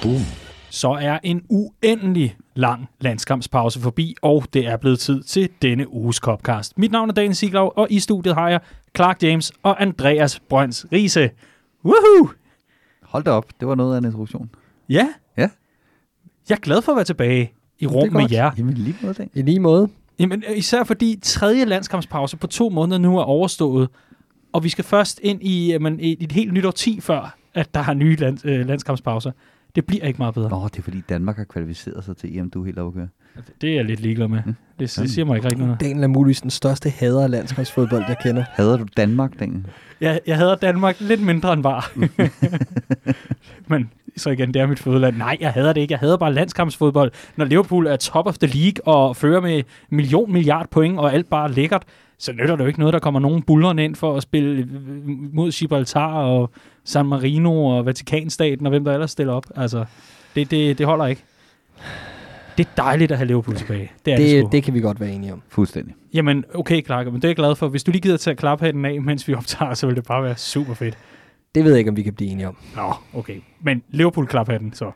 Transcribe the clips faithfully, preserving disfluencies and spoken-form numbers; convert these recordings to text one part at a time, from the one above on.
Boom. Så er en uendelig lang landskampspause forbi, og det er blevet tid til denne uges Copcast. Mit navn er Daniel Siglov, og i studiet har jeg Clark James og Andreas Brøns Riise. Woohoo! Hold da op, det var noget af en introduktion. Ja. Ja. Jeg er glad for at være tilbage i rum med jer. Jamen lige måde, dag. I lige måde. Jamen, især fordi tredje landskampspause på to måneder nu er overstået, og vi skal først ind i jamen, et helt nyt årti før, at der er nye land, øh, landskampspauser. Det bliver ikke meget bedre. Nå, det er fordi Danmark har kvalificeret sig til E M, du er helt okay. Det er jeg lidt ligeglad med. Mm. Det, det siger mig ikke rigtig noget. Daniel er muligvis den største hader af landskampsfodbold, jeg kender. Hader du Danmark, Daniel? Jeg, jeg hader Danmark lidt mindre end var. Men så igen, det er mit fødeland. Nej, jeg hader det ikke. Jeg hader bare landskampsfodbold. Når Liverpool er top of the league og fører med million milliard point og alt bare lækkert, så nytter det jo ikke noget, der kommer nogen bullerne ind for at spille mod Gibraltar og San Marino og Vatikanstaten og hvem der ellers stiller op. Altså, det, det, det holder ikke. Det er dejligt at have Liverpool tilbage. Det, er det, det, det kan vi godt være enige om. Fuldstændig. Jamen, okay, Clark, men det er jeg glad for. Hvis du lige gider tage klaphatten af, mens vi optager, så vil det bare være super fedt. Det ved jeg ikke, om vi kan blive enige om. Nå, okay. Men Liverpool-klaphatten, så?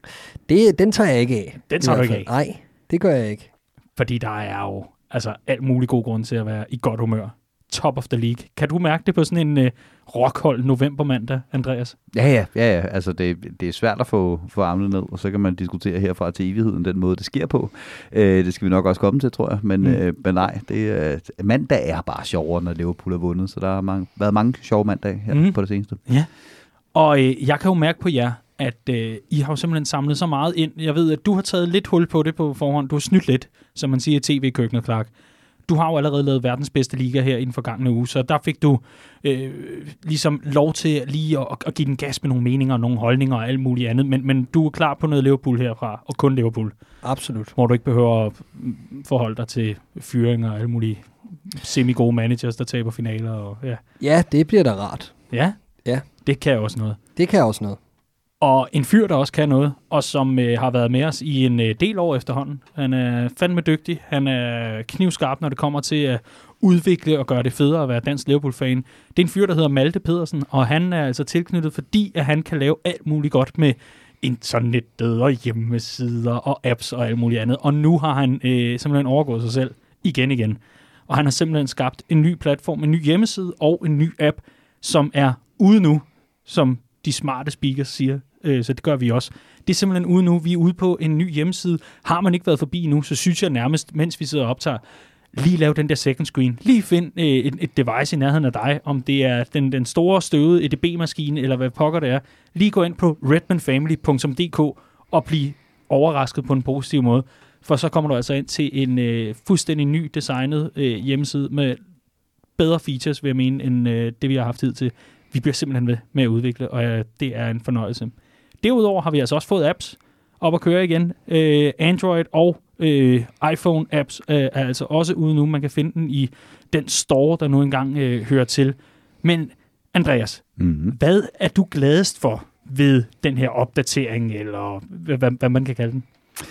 Det, den tager jeg ikke af. Den tager du ikke af? Nej, det gør jeg ikke. Fordi der er jo altså alt muligt god grund til at være i godt humør. Top of the league. Kan du mærke det på sådan en uh, rockhold november-mandag, Andreas? Ja, ja, ja, ja. Altså, det, det er svært at få, få armene ned, og så kan man diskutere herfra til evigheden den måde, det sker på. Uh, det skal vi nok også komme til, tror jeg. Men, mm. uh, men nej, det, uh, mandag er bare sjovere, når Liverpool er vundet, så der har mange, været mange sjove mandage her mm. på det seneste. Ja, og uh, jeg kan jo mærke på jer, at øh, I har jo simpelthen samlet så meget ind. Jeg ved, at du har taget lidt hul på det på forhånd. Du har snydt lidt, som man siger i tv-køkkenet, Clark. Du har jo allerede lavet verdens bedste liga her i den forgangne uge, så der fik du øh, ligesom lov til lige at, at give den gas med nogle meninger og nogle holdninger og alt muligt andet. Men, men du er klar på noget Liverpool herfra, og kun Liverpool. Absolut. Hvor du ikke behøver at forholde dig til fyringer og alle mulige semi-gode managers, der taber finaler. Og, ja. ja, det bliver da rart. Ja? Ja. Det kan også noget. Det kan også noget. Og en fyr, der også kan noget, og som øh, har været med os i en øh, del år efterhånden. Han er fandme dygtig. Han er knivskarp, når det kommer til at udvikle og gøre det federe at være dansk Liverpool-fan. Det er en fyr, der hedder Malte Pedersen, og han er altså tilknyttet, fordi at han kan lave alt muligt godt med internettet og hjemmesider og apps og alt muligt andet. Og nu har han øh, simpelthen overgået sig selv igen igen. Og han har simpelthen skabt en ny platform, en ny hjemmeside og en ny app, som er ude nu, som de smarte speakers siger, øh, så det gør vi også. Det er simpelthen ude nu. Vi er ude på en ny hjemmeside. Har man ikke været forbi nu, så synes jeg nærmest, mens vi sidder og optager, lige lave den der second screen. Lige find øh, et, et device i nærheden af dig, om det er den, den store støvede E D B-maskine, eller hvad pokker det er. Lige gå ind på redmanfamily punktum d k og blive overrasket på en positiv måde. For så kommer du altså ind til en øh, fuldstændig ny designet øh, hjemmeside med bedre features, vil jeg mene, end øh, det vi har haft tid til. Vi bliver simpelthen ved med at udvikle, og ja, det er en fornøjelse. Derudover har vi altså også fået apps op at køre igen. Øh, Android og øh, iPhone-apps øh, er altså også ude nu. Man kan finde den i den store, der nu engang øh, hører til. Men Andreas, mm-hmm. hvad er du gladest for ved den her opdatering, eller hvad, hvad man kan kalde den?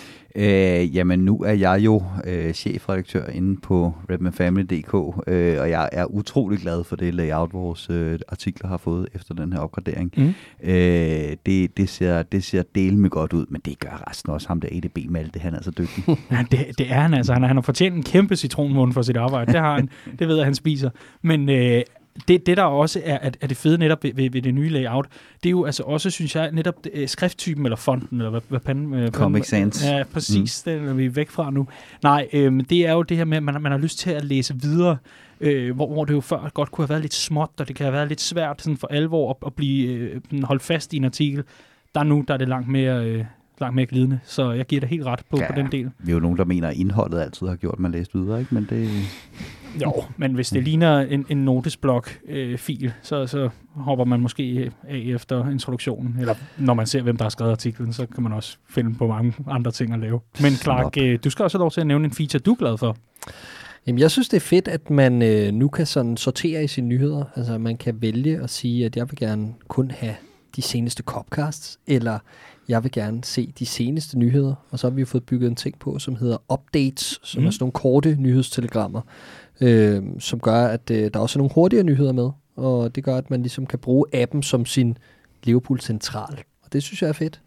Øh, jamen nu er jeg jo øh, chefredaktør inde på redmanfamily punktum d k, øh, og jeg er utrolig glad for det layout, vores øh, artikler har fået efter den her opgradering. Mm. Øh, det, det, ser, det ser dele med godt ud, men det gør resten også. Ham der E D B-Malte, han er så dygtig. Ja, det, det er han altså. Han, han har fortjent en kæmpe citronmund for sit arbejde. Det har han. Det ved jeg, han spiser. Men øh, det, det der også er, at, at det fede netop ved, ved, ved det nye layout, det er jo altså også, synes jeg, netop øh, skrifttypen eller fonten, eller hvad, hvad panden... Øh, Comic Sans. Ja, præcis. Mm. Den er vi væk fra nu. Nej, øh, det er jo det her med, at man, man har lyst til at læse videre, øh, hvor, hvor det jo før godt kunne have været lidt småt, og det kan have været lidt svært sådan for alvor at, at blive øh, holdt fast i en artikel. Der nu, der er det langt mere... Øh, langt mere glidende, så jeg giver dig helt ret på, ja, på den del. Vi er jo nogen, der mener, at indholdet altid har gjort, at man læst videre, ikke? Men det... Jo, men hvis det ligner en, en notesblok-fil, øh, så, så hopper man måske af efter introduktionen, eller når man ser, hvem der har skrevet artiklen, så kan man også finde på mange andre ting at lave. Men Clark, øh, du skal også have lov til at nævne en feature, du er glad for. Jamen, jeg synes, det er fedt, at man øh, nu kan sådan sortere i sine nyheder. Altså, man kan vælge at sige, at jeg vil gerne kun have de seneste Copcasts, eller jeg vil gerne se de seneste nyheder, og så har vi jo fået bygget en ting på, som hedder updates, som mm. er sådan nogle korte nyhedstelegrammer, øh, som gør, at øh, der også er nogle hurtigere nyheder med, og det gør, at man ligesom kan bruge appen som sin Liverpool-central, og det synes jeg er fedt.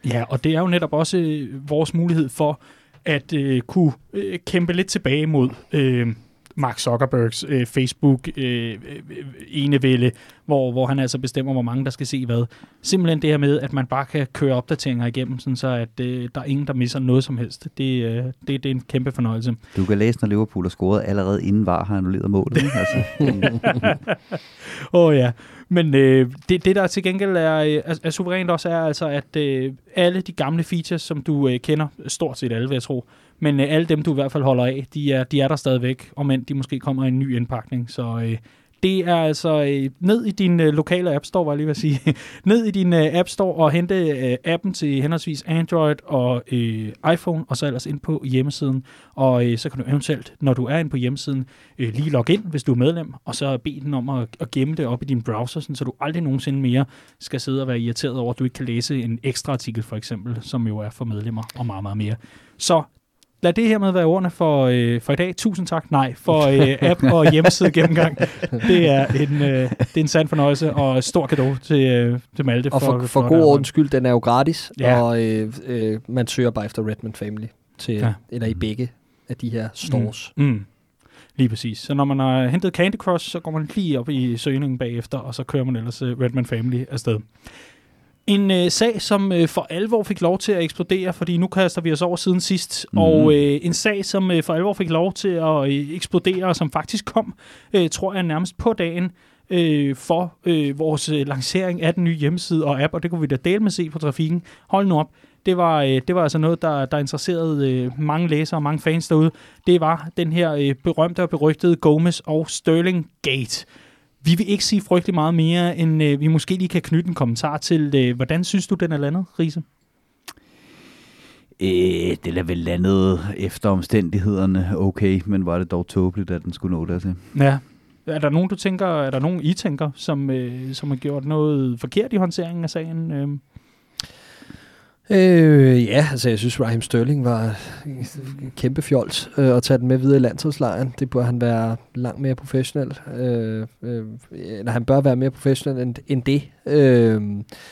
Ja, og det er jo netop også øh, vores mulighed for at øh, kunne øh, kæmpe lidt tilbage mod øh, Mark Zuckerbergs øh, Facebook øh, øh, enevælde, hvor, hvor han altså bestemmer, hvor mange der skal se hvad. Simpelthen det her med, at man bare kan køre opdateringer igennem, sådan så at øh, der er ingen, der misser noget som helst. Det, øh, det, det er en kæmpe fornøjelse. Du kan læse, når Liverpool har scoret allerede inden V A R har annulleret målet. altså. Åh oh, ja, men øh, det, det der til gengæld er, er, er suverænt også er altså, at øh, alle de gamle features, som du øh, kender, stort set alle vil jeg tro, men øh, alle dem, du i hvert fald holder af, de er, de er der stadigvæk, og men de måske kommer i en ny indpakning, så øh, det er altså øh, ned i din øh, lokale App Store, var jeg lige ved at sige, ned i din øh, App Store og hente øh, appen til henholdsvis Android og øh, iPhone, og så ellers ind på hjemmesiden, og øh, så kan du eventuelt, når du er inde på hjemmesiden, øh, lige logge ind, hvis du er medlem, og så bede den om at, at gemme det op i din browser, sådan, så du aldrig nogensinde mere skal sidde og være irriteret over, at du ikke kan læse en ekstra artikel, for eksempel, som jo er for medlemmer, og meget, meget mere. Så lad det her med være ordene for, øh, for i dag. Tusind tak. Nej, for øh, app og hjemmeside gennemgang. Det er en, øh, det er en sand fornøjelse og stor cadeau til, øh, til Malte. Og for, for, for god ordens skyld, den er jo gratis, ja. og øh, øh, man søger bare efter Redman Family, til, ja. eller i begge af de her stores. Mm. Mm. Lige præcis. Så når man har hentet Candy Crush, så går man lige op i søgningen bagefter, og så kører man ellers uh, Redman Family afsted. En øh, sag, som øh, for alvor fik lov til at eksplodere, fordi nu kaster vi os over siden sidst, mm. og øh, en sag, som øh, for alvor fik lov til at øh, eksplodere, og som faktisk kom, øh, tror jeg, nærmest på dagen øh, for øh, vores øh, lancering af den nye hjemmeside og app, og det kunne vi da dele med se på trafikken. Hold nu op. Det var, øh, det var altså noget, der, der interesserede øh, mange læsere og mange fans derude. Det var den her øh, berømte og berygtede Gomez og Sterling Gate. Vi vil ikke sige frygtelig meget mere, end øh, vi måske lige kan knytte en kommentar til. Øh, hvordan synes du, den er landet, Riese? Øh, det er vel landet efter omstændighederne okay, men var det dog tåbeligt, at den skulle nå dertil. Ja. Er der nogen, du tænker, er der nogen, I tænker, som, øh, som har gjort noget forkert i håndteringen af sagen? Øh? Øh, ja, altså jeg synes, Raheem Sterling var kæmpe fjols øh, at tage den med videre i landsholdslejren. Det bør han være langt mere professionel. Øh, øh, eller han bør være mere professionel end, end det. Øh,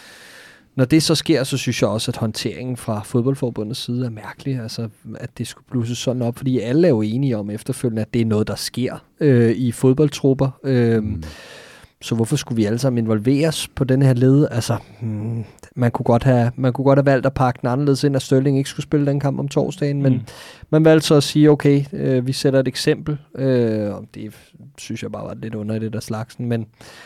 når det så sker, så synes jeg også, at håndteringen fra fodboldforbundets side er mærkelig. Altså, at det skulle blusses sådan op, fordi alle er jo enige om efterfølgende, at det er noget, der sker øh, i fodboldtrupper. Øh, mm. Så hvorfor skulle vi alle sammen involveres på den her led? Altså, hmm, man kunne godt have, man kunne godt have valgt at pakke den anderledes ind, at Sterling ikke skulle spille den kamp om torsdagen, mm. men man valgte så at sige, okay, øh, vi sætter et eksempel, øh, og det synes jeg bare var lidt under i det der slagsen, men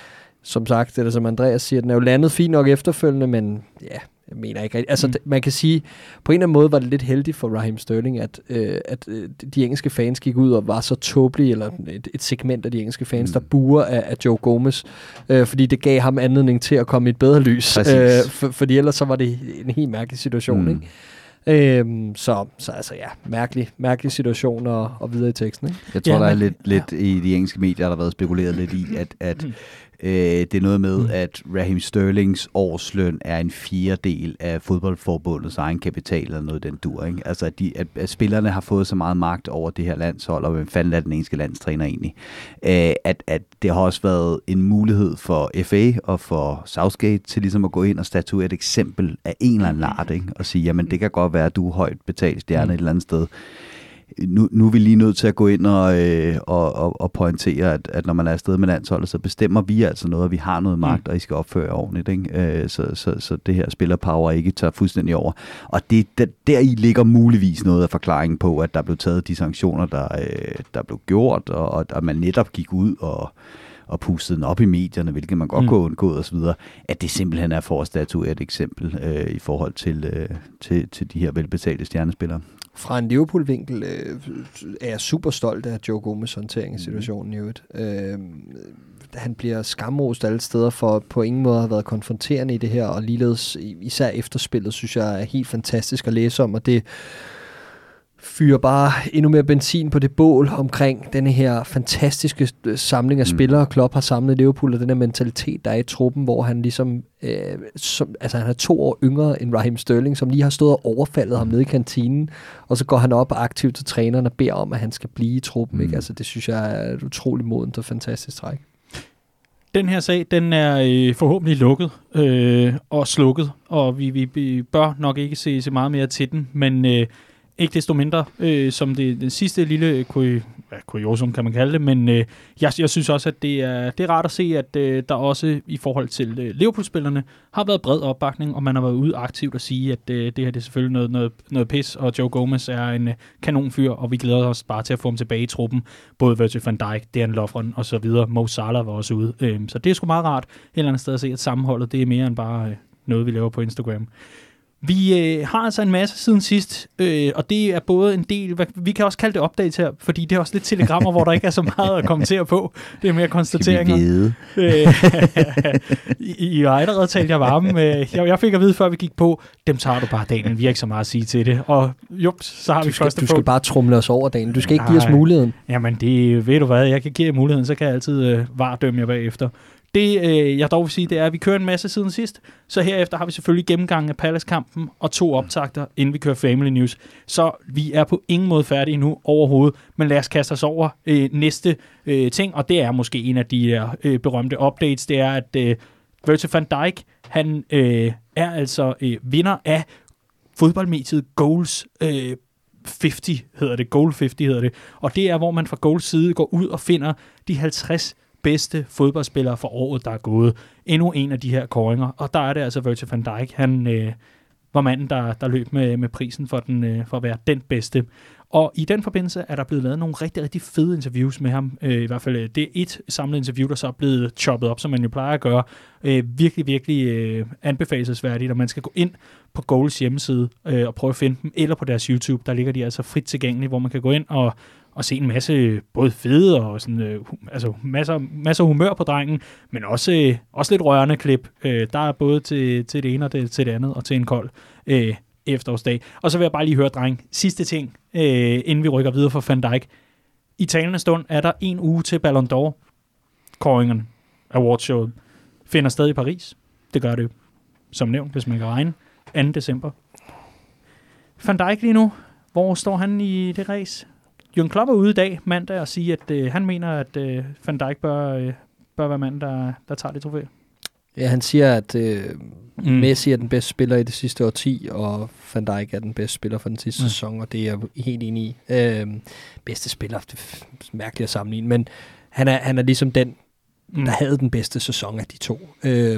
som sagt, det er som Andreas siger, den er jo landet fint nok efterfølgende, men ja, jeg mener ikke rigtigt. Altså, mm. man kan sige, på en eller anden måde var det lidt heldigt for Raheem Sterling, at, øh, at øh, de engelske fans gik ud og var så tåbelige, eller et, et segment af de engelske fans, mm. der buer af, af Joe Gomez, øh, fordi det gav ham anledning til at komme i et bedre lys. Øh, for, fordi ellers så var det en helt mærkelig situation, mm. ikke? Øhm, så, så altså ja, mærkelig, mærkelig situation og, og videre i teksten, ikke? Jeg tror, ja, der er men, lidt, lidt ja. i de engelske medier, der har været spekuleret lidt i, at, at mm. øh, det er noget med, mm. at Raheem Sterlings årsløn er en fjerdedel af fodboldforbundets egen kapital, eller noget den dur, ikke? Altså, at, de, at, at spillerne har fået så meget magt over det her landshold, og hvem fanden er den engelske landstræner egentlig? Øh, at, at det har også været en mulighed for F A og for Southgate til ligesom at gå ind og statuere et eksempel af en eller anden art, ikke? Og sige, jamen det kan godt være, at du er højt betalt stjerne mm. et eller andet sted. Nu, nu er vi lige nødt til at gå ind og, øh, og, og, og pointere, at, at når man er afsted med landsholdet, så bestemmer vi altså noget, og vi har noget magt, mm. og I skal opføre jer ordentligt. Ikke? Øh, så, så, så det her spillerpower ikke tager fuldstændig over. Og det, der, deri ligger muligvis noget af forklaringen på, at der blev taget de sanktioner, der, øh, der blev gjort, og, og at man netop gik ud og og pustede den op i medierne, hvilket man godt mm. kunne undgå og så videre, at det simpelthen er for at statuere et eksempel øh, i forhold til, øh, til, til de her velbetalte stjernespillere. Fra en Liverpool-vinkel øh, er jeg super stolt af Joe Gomez håndtering af situationen i øvrigt. Øh, han bliver skamrost alle steder for på ingen måde at have været konfronterende i det her, og ligeledes især efterspillet, synes jeg er helt fantastisk at læse om, og det fyrer bare endnu mere benzin på det bål omkring denne her fantastiske samling af spillere, Klopp har samlet i Liverpool, og den her mentalitet, der er i truppen, hvor han ligesom, øh, som, altså han er to år yngre end Raheem Sterling, som lige har stået og overfaldet ham nede i kantinen, og så går han op og aktivt til træneren og beder om, at han skal blive i truppen. Mm. Ikke? Altså det synes jeg er et utroligt modent og fantastisk træk. Den her sag, den er øh, forhåbentlig lukket øh, og slukket, og vi, vi, vi bør nok ikke se, se meget mere til den, men øh, ikke desto mindre, øh, som det den sidste lille kuriosum, kan man kalde det, men øh, jeg, jeg synes også, at det er, det er rart at se, at øh, der også i forhold til øh, Liverpool-spillerne har været bred opbakning, og man har været ude aktivt at sige, at øh, det her det er selvfølgelig noget, noget, noget pis, og Joe Gomez er en øh, kanonfyr, og vi glæder os bare til at få ham tilbage i truppen. Både Virgil van Dijk, Dejan Lovren og så videre. Mo Salah var også ude. Øh, så det er sgu meget rart et eller andet sted at se, at sammenholdet det er mere end bare øh, noget, vi laver på Instagram. Vi øh, har altså en masse siden sidst, øh, og det er både en del, hvad, vi kan også kalde det updates her, fordi det er også lidt telegrammer, hvor der ikke er så meget at kommentere på. Det er mere konstateringer. Skal vi vide? I, I har allerede talt jer varme. Jeg, jeg fik at vide, før vi gik på, dem tager du bare, Daniel. Vi har ikke så meget at sige til det. Og jups, så har du vi skal, første Du skal punkt. bare trumle os over, Daniel. Du skal ikke Nej. give os muligheden. Jamen, det ved du hvad, jeg kan give jer muligheden, så kan jeg altid øh, vardømme jer bagefter. Det, øh, jeg dog vil sige, det er, at vi kører en masse siden sidst, så herefter har vi selvfølgelig gennemgangen af Palace-kampen og to optakter, inden vi kører Family News. Så vi er på ingen måde færdige nu overhovedet, men lad os kaste os over øh, næste øh, ting, og det er måske en af de her øh, berømte updates, det er, at øh, Virgil van Dijk, han øh, er altså øh, vinder af fodboldmediet Goals øh, halvtreds, hedder det, Goal halvtreds hedder det, og det er, hvor man fra Goals side går ud og finder de halvtreds bedste fodboldspillere for året, der er gået. Endnu en af de her kåringer, og der er det altså Virgil van Dijk. Han øh, var manden, der, der løb med, med prisen for, den, øh, for at være den bedste. Og i den forbindelse er der blevet lavet nogle rigtig, rigtig fede interviews med ham. Øh, I hvert fald, det er et samlet interview, der så er blevet choppet op, som man jo plejer at gøre. Øh, virkelig, virkelig øh, anbefalesværdigt, og man skal gå ind på Goals hjemmeside øh, og prøve at finde dem, eller på deres YouTube. Der ligger de altså frit tilgængelige, hvor man kan gå ind og og se en masse både fede og sådan, øh, altså masser, masser humør på drengen, men også, øh, også lidt rørende klip. Øh, der er både til, til det ene og det, til det andet, og til en kold øh, efterårsdag. Og så vil jeg bare lige høre, dreng, sidste ting, øh, inden vi rykker videre fra Van Dijk. I talende stund er der en uge til Ballon d'Or-kåringerne, awardshowet, finder sted i Paris. Det gør det som nævnt, hvis man kan regne. anden december. Van Dijk lige nu, hvor står han i det race? Jürgen Klopp er ude i dag, mandag, og sige, at øh, han mener, at øh, Van Dijk bør, øh, bør være manden, der, der tager det trofæ. Ja, han siger, at øh, Mm. Messi er den bedste spiller i det sidste årti, og Van Dijk er den bedste spiller for den sidste Mm. sæson, og det er jeg helt enig i. Øh, bedste spiller, det er mærkeligt at sammenligne, men han er, han er ligesom den, Mm. der havde den bedste sæson af de to. Øh,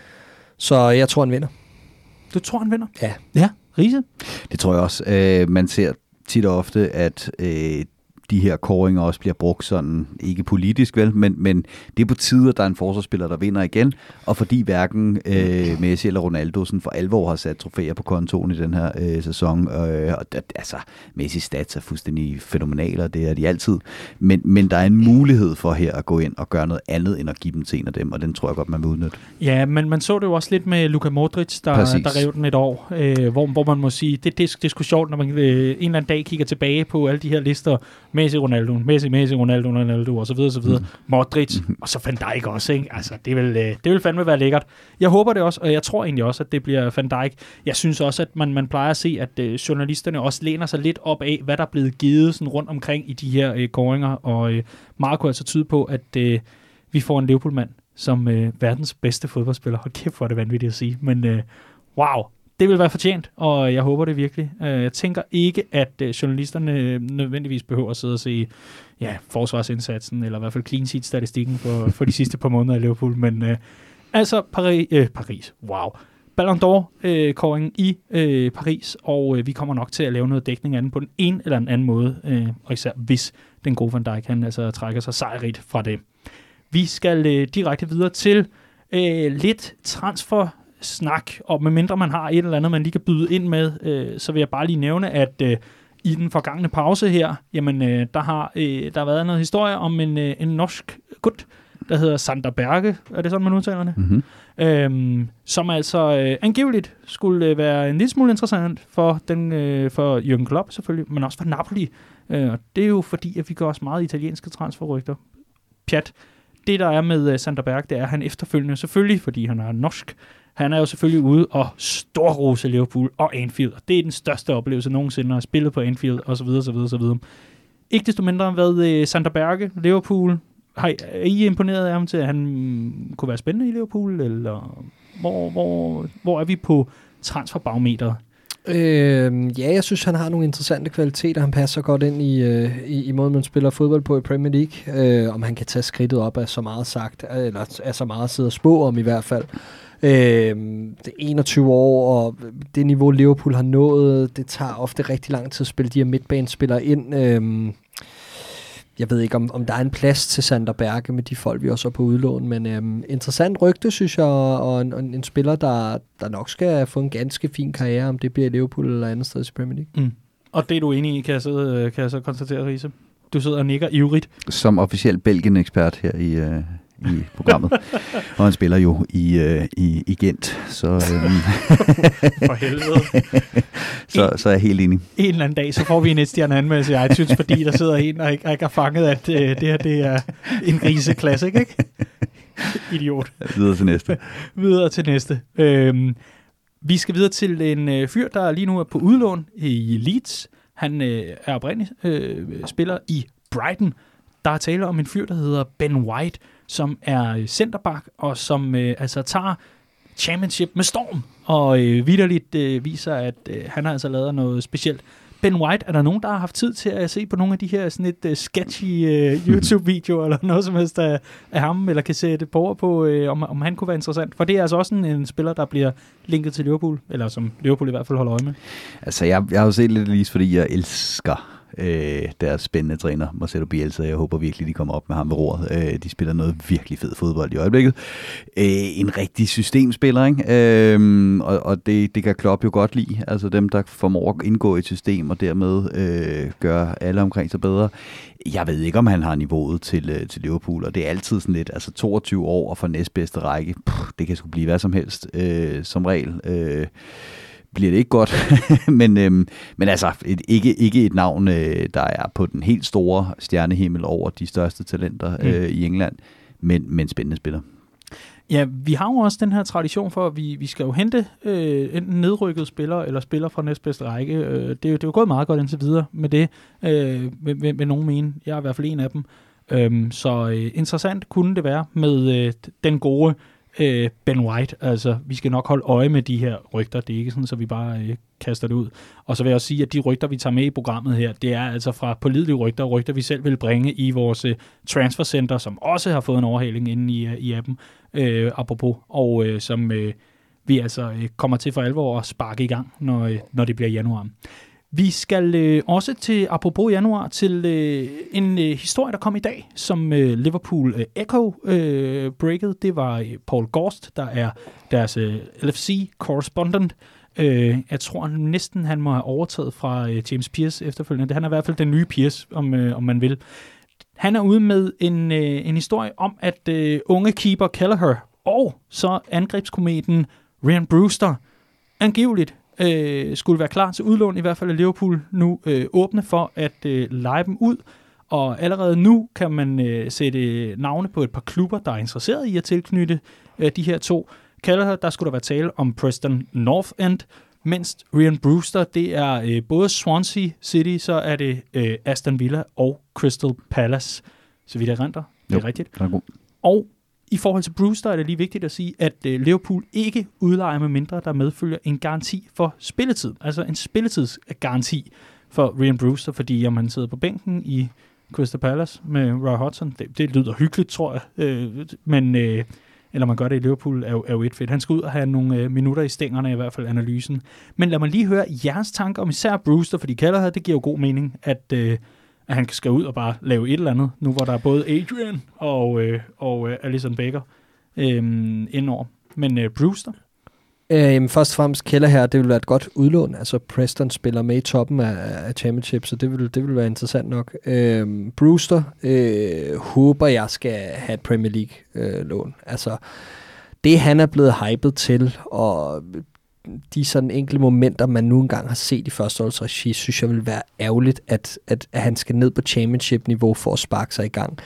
så jeg tror, han vinder. Du tror, han vinder? Ja. Ja, Riese? Det tror jeg også. Øh, man ser tit og ofte, at øh, de her kåringer også bliver brugt sådan, ikke politisk vel, men, men det er på tide, at der er en forsvarsspiller, der vinder igen, og fordi hverken øh, Messi eller Ronaldo sådan for alvor har sat trofæer på kontoen i den her øh, sæson, øh, og der, altså, Messis stats er fuldstændig fænomenale, og det er de altid, men, men der er en mulighed for her at gå ind og gøre noget andet, end at give dem til en af dem, og den tror jeg godt, man vil udnytte. Ja, men man så det jo også lidt med Luka Modric, der, der rev den et år, øh, hvor, hvor man må sige, det, det, det er sgu sjovt, når man øh, en eller anden dag kigger tilbage på alle de her lister, Messi, Ronaldo, Messi, Messi, Ronaldo, Ronaldo, og så videre, så videre. Mm. Modric, mm. og så Van Dijk også, ikke? Altså, det vil, det vil fandme være lækkert. Jeg håber det også, og jeg tror egentlig også, at det bliver Van Dijk. Jeg synes også, at man, man plejer at se, at øh, journalisterne også læner sig lidt op af, hvad der er blevet givet sådan rundt omkring i de her øh, kåringer, og øh, meget kunne altså tyde på, at øh, vi får en Liverpool-mand som øh, verdens bedste fodboldspiller. Hold kæft, hvor er det vanvittigt at sige, men øh, wow. Det vil være fortjent, og jeg håber det virkelig. Jeg tænker ikke, at journalisterne nødvendigvis behøver at sidde og se ja, forsvarsindsatsen, eller i hvert fald clean sheet-statistikken for, for de sidste par måneder i Liverpool. Men øh, altså Paris, øh, Paris, wow. Ballon d'Or-kåringen øh, i øh, Paris, og øh, vi kommer nok til at lave noget dækning af den på den ene eller den anden måde, øh, og især hvis den gode Van Dijk, han altså trækker sig sejrigt fra det. Vi skal øh, direkte videre til øh, lidt transfer snak, og medmindre man har et eller andet, man lige kan byde ind med, øh, så vil jeg bare lige nævne, at øh, i den forgangne pause her, jamen, øh, der har øh, der har været noget historie om en, øh, en norsk gut, der hedder Sander Berge, er det sådan, man udtaler det? Mm-hmm. Øhm, som altså øh, angiveligt skulle øh, være en lille smule interessant for, den, øh, for Jürgen Klopp selvfølgelig, men også for Napoli. Øh, og det er jo fordi, at vi gør også meget italienske transferrygter. Pjat. Det, der er med uh, Sander Berge, det er, at han efterfølgende, selvfølgelig, fordi han er norsk, han er jo selvfølgelig ude og storrose Liverpool og Anfield, og det er den største oplevelse nogensinde at have spillet på Anfield, osv., osv., osv. Ikke desto mindre, hvad uh, Sander Berge, Liverpool, har I, er I imponeret af ham til, at han kunne være spændende i Liverpool, eller hvor, hvor, hvor er vi på transferbarometeret? Øh, ja, jeg synes, han har nogle interessante kvaliteter. Han passer godt ind i, øh, i, i måden, man spiller fodbold på i Premier League. Øh, om han kan tage skridtet op, er så meget sagt, eller er så meget at sidde og spå om i hvert fald. Øh, det er enogtyve år, og det niveau, Liverpool har nået, det tager ofte rigtig lang tid at spille de her midtbanespillere ind. Øh, Jeg ved ikke, om, om der er en plads til Sander Berge med de folk, vi også er på udlån, men øhm, interessant rygte, synes jeg, og en, en, en spiller, der, der nok skal få en ganske fin karriere, om det bliver i Liverpool eller andet sted i Premier League. Mm. Og det er du enig i, kan jeg så, kan jeg så konstatere, Riese? Du sidder og nikker ivrigt. Som officiel Belgien-ekspert her i, øh, i programmet. Og han spiller jo i, øh, i, i Gent, så... Øh, For helvede. så, så er jeg helt enig. En eller anden dag, så får vi en etstjerne anmeldelse i iTunes, fordi der sidder en, og ikke, ikke har fanget, at øh, det her det er en Riese-klassik, ikke? Idiot. Videre til næste. Videre til næste. Øhm, vi skal videre til en øh, fyr, der lige nu er på udlån i Leeds. Han øh, er oprindeligt øh, spiller i Brighton. Der er tale om en fyr, der hedder Ben White, som er centerback, og som øh, altså tager championship med storm, og øh, vitterligt øh, viser, at øh, han har altså lavet noget specielt. Ben White, er der nogen, der har haft tid til at se på nogle af de her sådan et uh, sketchy uh, YouTube-videoer, eller noget som helst af, af ham, eller kan sætte på, på uh, om, om han kunne være interessant? For det er altså også en, en spiller, der bliver linket til Liverpool, eller som Liverpool i hvert fald holder øje med. Altså, jeg, jeg har jo set lidt lige, fordi jeg elsker øh, deres spændende træner, Marcelo Bielsa. Jeg håber virkelig, de kommer op med ham ved roret. Øh, de spiller noget virkelig fed fodbold i øjeblikket. Øh, en rigtig systemspiller, ikke? Øh, og og det, det kan Klopp jo godt lide. Altså dem, der formår at indgå i et system, og dermed øh, gøre alle omkring sig bedre. Jeg ved ikke, om han har niveauet til, øh, til Liverpool, og det er altid sådan lidt, altså toogtyve år og for næstbedste række, puh, det kan sgu blive hvad som helst, øh, som regel. Øh, bliver det ikke godt, men, øhm, men altså et, ikke, ikke et navn, øh, der er på den helt store stjernehimmel over de største talenter øh, mm. i England, men, men spændende spiller. Ja, vi har jo også den her tradition for, at vi, vi skal jo hente øh, enten nedrykkede spillere, eller spillere fra næstbedste række. Øh, det, er jo, det er jo gået meget godt indtil videre med det, øh, med, med, med nogen mene. Jeg er i hvert fald en af dem. Øh, så øh, interessant kunne det være med øh, den gode øh, Ben White. Altså, vi skal nok holde øje med de her rygter. Det er ikke sådan, så vi bare øh, kaster det ud. Og så vil jeg også sige, at de rygter, vi tager med i programmet her, det er altså fra pålidelige rygter, rygter vi selv vil bringe i vores øh, transfercenter, som også har fået en overhaling inde i, i appen, øh, apropos, og øh, som øh, vi altså øh, kommer til for alvor at sparke i gang, når, øh, når det bliver januar. Vi skal øh, også til, apropos januar, til øh, en øh, historie, der kom i dag, som øh, Liverpool øh, Echo øh, breakede. Det var øh, Paul Gorst, der er deres øh, L F C-correspondent. Øh, jeg tror næsten, han må have overtaget fra øh, James Pearce efterfølgende. Han er i hvert fald den nye Pearce, om, øh, om man vil. Han er ude med en, øh, en historie om, at øh, unge keeper Kelleher og så angrebskometen Ryan Brewster angiveligt øh, skulle være klar til udlån, i hvert fald er Liverpool nu øh, åbne for at øh, lege dem ud. Og allerede nu kan man øh, sætte navne på et par klubber, der er interesseret i at tilknytte øh, de her to. Kelleher, der skulle der være tale om Preston North End, mens Ryan Brewster, det er øh, både Swansea City, så er det øh, Aston Villa og Crystal Palace, så vidt jeg renter. Det er jo, rigtigt. Det er god. Og i forhold til Brewster er det lige vigtigt at sige, at øh, Liverpool ikke udlejer med mindre, der medfølger en garanti for spilletid. Altså en spilletidsgaranti for Ryan Brewster, fordi om han sidder på bænken i Crystal Palace med Roy Hodgson, det, det lyder hyggeligt, tror jeg, øh, men... Øh, eller man gør det i Liverpool, er jo, er jo et fedt. Han skal ud og have nogle øh, minutter i stængerne, i hvert fald analysen. Men lad mig lige høre jeres tanker om især Brewster, fordi Kelleher, det giver jo god mening, at, øh, at han skal ud og bare lave et eller andet, nu hvor der er både Adrian og, øh, og øh, Alisson Becker øh, indover. Men øh, Brewster? Øh, først og fremmest Kelleher, det vil være et godt udlån. Altså Preston spiller med i toppen af, af Championship, så det vil, det vil være interessant nok. Øh, Brewster øh, håber jeg skal have et Premier League-lån. Øh, altså det han er blevet hypet til, og de sådan enkle momenter, man nu engang har set i førsteholdsregi, synes jeg vil være ærgerligt, at, at, at han skal ned på Championship-niveau for at sparke sig i gang.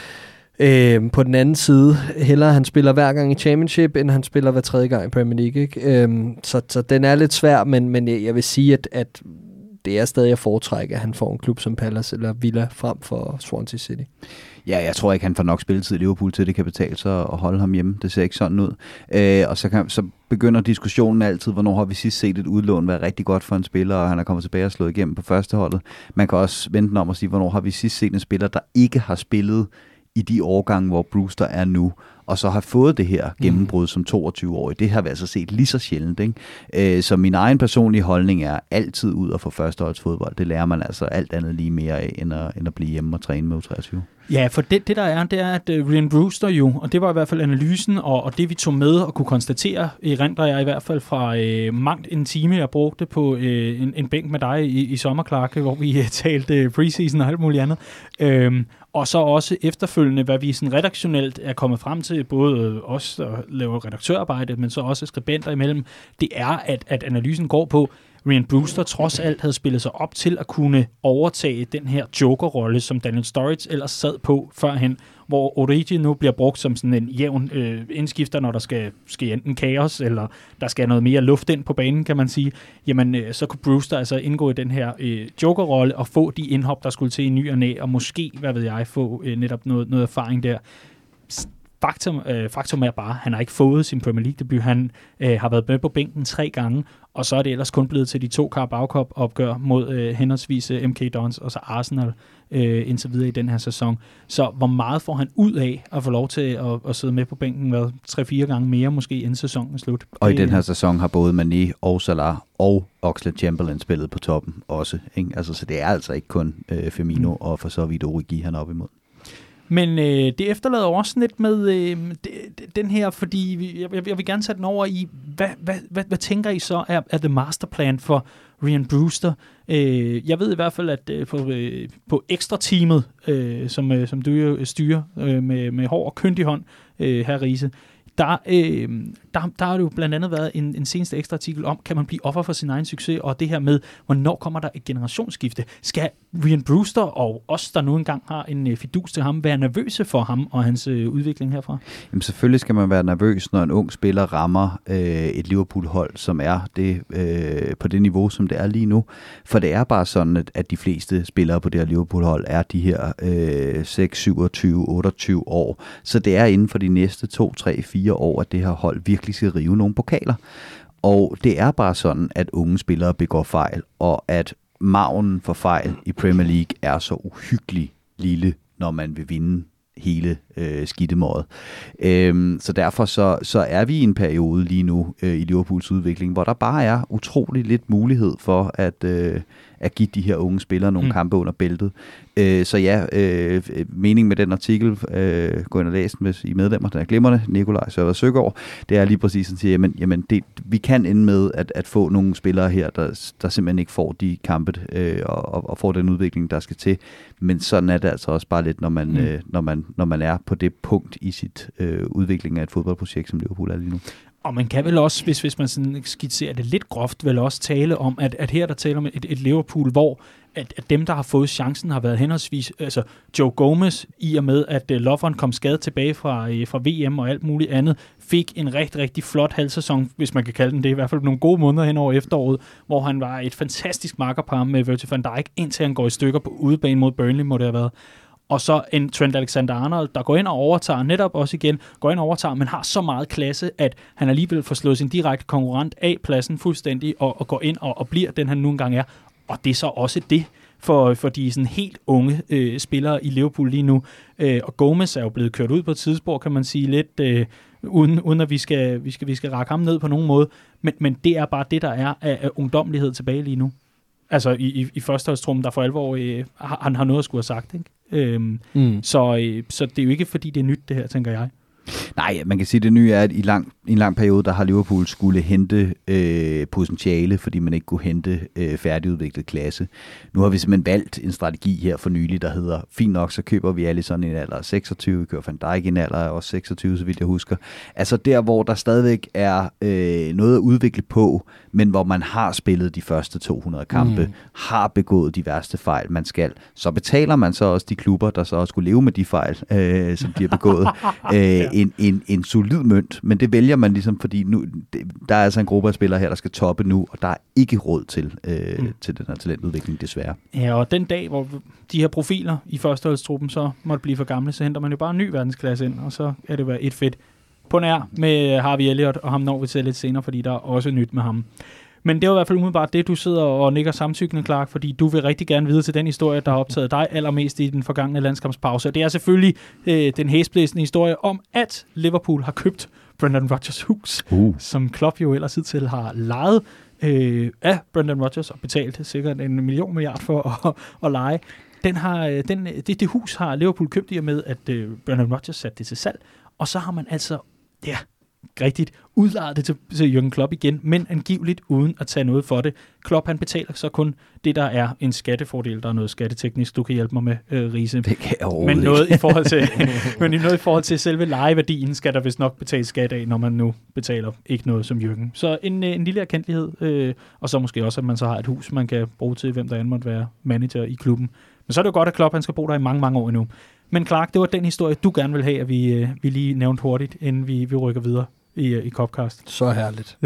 Øh, på den anden side, hellere han spiller hver gang i Championship, end han spiller hver tredje gang i Premier League. Ikke? Øh, så, så den er lidt svær, men, men jeg vil sige, at, at det er stadig at foretrække, at han får en klub som Palace eller Villa frem for Swansea City. Ja, jeg tror ikke, han får nok spilletid i Liverpool til, det kan betale sig at holde ham hjemme. Det ser ikke sådan ud. Øh, og så, kan, så begynder diskussionen altid, hvornår har vi sidst set et udlån være rigtig godt for en spiller, og han er kommet tilbage og slået igennem på førsteholdet. Man kan også vente om at sige, hvornår har vi sidst set en spiller, der ikke har spillet i de årgange, hvor Brewster er nu, og så har fået det her gennembrud som toogtyve-årig. Det har vi altså set lige så sjældent, ikke? Så min egen personlige holdning er altid ud at få førsteholdsfodbold. Det lærer man altså alt andet lige mere af, end at, end at blive hjemme og træne med U treogtyve. Ja, for det, det der er, det er, at uh, Ryan Brewster jo, og det var i hvert fald analysen, og, og det vi tog med og kunne konstatere, erindrer jeg i hvert fald fra øh, mangt en time, jeg brugte på øh, en, en bænk med dig i, i sommerklarke, hvor vi uh, talte preseason og alt muligt andet. Øhm, og så også efterfølgende, hvad vi sådan redaktionelt er kommet frem til, både os, der laver redaktørarbejde, men så også skribenter imellem, det er, at, at analysen går på, Ryan Brewster trods alt havde spillet sig op til at kunne overtage den her joker-rolle, som Daniel Sturridge ellers sad på førhen, hvor Origi nu bliver brugt som sådan en jævn øh, indskifter, når der skal ske enten kaos, eller der skal noget mere luft ind på banen, kan man sige. Jamen, øh, så kunne Brewster altså indgå i den her øh, joker-rolle og få de indhop, der skulle til i ny og næ, og måske, hvad ved jeg, få øh, netop noget, noget erfaring der. Faktum, øh, faktum er bare, at han har ikke fået sin Premier League-debut. Han øh, har været med på bænken tre gange, og så er det ellers kun blevet til de to Carabao Cup-opgør mod øh, henholdsvis øh, M K Dons og så Arsenal øh, indtil videre i den her sæson. Så hvor meget får han ud af at få lov til at, at sidde med på bænken hvad, tre-fire gange mere måske inden sæsonen er slut? Og i den her sæson har både Mané og Salah og Oxlade-Chamberlain spillet på toppen også. Ikke? Altså, så det er altså ikke kun øh, Firmino mm. og for så vidt Origi, han er op imod. Men øh, det efterlader også lidt med øh, det, den her, fordi vi, jeg, jeg vil gerne tage den over i, hvad, hvad, hvad, hvad tænker I så er, er the masterplan for Ryan Brewster? Øh, jeg ved i hvert fald, at øh, på, øh, på ekstra teamet, øh, som, øh, som du jo styrer øh, med, med hård og kyndig hånd, øh, her Riese, Der, øh, der, der har det jo blandt andet været en, en seneste ekstra artikel om, kan man blive offer for sin egen succes, og det her med, hvornår kommer der et generationsskifte? Skal Ryan Brewster og os, der nu engang har en øh, fidus til ham, være nervøse for ham og hans øh, udvikling herfra? Jamen selvfølgelig skal man være nervøs, når en ung spiller rammer øh, et Liverpool-hold, som er det, øh, på det niveau, som det er lige nu. For det er bare sådan, at, at de fleste spillere på det her Liverpool-hold er de her øh, seks, syvogtyve, otteogtyve år. Så det er inden for de næste to, tre, fire år, at det her hold virkelig skal rive nogle pokaler. Og det er bare sådan, at unge spillere begår fejl, og at margen for fejl i Premier League er så uhyggelig lille, når man vil vinde hele øh, skidtemåret. Øhm, så derfor så, så er vi i en periode lige nu øh, i Liverpools udvikling, hvor der bare er utrolig lidt mulighed for at, øh, at give de her unge spillere nogle mm. kampe under bæltet. Øh, så ja, øh, meningen med den artikel, øh, gå ind og læs den, hvis I er medlemmer, den er glimrende, Nikolaj Sørvad Søgaard, det er lige præcis at sige, jamen, jamen det, vi kan ende med at, at få nogle spillere her, der, der simpelthen ikke får de kampe øh, og, og får den udvikling, der skal til. Men sådan er det altså også bare lidt, når man, mm. øh, når man, når man er på det punkt i sit øh, udvikling af et fodboldprojekt, som Liverpool er lige nu. Og man kan vel også, hvis, hvis man sådan skitserer det lidt groft, vel også tale om, at, at her der taler om et, et Liverpool, hvor at, at dem, der har fået chancen, har været henholdsvis altså Joe Gomez, i og med at uh, Lovren kom skadet tilbage fra, uh, fra V M og alt muligt andet, fik en rigtig, rigtig flot halvsæson, hvis man kan kalde den det, i hvert fald nogle gode måneder hen over efteråret, hvor han var et fantastisk makkerpar med Virgil van Dijk, indtil han går i stykker på udebane mod Burnley, må det have været. Og så en Trent Alexander-Arnold, der går ind og overtager, netop også igen, går ind og overtager, men har så meget klasse, at han alligevel får slået sin direkte konkurrent af pladsen fuldstændig, og, og går ind og, og bliver den, han nu engang er. Og det er så også det for, for de sådan helt unge øh, spillere i Liverpool lige nu. Øh, og Gomez er jo blevet kørt ud på et tidsspor, kan man sige, lidt øh, uden, uden at vi skal, vi, skal, vi skal rakke ham ned på nogen måde. Men, men det er bare det, der er af, af ungdommelighed tilbage lige nu. Altså i, i, i førsteholdstrummen, der for alvor øh, han har noget at skulle have sagt, ikke? Øhm, mm. så, øh, så det er jo ikke, fordi det er nyt, det her, tænker jeg. Nej, man kan sige, at det nye er, at i, lang, i en lang periode, der har Liverpool skulle hente øh, potentiale, fordi man ikke kunne hente øh, færdigudviklet klasse. Nu har vi simpelthen valgt en strategi her for nylig, der hedder, fint nok, så køber vi alle sådan en alder af seksogtyve, vi køber Van Dijk i en alder af også seksogtyve, så vidt jeg husker. Altså der, hvor der stadigvæk er øh, noget at udvikle på, men hvor man har spillet de første to hundrede kampe, mm. har begået de værste fejl, man skal, så betaler man så også de klubber, der så også skulle leve med de fejl, øh, som de har begået, øh, en, en, en solid mønt, men det vælger man ligesom, fordi nu, det, der er altså en gruppe af spillere her, der skal toppe nu, og der er ikke råd til, øh, mm. til den her talentudvikling, desværre. Ja, og den dag, hvor de her profiler i førsteholdstruppen så måtte blive for gamle, så henter man jo bare en ny verdensklasse ind, og så er det bare et fedt på nær med Harvey Elliott, og ham når vi til lidt senere, fordi der er også nyt med ham. Men det er i hvert fald umiddelbart det, du sidder og nikker samtykkende, Clark, fordi du vil rigtig gerne vide til den historie, der har optaget dig allermest i den forgangne landskampspause. Og det er selvfølgelig øh, den hæsblæsende historie om, at Liverpool har købt Brendan Rodgers hus, uh. som Klopp jo ellers hidtil har lejet øh, af Brendan Rodgers og betalt sikkert en million milliard for at, at leje. Den har, den, det, det hus har Liverpool købt i og med, at øh, Brendan Rodgers satte det til salg, og så har man altså, ja, rigtigt udlejet det til, til Jürgen Klopp igen, men angiveligt uden at tage noget for det. Klopp, han betaler så kun det, der er en skattefordel. Der er noget skatteteknisk, du kan hjælpe mig med, øh, Riese. Det kan jeg men noget i forhold til, men noget i forhold til selve lejeværdien, skal der vist nok betale skat af, når man nu betaler ikke noget som Jürgen. Så en, en lille erkendelighed, øh, og så måske også, at man så har et hus, man kan bruge til, hvem der end måtte være manager i klubben. Men så er det jo godt, at Klopp, han skal bo der i mange, mange år endnu. Men Clark, det var den historie, du gerne vil have, at vi, øh, vi lige nævnte hurtigt, inden vi, vi rykker videre i, i Copcast. Så herligt.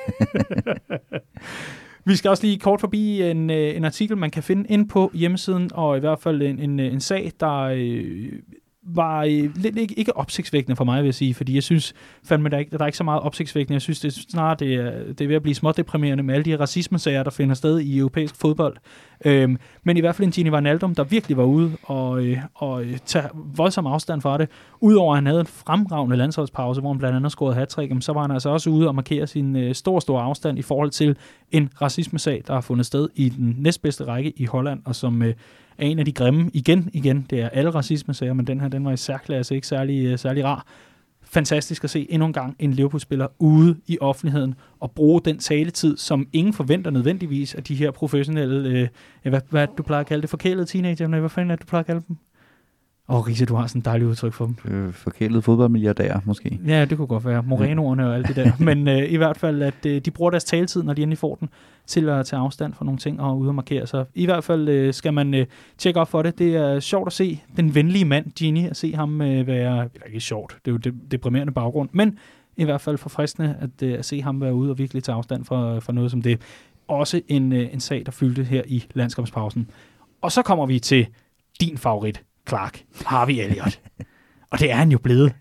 Vi skal også lige kort forbi en, en artikel, man kan finde inde på hjemmesiden, og i hvert fald en, en, en sag, der øh, var øh, lidt ikke, ikke opsigtsvækkende for mig, vil jeg sige, fordi jeg synes fandme, der er ikke, der er ikke så meget opsigtsvækkende. Jeg synes det snart, det er, det er ved at blive småt deprimerende med alle de racismesager, der finder sted i europæisk fodbold. Øhm, men i hvert fald en Gini Wijnaldum, der virkelig var ude og, øh, og tage voldsom afstand fra det. Udover at han havde en fremragende landsholdspause, hvor han blandt andet scorede hat-trick, så var han altså også ude og markere sin øh, stor, stor afstand i forhold til en racismesag, der har fundet sted i den næstbedste række i Holland, og som øh, er en af de grimme, igen, igen, det er alle racismesager, men den her, den var i særklasse ikke særlig, øh, særlig rar. Fantastisk at se endnu en gang en Liverpool-spiller ude i offentligheden og bruge den taletid, som ingen forventer nødvendigvis af de her professionelle, øh, hvad, hvad du plejer at kalde det, forkælede teenager, hvad fanden er det, du plejer at kalde dem? Åh, oh, Riese, du har sådan et dejligt udtryk for dem. Øh, forkælede fodboldmilliardærer, måske. Ja, det kunne godt være. Morenoerne og alt det der. Men øh, i hvert fald, at øh, de bruger deres taletid, når de endelig får den, til at tage afstand fra nogle ting og ude og markere sig. I hvert fald øh, skal man øh, tjekke op for det. Det er sjovt at se den venlige mand, Gini, at se ham øh, være... Det er ikke sjovt, det er jo det deprimerende baggrund, men i hvert fald forfriskende at, øh, at se ham være ude og virkelig tage afstand fra, fra noget som det. Også en, øh, en sag, der fyldte her i landskampspausen. Og så kommer vi til din favorit, Clark, Harvey Elliott. Og det er han jo blevet.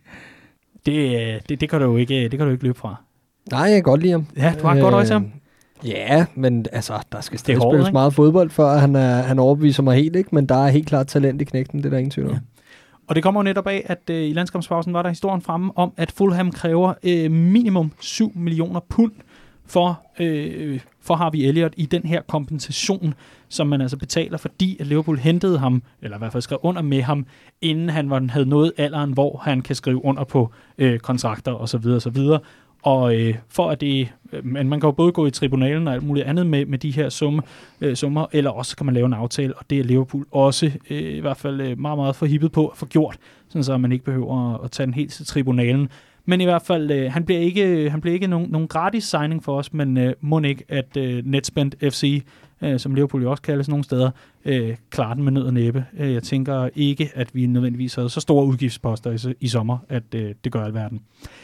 Det, det, det, kan du jo ikke, det kan du ikke løbe fra. Nej, jeg kan godt lide ham. Ja, du har øh, godt øje til ham. Ja, men altså, der skal stadig spilles ikke? meget fodbold, før han, er, han overbeviser mig helt, ikke? Men der er helt klart talent i knægten, det er der ingen tvivl om. Ja. Og det kommer jo netop af, at øh, i landskampspausen var der historien fremme om, at Fulham kræver øh, minimum syv millioner pund for, øh, for Harvey Elliott i den her kompensation, som man altså betaler, fordi at Liverpool hentede ham, eller i hvert fald skrev under med ham, inden han var, havde nået alderen, hvor han kan skrive under på øh, kontrakter osv. osv. Og øh, for at det, øh, men man kan jo både gå i tribunalen og alt muligt andet med, med de her summe, øh, summer, eller også kan man lave en aftale, og det er Liverpool også øh, i hvert fald øh, meget, meget forhippet på at få gjort, sådan så man ikke behøver at, at tage den helt til tribunalen. Men i hvert fald, øh, han bliver ikke, han bliver ikke nogen, nogen gratis signing for os, men øh, må ikke, at øh, Netspend F C, øh, som Liverpool jo også kaldes nogle steder, øh, klarer den med nød og næppe. Øh, jeg tænker ikke, at vi nødvendigvis havde så store udgiftsposter i, i sommer, at øh, det gør alverden.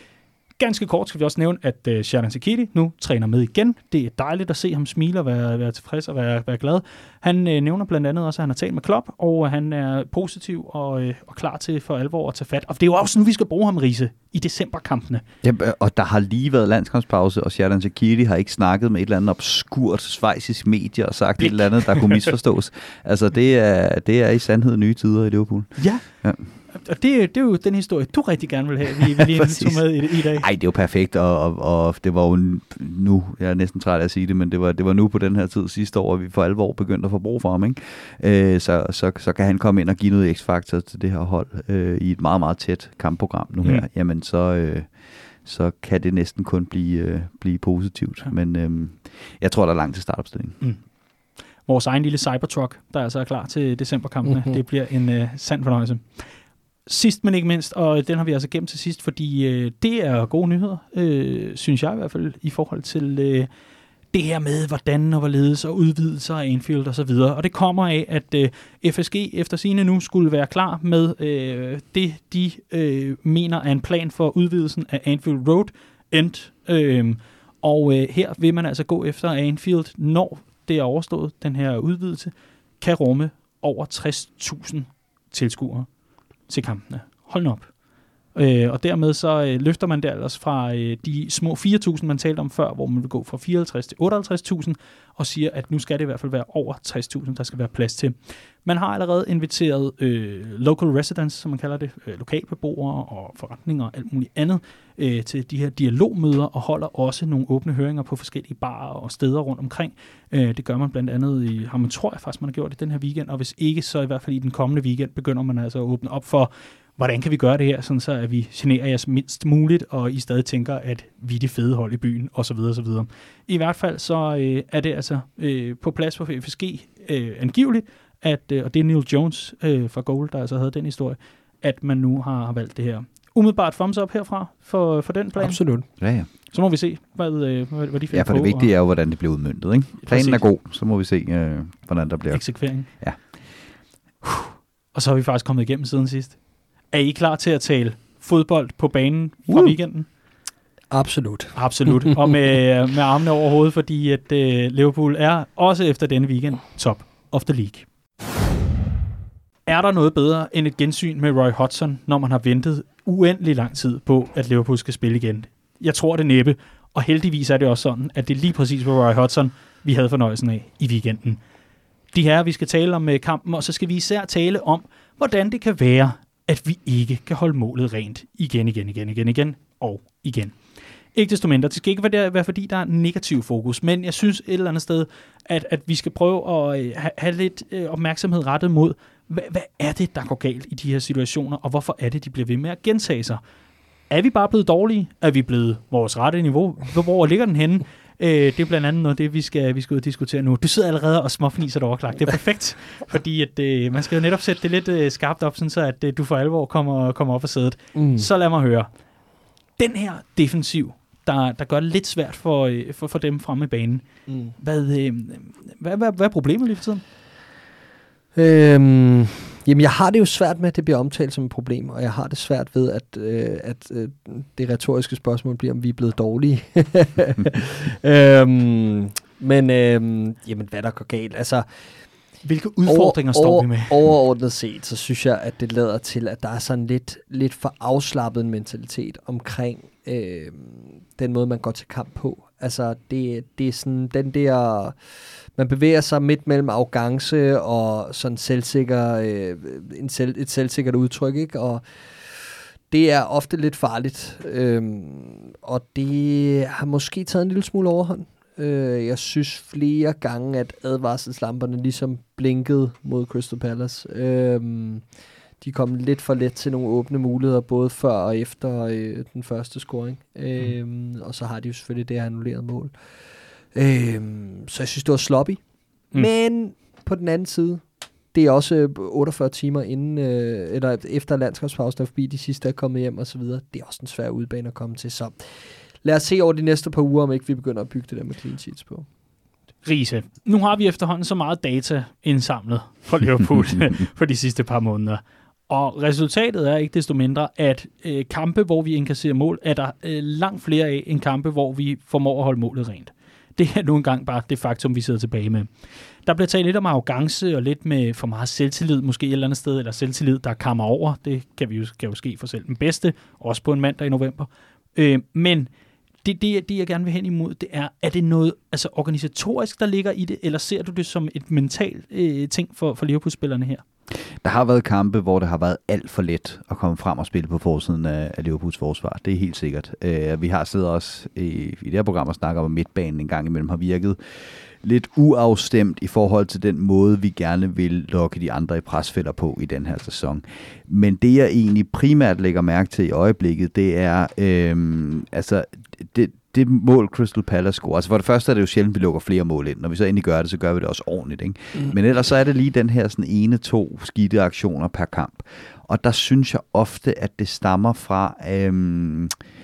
Ganske kort skal vi også nævne, at uh, Xherdan Shaqiri nu træner med igen. Det er dejligt at se ham smile og være, være tilfreds og være, være glad. Han uh, nævner blandt andet også, at han har talt med Klopp, og han er positiv og, uh, og klar til for alvor at tage fat. Og det er jo også nu, vi skal bruge ham, Riese, i decemberkampene. Ja, og der har lige været landskampspause, og Xherdan Shaqiri har ikke snakket med et eller andet obskurt schweizisk medie og sagt Blik. et eller andet, der kunne misforstås. Altså, det er, det er i sandhed nye tider i Liverpool. Ja, ja. Og det, det er jo den historie, du rigtig gerne vil have, vi, vi lige tog med i, i dag. Ej, det er jo perfekt, og, og, og det var jo nu, jeg er næsten træt af at sige det, men det var, det var nu på den her tid sidste år, at vi for alvor begyndte at få brug for ham, ikke? Øh, så, så, så kan han komme ind og give noget x-faktor til det her hold øh, i et meget, meget tæt kampprogram nu her. Mm. Jamen, så, øh, så kan det næsten kun blive, øh, blive positivt. Ja. Men øh, jeg tror, der er langt til startopstillingen. Mm. Vores egen lille Cybertruck, der altså er klar til decemberkampene, mm-hmm. det bliver en øh, sand fornøjelse. Sidst, men ikke mindst, og den har vi altså gemt til sidst, fordi øh, det er gode nyheder, øh, synes jeg i hvert fald, i forhold til øh, det her med, hvordan og hvorledes og udvidelser af Anfield og så videre. Og det kommer af, at øh, F S G efter sigende nu skulle være klar med øh, det, de øh, mener er en plan for udvidelsen af Anfield Road End. Øh, og øh, her vil man altså gå efter Anfield, når det er overstået, den her udvidelse, kan rumme over tres tusind tilskuere til kampene. Hold nu op. Øh, og dermed så øh, løfter man det ellers fra øh, de små fire tusind, man talte om før, hvor man vil gå fra fireoghalvtreds til otteoghalvtreds tusind, og siger, at nu skal det i hvert fald være over tres tusind, der skal være plads til. Man har allerede inviteret øh, local residents, som man kalder det, øh, lokalbeboere og forretninger og alt muligt andet, øh, til de her dialogmøder, og holder også nogle åbne høringer på forskellige barer og steder rundt omkring. Øh, det gør man blandt andet i, har man tror jeg faktisk, man har gjort det den her weekend, og hvis ikke, så i hvert fald i den kommende weekend begynder man altså at åbne op for, hvordan kan vi gøre det her, sådan så at vi generer jer mindst muligt, og I stadig tænker, at vi er de fede hold i byen, osv. osv. I hvert fald så øh, er det altså øh, på plads for F S G øh, angiveligt, at, øh, og det er Neil Jones øh, fra Goal, der altså havde den historie, at man nu har, har valgt det her. Umiddelbart thumbs up herfra for, for den plan. Absolut. Ja, ja. Så må vi se, hvad, øh, hvad, hvad de finder Ja, for på. det vigtige er jo, hvordan det bliver udmøntet, ikke? Planen er Præcis. god, så må vi se, øh, hvordan der bliver. Eksekvering. Ja. Og så er vi faktisk kommet igennem siden sidst. Er I klar til at tale fodbold på banen fra uh. weekenden? Absolut. Absolut. Og med, med armene over hovedet, fordi at øh, Liverpool er også efter denne weekend top of the league. Er der noget bedre end et gensyn med Roy Hodgson, når man har ventet uendelig lang tid på, at Liverpool skal spille igen? Jeg tror det næppe, og heldigvis er det også sådan, at det er lige præcis var Roy Hodgson, vi havde fornøjelsen af i weekenden. De her, vi skal tale om kampen, og så skal vi især tale om, hvordan det kan være, at vi ikke kan holde målet rent igen, igen, igen, igen, igen og igen. Ikke desto mindre. Det skal ikke være, være fordi, der er negativ fokus, men jeg synes et eller andet sted, at, at vi skal prøve at øh, have, have lidt øh, opmærksomhed rettet mod, hvad, hvad er det, der går galt i de her situationer, og hvorfor er det, de bliver ved med at gentage sig? Er vi bare blevet dårlige? Er vi blevet vores rette niveau? Hvor ligger den henne? Øh, det er blandt andet noget, det vi skal, vi skal ud og diskutere nu. Du sidder allerede og småfniser dig overklagt. Det er perfekt, fordi at, øh, man skal jo netop sætte det lidt øh, skarpt op, sådan så at øh, du for alvor kommer, kommer op af sædet. Mm. Så lad mig høre. Den her defensiv, der, der gør det lidt svært for, øh, for, for dem fremme i banen. Mm. Hvad, øh, hvad, hvad, hvad er problemet lige for tiden? Øhm, jamen, jeg har det jo svært med, at det bliver omtalt som et problem, og jeg har det svært ved, at, øh, at øh, det retoriske spørgsmål bliver, om vi er blevet dårlige. øhm, men, øh, jamen, hvad der går galt? Altså, hvilke udfordringer over, står over, vi med? Overordnet set, så synes jeg, at det lader til, at der er sådan lidt, lidt for afslappet en mentalitet omkring øh, den måde, man går til kamp på. Altså, det, det er sådan den der... Man bevæger sig midt mellem arrogance og sådan selvsikker, øh, en selv, et selvsikkert udtryk, ikke? Og det er ofte lidt farligt, øhm, og det har måske taget en lille smule overhånd. Øh, jeg synes flere gange, at advarselslamperne ligesom blinkede mod Crystal Palace. Øhm, de kom lidt for let til nogle åbne muligheder, både før og efter øh, den første scoring. Mm. Øhm, og så har de jo selvfølgelig det her annullerede mål. Øhm, så jeg synes, det var sloppy. Mm. Men på den anden side, det er også otteogfyrre timer inden, øh, eller efter landskabspausen er forbi, de sidste er kommet hjem og så videre. Det er også en svær udbane at komme til. Så lad os se over de næste par uger, om ikke vi begynder at bygge det der med clean sheets på. Riese, nu har vi efterhånden så meget data indsamlet for Liverpool for de sidste par måneder. Og resultatet er ikke desto mindre, at øh, kampe, hvor vi inkasserer mål, er der øh, langt flere af end kampe, hvor vi formår at holde målet rent. Det er nu engang bare det faktum, vi sidder tilbage med. Der bliver talt lidt om arrogance og lidt med for meget selvtillid, måske et eller andet sted, eller selvtillid, der kammer over. Det kan vi jo, kan jo ske for selv den bedste, også på en mandag i november. Øh, men det, det, det, jeg gerne vil hen imod, det er, er det noget altså organisatorisk, der ligger i det, eller ser du det som et mentalt øh, ting for, for Liverpool-spillerne her? Der har været kampe, hvor det har været alt for let at komme frem og spille på forsiden af, af Liverpools forsvar. Det er helt sikkert. Uh, vi har siddet også i, i det her program og snakket om, at midtbanen en gang imellem har virket lidt uafstemt i forhold til den måde, vi gerne vil lokke de andre i presfælder på i den her sæson. Men det, jeg egentlig primært lægger mærke til i øjeblikket, det er øhm, altså det, det mål, Crystal Palace scorer. Altså for det første er det jo sjældent, vi lukker flere mål ind. Når vi så endelig gør det, så gør vi det også ordentligt. Ikke? Mm. Men ellers så er det lige den her sådan ene, to skidte aktioner per kamp. Og der synes jeg ofte, at det stammer fra... Øhm,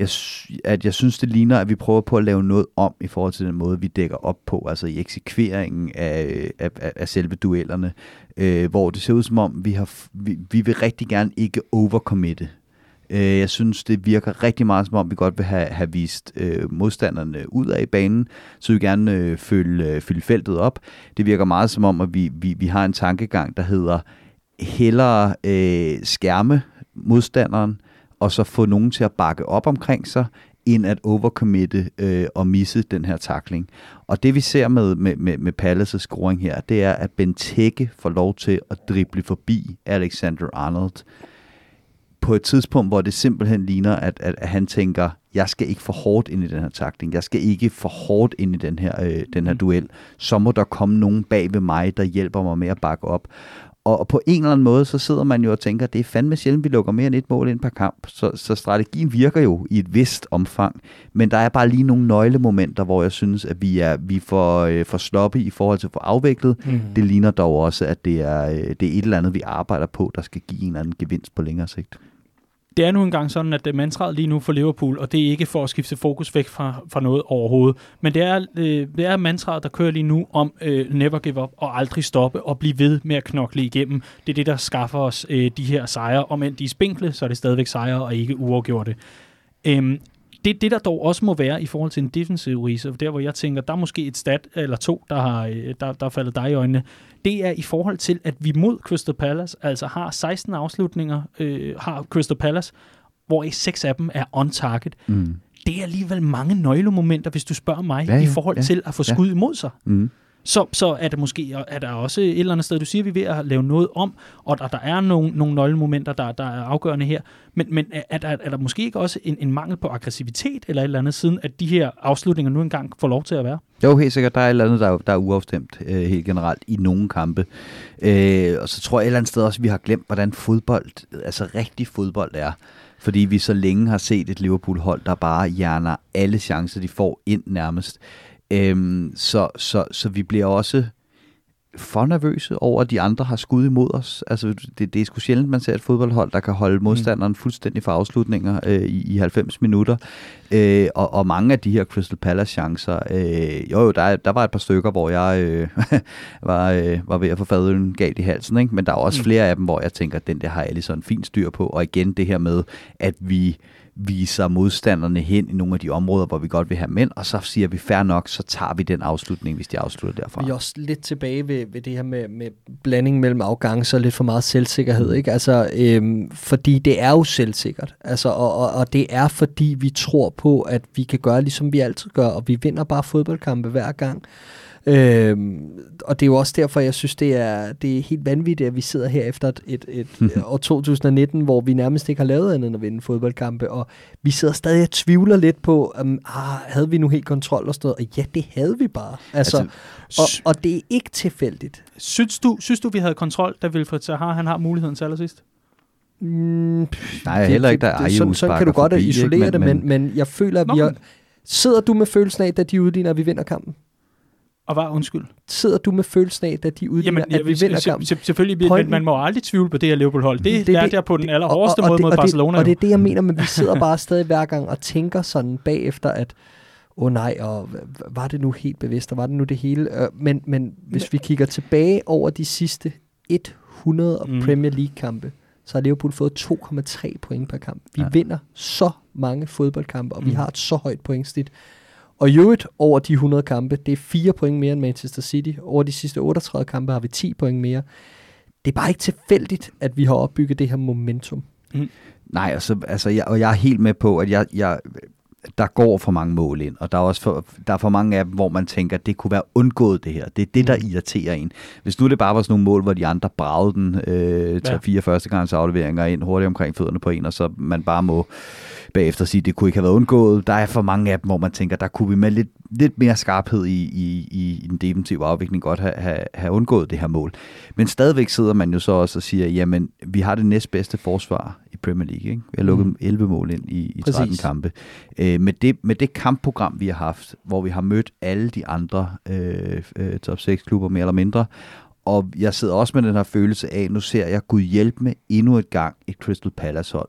jeg, at jeg synes, det ligner, at vi prøver på at lave noget om i forhold til den måde, vi dækker op på, altså i eksekveringen af, af, af selve duellerne, øh, hvor det ser ud som om, vi, har, vi, vi vil rigtig gerne ikke overcommitte. Jeg synes, det virker rigtig meget, som om vi godt vil have, have vist øh, modstanderne ud af banen, så vi gerne øh, fylde, fylde feltet op. Det virker meget som om, at vi, vi, vi har en tankegang, der hedder hellere øh, skærme modstanderen, og så få nogen til at bakke op omkring sig, end at overcommitte øh, og misse den her tackling. Og det vi ser med, med, med, med Palace's scoring her, det er, at Benteke får lov til at drible forbi Alexander Arnold på et tidspunkt, hvor det simpelthen ligner, at, at, at han tænker, jeg skal ikke for hårdt ind i den her tackling, jeg skal ikke for hårdt ind i den her, øh, den her duel, så må der komme nogen bag ved mig, der hjælper mig med at bakke op. Og, og på en eller anden måde, så sidder man jo og tænker, det er fandme sjældent, vi lukker mere end et mål ind per kamp, så, så strategien virker jo i et vist omfang, men der er bare lige nogle nøglemomenter, hvor jeg synes, at vi er, vi får øh, for sloppe i forhold til at få afviklet. Mm. Det ligner dog også, at det er, øh, det er et eller andet, vi arbejder på, der skal give en eller anden gevinst på længere sigt. Det er nu engang sådan, at mantraet lige nu for Liverpool, og det er ikke for at skifte fokus væk fra, fra noget overhovedet, men det er, øh, det er mantraet, der kører lige nu om øh, never give up og aldrig stoppe og blive ved med at knokle igennem. Det er det, der skaffer os øh, de her sejre. Om end de er spinkle, så er det stadigvæk sejre og ikke uafgjorte. Øhm, det, det, der dog også må være i forhold til en defensiv reserve, der hvor jeg tænker, der er måske et stat eller to, der har der, der er faldet dig i øjnene, det er i forhold til, at vi mod Crystal Palace altså har seksten afslutninger, øh, har Crystal Palace, hvor seks af dem er on target. Mm. Det er alligevel mange nøglemomenter, hvis du spørger mig, ja, ja, i forhold ja, til at få skud ja. imod sig. Mm. Så, så er det måske er der også et eller andet sted, du siger, vi er ved at lave noget om, og der, der er nogle, nogle nøglemomenter, der, der er afgørende her. Men, men er, der, er der måske ikke også en, en mangel på aggressivitet eller et eller andet, siden at de her afslutninger nu engang får lov til at være? Jo, helt sikkert. Der er et eller andet, der er, der er uafstemt øh, helt generelt i nogle kampe. Øh, og så tror jeg et eller andet sted også, at vi har glemt, hvordan fodbold, altså rigtig fodbold er. Fordi vi så længe har set et Liverpool-hold, der bare hjerner alle chancer, de får ind nærmest. Øhm, så, så, så vi bliver også for nervøse over, at de andre har skud imod os. Altså, det, det er sgu sjældent, man ser et fodboldhold, der kan holde modstanderen fuldstændig for afslutninger øh, i, i halvfems minutter. Øh, og, og mange af de her Crystal Palace-chancer, øh, jo, jo der, der var et par stykker, hvor jeg øh, var, øh, var ved at få fadølen galt i halsen, ikke? Men der er også mm. flere af dem, hvor jeg tænker, at den der har alle sådan fint styr på. Og igen det her med, at vi viser modstanderne hen i nogle af de områder, hvor vi godt vil have mænd, og så siger vi, fair nok, så tager vi den afslutning, hvis de afslutter derfra. Vi er også lidt tilbage ved, ved det her med, med blanding mellem afgange og lidt for meget selvsikkerhed, ikke? Altså, øhm, fordi det er jo selvsikkert, altså, og, og, og det er fordi, vi tror på, at vi kan gøre, ligesom vi altid gør, og vi vinder bare fodboldkampe hver gang. Øhm, og det er jo også derfor, jeg synes, det er, det er helt vanvittigt, at vi sidder her efter et, et, et år to tusind nitten, hvor vi nærmest ikke har lavet andet end at vinde fodboldkampe, og vi sidder stadig og tvivler lidt på, um, ah, havde vi nu helt kontrol og sådan noget, og ja, det havde vi bare. Altså, altså, og, og det er ikke tilfældigt. Synes du, synes du vi havde kontrol, da Wilfried Zaha, han har muligheden til allersidst? Mm, Nej, heller ikke, der er sådan, sådan kan du godt forbi, isolere ikke, men, det, men, men jeg føler, at vi har... Sidder du med følelsen af, at de udligner, at vi vinder kampen? Og hvad, undskyld? Sidder du med følelsen af, at de udligner, at vi vinder kampen? Selvfølgelig, men man må aldrig tvivle på det her Liverpool-hold. Det, det er der på den allerhårdeste måde mod Barcelona. Og det er det, jeg mener, men vi sidder bare stadig hver gang og tænker sådan bagefter, at åh oh nej, og var det nu helt bevidst, og var det nu det hele? Men, men hvis vi kigger tilbage over de sidste hundrede mm. Premier League-kampe, så har Liverpool fået to komma tre point per kamp. Vi ja. vinder så mange fodboldkampe, og mm. vi har et så højt pointsnit. Og i øvrigt over de hundrede kampe, det er fire point mere end Manchester City. Over de sidste otteogtredive kampe har vi ti point mere. Det er bare ikke tilfældigt, at vi har opbygget det her momentum. Mm. Nej, altså, altså jeg, og jeg er helt med på, at jeg, jeg, der går for mange mål ind, og der er også for, der er for mange af dem, hvor man tænker, at det kunne være undgået det her. Det er det, der irriterer en. Hvis nu det bare var sådan nogle mål, hvor de andre bragede den øh, til ja. fire førstegangs afleveringer ind hurtigt omkring fødderne på en, og så man bare må bagefter sige, at det kunne ikke have været undgået. Der er for mange af dem, hvor man tænker, der kunne vi med lidt, lidt mere skarphed i, i, i den defensive afvikling godt have, have, have undgået det her mål. Men stadigvæk sidder man jo så også og siger, jamen, vi har det næstbedste forsvar i Premier League. Ikke? Vi har lukket mm. elleve mål ind i, i tretten kampe. Øh, med, det, med det kampprogram, vi har haft, hvor vi har mødt alle de andre øh, øh, top seks klubber mere eller mindre, og jeg sidder også med den her følelse af, nu ser jeg Gud hjælpe med endnu et gang et Crystal Palace hold.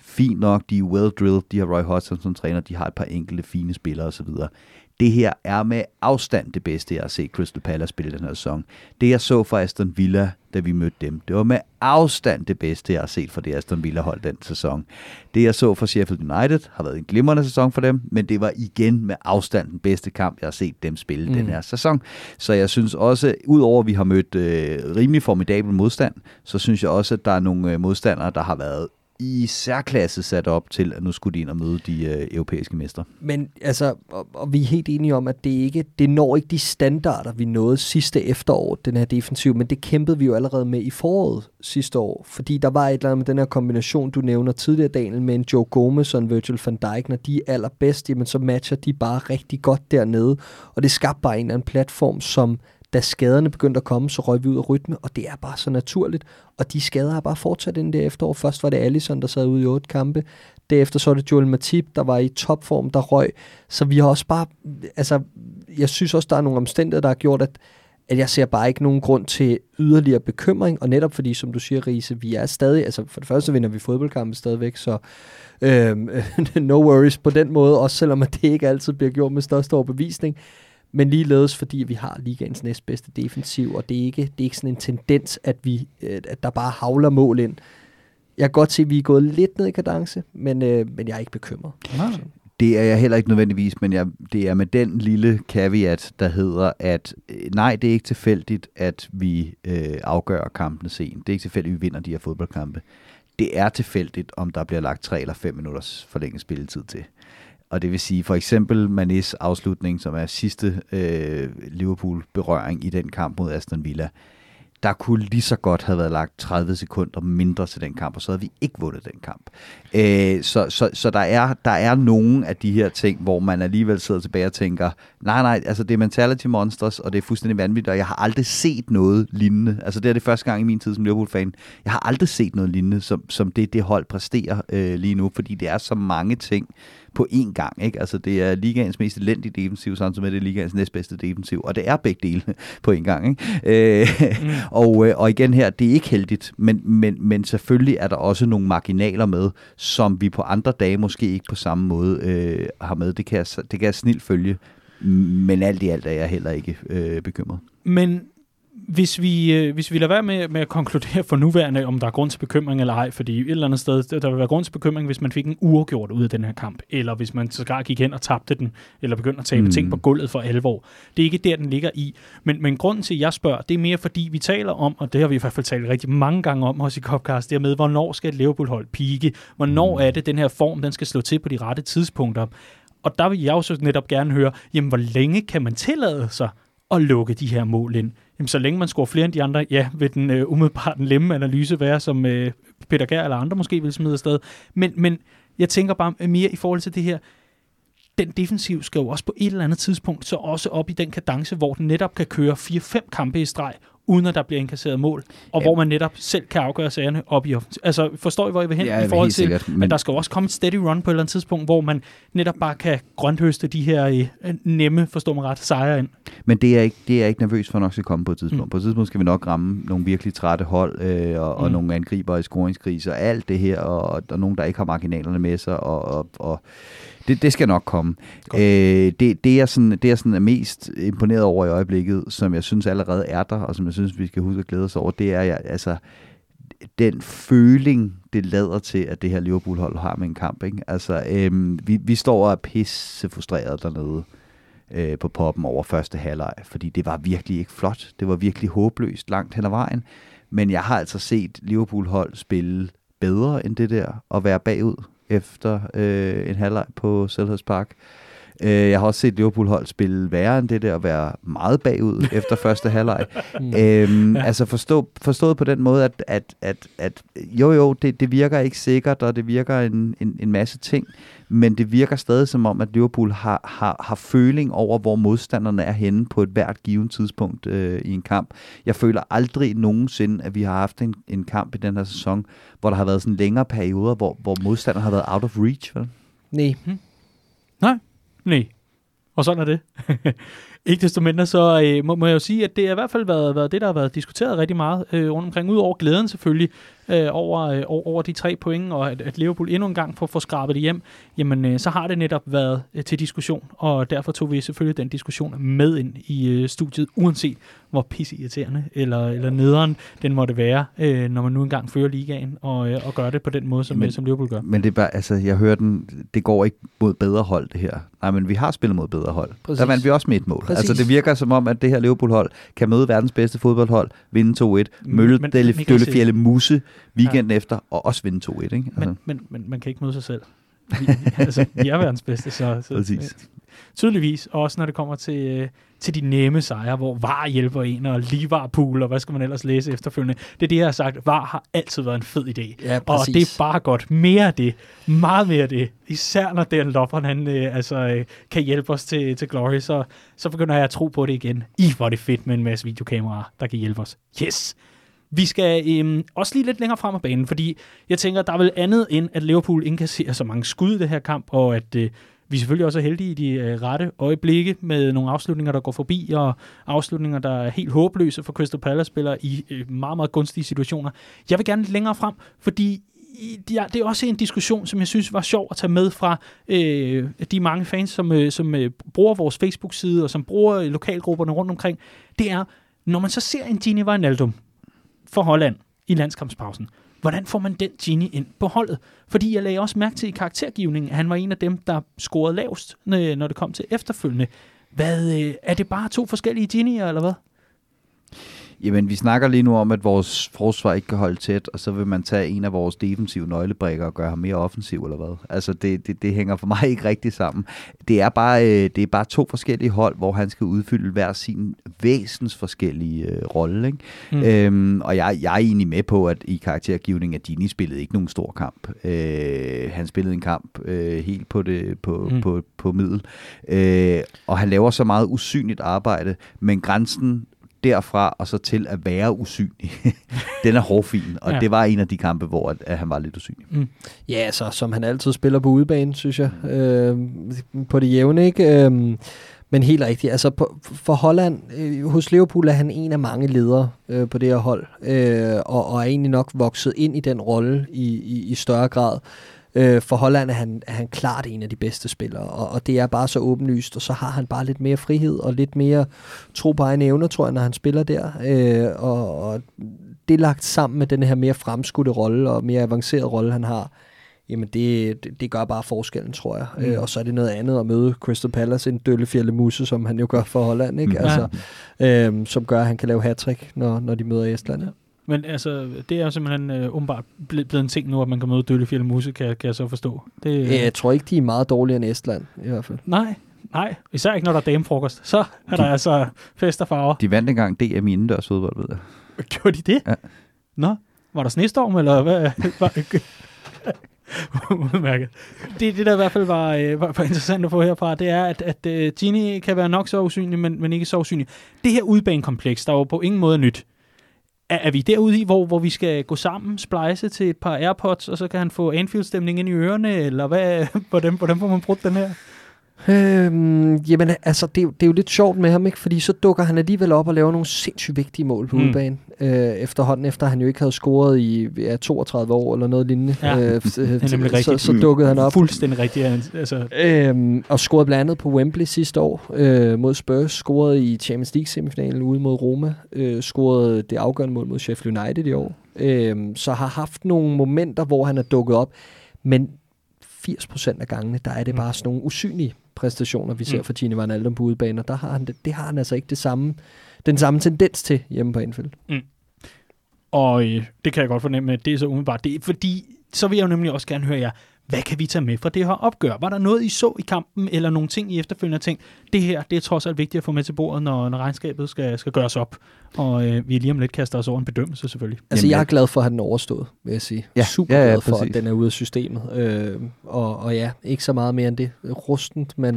fint nok, de er well-drilled, de har Roy Hodgson som træner, de har et par enkelte fine spillere osv. Det her er med afstand det bedste, jeg har set Crystal Palace spille den her sæson. Det, jeg så fra Aston Villa, da vi mødte dem, det var med afstand det bedste, jeg har set fra det Aston Villa-hold den sæson. Det, jeg så fra Sheffield United, har været en glimrende sæson for dem, men det var igen med afstand den bedste kamp, jeg har set dem spille mm. den her sæson. Så jeg synes også, udover at vi har mødt øh, rimelig formidabel modstand, så synes jeg også, at der er nogle øh, modstandere, der har været i særklasse sat op til, at nu skulle de ind og møde de øh, europæiske mestre. Men altså, og, og vi er helt enige om, at det ikke, det når ikke de standarder, vi nåede sidste efterår, den her defensiv, men det kæmpede vi jo allerede med i foråret sidste år, fordi der var et eller andet med den her kombination, du nævner tidligere, Daniel, med en Joe Gomez og en Virgil van Dijk, når de er allerbedst, jamen så matcher de bare rigtig godt dernede, og det skabte bare en eller anden platform, som da skaderne begyndte at komme, så røg vi ud af rytme, og det er bare så naturligt. Og de skader har bare fortsat inden det efterår. Først var det Alisson, der sad ude i otte kampe. Derefter så var det Joel Matip, der var i topform, der røg. Så vi har også bare... Altså, jeg synes også, der er nogle omstændigheder, der har gjort, at, at jeg ser bare ikke nogen grund til yderligere bekymring. Og netop fordi, som du siger, Riese, vi er stadig... Altså, for det første vinder vi fodboldkampe stadigvæk, så... Øhm, no worries på den måde, også selvom det ikke altid bliver gjort med største overbevisning. Men ligeledes, fordi vi har ligaens næstbedste defensiv, og det er ikke, det er ikke sådan en tendens, at, vi, at der bare havler mål ind. Jeg kan godt se, at vi er gået lidt ned i kadence, men, øh, men jeg er ikke bekymret. Nej. Det er jeg heller ikke nødvendigvis, men jeg, det er med den lille caveat, der hedder, at nej, det er ikke tilfældigt, at vi øh, afgør kampene sent. Det er ikke tilfældigt, at vi vinder de her fodboldkampe. Det er tilfældigt, om der bliver lagt tre eller fem minutters forlænget spilletid til. Og det vil sige for eksempel Manés afslutning, som er sidste øh, Liverpool-berøring i den kamp mod Aston Villa. Der kunne lige så godt have været lagt tredive sekunder mindre til den kamp, og så havde vi ikke vundet den kamp. Øh, så så, så der, er, der er nogle af de her ting, hvor man alligevel sidder tilbage og tænker, nej, nej, altså det er mentality monsters, og det er fuldstændig vanvittigt, og jeg har aldrig set noget lignende. Altså det er det første gang i min tid som Liverpool-fan. Jeg har aldrig set noget lignende, som, som det, det hold præsterer øh, lige nu, fordi det er så mange ting på én gang, ikke? Altså det er ligaens mest elendige defensiv, samtidig med det er ligaens næstbedste defensiv, og det er begge dele på én gang, ikke? Øh, mm. og, og igen her, det er ikke heldigt, men, men, men selvfølgelig er der også nogle marginaler med, som vi på andre dage måske ikke på samme måde øh, har med. Det kan jeg, det kan jeg snilt følge, men alt i alt er jeg heller ikke øh, bekymret. Men Hvis vi, øh, hvis vi lader være med, med at konkludere for nuværende, om der er grund til bekymring eller ej, fordi et eller andet sted, der vil være grund til bekymring, hvis man fik en uafgjort ud af den her kamp, eller hvis man sågar gik hen og tabte den, eller begyndte at tabe mm. ting på gulvet for alvor. Det er ikke der, den ligger i. Men, men grunden til, at jeg spørger, det er mere fordi, vi taler om, og det har vi i hvert fald talt rigtig mange gange om også i Copcast, det er med, hvornår skal et Liverpool-hold pike? Hvornår er det, den her form, den skal slå til på de rette tidspunkter? Og der vil jeg jo så netop gerne høre, jamen, hvor længe kan man tillade sig at lukke de her mål ind? Jamen, så længe man scorer flere end de andre, ja, vil den øh, umiddelbart en lemme analyse være, som øh, Peter Kjær eller andre måske vil smide afsted. Men, men jeg tænker bare mere i forhold til det her, den defensiv skal jo også på et eller andet tidspunkt så også op i den kadence, hvor den netop kan køre fire fem kampe i streg, uden at der bliver inkasseret mål, og ja. hvor man netop selv kan afgøre sagerne op i offensiv. Altså, forstår I, hvor I vil hen ja, i forhold til, sikkert, men... at der skal også komme et steady run på et eller andet tidspunkt, hvor man netop bare kan grønthøste de her øh, nemme, forstår man ret, sejre ind. Men det er ikke, det er ikke nervøs for, nok skal komme på et tidspunkt. Mm. På et tidspunkt skal vi nok ramme nogle virkelig trætte hold, øh, og, og mm. nogle angriber i scoringskriser, og alt det her, og, og, og nogen, der ikke har marginalerne med sig, og, og, og Det, det skal nok komme. Øh, det, det, er sådan, det er sådan er mest imponeret over i øjeblikket, som jeg synes allerede er der, og som jeg synes, vi skal huske at glæde os over, det er altså den føling, det lader til, at det her Liverpool-hold har med en kamp. Ikke? Altså, øh, vi, vi står og er pisse frustreret dernede øh, på poppen over første halvleg, fordi det var virkelig ikke flot. Det var virkelig håbløst langt hen ad vejen. Men jeg har altså set Liverpool-hold spille bedre end det der, og være bagud efter øh, en halvleg på Selhurst Park. Øh, jeg har også set Liverpool-hold spille værre end det der, og være meget bagud efter første halvleg. øhm, ja. Altså forstå, forstået på den måde, at, at, at, at jo jo, det, det virker ikke sikkert, og det virker en, en, en masse ting, men det virker stadig som om, at Liverpool har, har, har føling over, hvor modstanderne er henne på et hvert givet tidspunkt øh, i en kamp. Jeg føler aldrig nogensinde, at vi har haft en, en kamp i den her sæson, hvor der har været sådan længere perioder, hvor, hvor modstanderne har været out of reach, vel? Nej. Hmm. Nej. Nej. Og sådan er det. Ikke desto mindre, så øh, må, må jeg jo sige, at det har i hvert fald været, været det, der har været diskuteret rigtig meget øh, rundt omkring. Udover glæden selvfølgelig øh, over, øh, over de tre point, og at, at Liverpool endnu en gang får, får skrabet det hjem, jamen øh, så har det netop været øh, til diskussion, og derfor tog vi selvfølgelig den diskussion med ind i øh, studiet, uanset hvor pisseirriterende eller, eller nederen den måtte være, øh, når man nu engang fører ligaen, og, øh, og gør det på den måde, som, men, som Liverpool gør. Men det er bare, altså, jeg hører den, det går ikke mod bedre hold, det her. Nej, men vi har spillet mod bedre hold. Præcis. Der vandt vi også med et mål. Præcis. Altså, det virker som om, at det her Liverpool-hold kan møde verdens bedste fodboldhold, vinde to et, møde Døllefjælde Muse weekenden ja. efter, og også vinde to et, ikke? Altså. Men, men, men man kan ikke møde sig selv. Vi, altså, vi er verdens bedste, så, så Præcis. tydeligvis, også når det kommer til, til de nemme sejre, hvor V A R hjælper en, og Liverpool, og hvad skal man ellers læse efterfølgende. Det er det, jeg har sagt. V A R har altid været en fed idé. Ja, og det er bare godt. Mere af det. Meget mere af det. Især når Dan Lovren, han øh, altså, øh, kan hjælpe os til, til Glory, så, så begynder jeg at tro på det igen. I, hvor er det fedt med en masse videokameraer, der kan hjælpe os. Yes! Vi skal øhm, også lige lidt længere frem af banen, fordi jeg tænker, der er vel andet end, at Liverpool indkasserer så mange skud i det her kamp, og at øh, vi selvfølgelig også er heldige i de øh, rette øjeblikke med nogle afslutninger, der går forbi, og afslutninger, der er helt håbløse for Crystal Palace-spillere i øh, meget, meget gunstige situationer. Jeg vil gerne lidt længere frem, fordi det er, det er også en diskussion, som jeg synes var sjov at tage med fra øh, de mange fans, som, øh, som øh, bruger vores Facebook-side, og som bruger øh, lokalgrupperne rundt omkring. Det er, når man så ser en Gini Wijnaldum for Holland i landskampspausen, hvordan får man den Gini ind på holdet? Fordi jeg lagde også mærke til i karaktergivningen, at han var en af dem, der scorede lavest, når det kom til efterfølgende. Hvad, øh, er det bare to forskellige Gini'er, eller hvad? Jamen, vi snakker lige nu om, at vores forsvar ikke kan holde tæt, og så vil man tage en af vores defensive nøglebrikker og gøre ham mere offensiv, eller hvad? Altså, det, det, det hænger for mig ikke rigtig sammen. Det er, bare, det er bare to forskellige hold, hvor han skal udfylde hver sin væsens forskellige øh, rolle, ikke? Mm. Øhm, og jeg, jeg er egentlig med på, at i karaktergivningen, at Gini spillede ikke nogen stor kamp. Øh, han spillede en kamp øh, helt på, det, på, mm. på, på middel. Øh, og han laver så meget usynligt arbejde, men grænsen derfra og så til at være usynlig. Den er hårfin, og ja. Det var en af de kampe, hvor at, at han var lidt usynlig. Mm. Ja, så som han altid spiller på udebane, synes jeg. Øh, på det jævne, ikke? Øh, men helt rigtigt. Altså på, for Holland, øh, hos Liverpool er han en af mange ledere øh, på det her hold, øh, og, og er egentlig nok vokset ind i den rolle i, i, i større grad. Øh, for Holland er han, er han klart en af de bedste spillere, og, og det er bare så åbenlyst, og så har han bare lidt mere frihed og lidt mere tro på egne evner, tror jeg, når han spiller der. Øh, og, og det lagt sammen med den her mere fremskudte rolle og mere avancerede rolle, han har, jamen det, det, det gør bare forskellen, tror jeg. Mm. Øh, og så er det noget andet at møde Crystal Palace, en Døllefjælde Muse, som han jo gør for Holland, ikke? Mm. Altså, øh, som gør, at han kan lave hattrick, når, når de møder Estland. Ja. Men altså, det er jo simpelthen øh, umiddelbart blevet en ting nu, at man kan møde Døllefjælde Muse, kan, kan jeg så forstå. Det, øh... Jeg tror ikke, de er meget dårligere end Estland, i hvert fald. Nej, nej. Især ikke, når der er damefrokost. Så er der de, altså fest og farver. De vandt engang D M i indendørs fodbold, ved jeg. Gjorde de det? Ja. Nå, var der snestorm, eller hvad? Udmærket. Det, det der i hvert fald var, øh, var, var interessant at få herfra, det er, at, at uh, Gini kan være nok så usynlig, men, men ikke så usynlig. Det her udbanekompleks, der jo på ingen måde er nyt. Er, er vi derude i, hvor, hvor vi skal gå sammen, splice til et par AirPods, og så kan han få Anfield-stemning ind i ørerne, eller hvad, hvordan, hvordan får man brudt den her? Øhm, jamen, altså, det er, det er jo lidt sjovt med ham, ikke? Fordi så dukker han alligevel op og laver nogle sindssygt vigtige mål på mm. udebane. Øh, efterhånden, efter han jo ikke havde scoret i ja, toogtredive år, eller noget lignende. Ja, øh, det er nemlig rigtigt. Så, så dukkede han op. Fuldstændig rigtigt. Altså. Øhm, og scorede blandt andet på Wembley sidste år øh, mod Spurs. Scorede i Champions League-semifinalen ude mod Roma. Øh, scorede det afgørende mål mod Sheffield United i år. Øh, så har haft nogle momenter, hvor han er dukket op. Men firs procent af gangene, der er det bare sådan nogle usynlige præstationer, vi ser mm. for Gini Wijnaldum på udebane, og der har han det, det har han altså ikke det samme, den samme tendens til hjemme på Anfield. Mm. Og øh, det kan jeg godt fornemme, at det er så umiddelbart. Det er, fordi, så vil jeg jo nemlig også gerne høre jer, hvad kan vi tage med fra det her opgør? Var der noget, I så i kampen, eller nogle ting, I efterfølgende ting? Det her, det er trods alt vigtigt at få med til bordet, når, når regnskabet skal, skal gøres op. Og øh, vi lige om lidt kaster os over en bedømmelse, selvfølgelig. Altså, jeg er glad for, at den er overstået, vil jeg sige. Ja, super ja, ja, glad for, præcis. at den er ude af systemet. Øh, og, og ja, ikke så meget mere end det. Rustent, men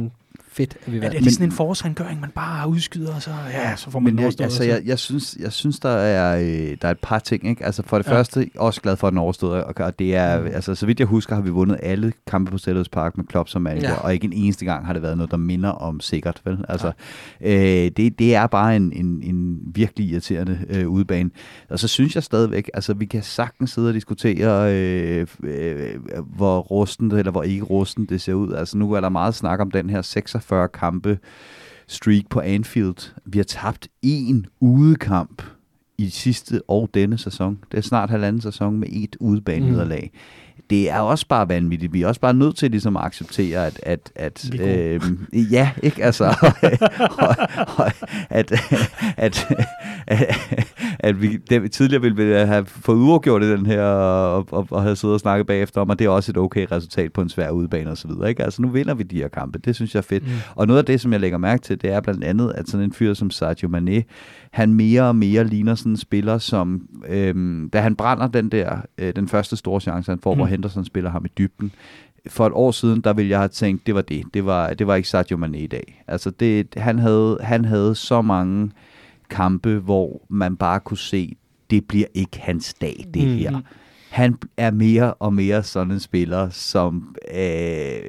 fedt, at vi ja, vandt. det er sådan en forårsrengøring, man bare udskyder, og så, ja, så får man men overstået. Jeg, altså, jeg, jeg, synes, jeg synes, der er, øh, der er et par ting. Ikke? Altså, for det ja. første, også glad for, at den overstod. Og det er, mm. altså, så vidt jeg husker, har vi vundet alle kampe på Selhurst Park med Klopp som manager, ja. og ikke en eneste gang har det været noget, der minder om sikkert. Vel? Altså, ja. øh, det, det er bare en, en, en virkelig irriterende øh, udebane. Og så synes jeg stadigvæk, altså, vi kan sagtens sidde og diskutere, øh, øh, hvor rusten eller hvor ikke rusten det ser ud. Altså, nu er der meget snak om den her seksogfyrre kampe streak på Anfield. Vi har tabt én udekamp i sidste og denne sæson. Det er snart halvanden sæson med et udebanenederlag. Mm. Det er også bare vanvittigt. Vi er også bare nødt til ligesom at acceptere, at, at, at øh, ja, ikke altså, og, og, at, at, at, at vi det, tidligere ville have fået uafgjort i den her, og, og, og have siddet og snakket bagefter om, og det er også et okay resultat på en svær udebane og så videre. Ikke? Altså nu vinder vi de her kampe. Det synes jeg er fedt. Mm. Og noget af det, som jeg lægger mærke til, det er blandt andet, at sådan en fyr som Sadio Mané, han mere og mere ligner sådan en spiller, som øhm, da han brænder den der, øh, den første store chance, han får, mm. hvor Henderson spiller ham i dybden. For et år siden, der ville jeg have tænkt, det var det. Det var, det var ikke Sadio Mané i dag. Altså det, han, havde, han havde så mange kampe, hvor man bare kunne se, det bliver ikke hans dag, det mm. her. Han er mere og mere sådan en spiller, som øh,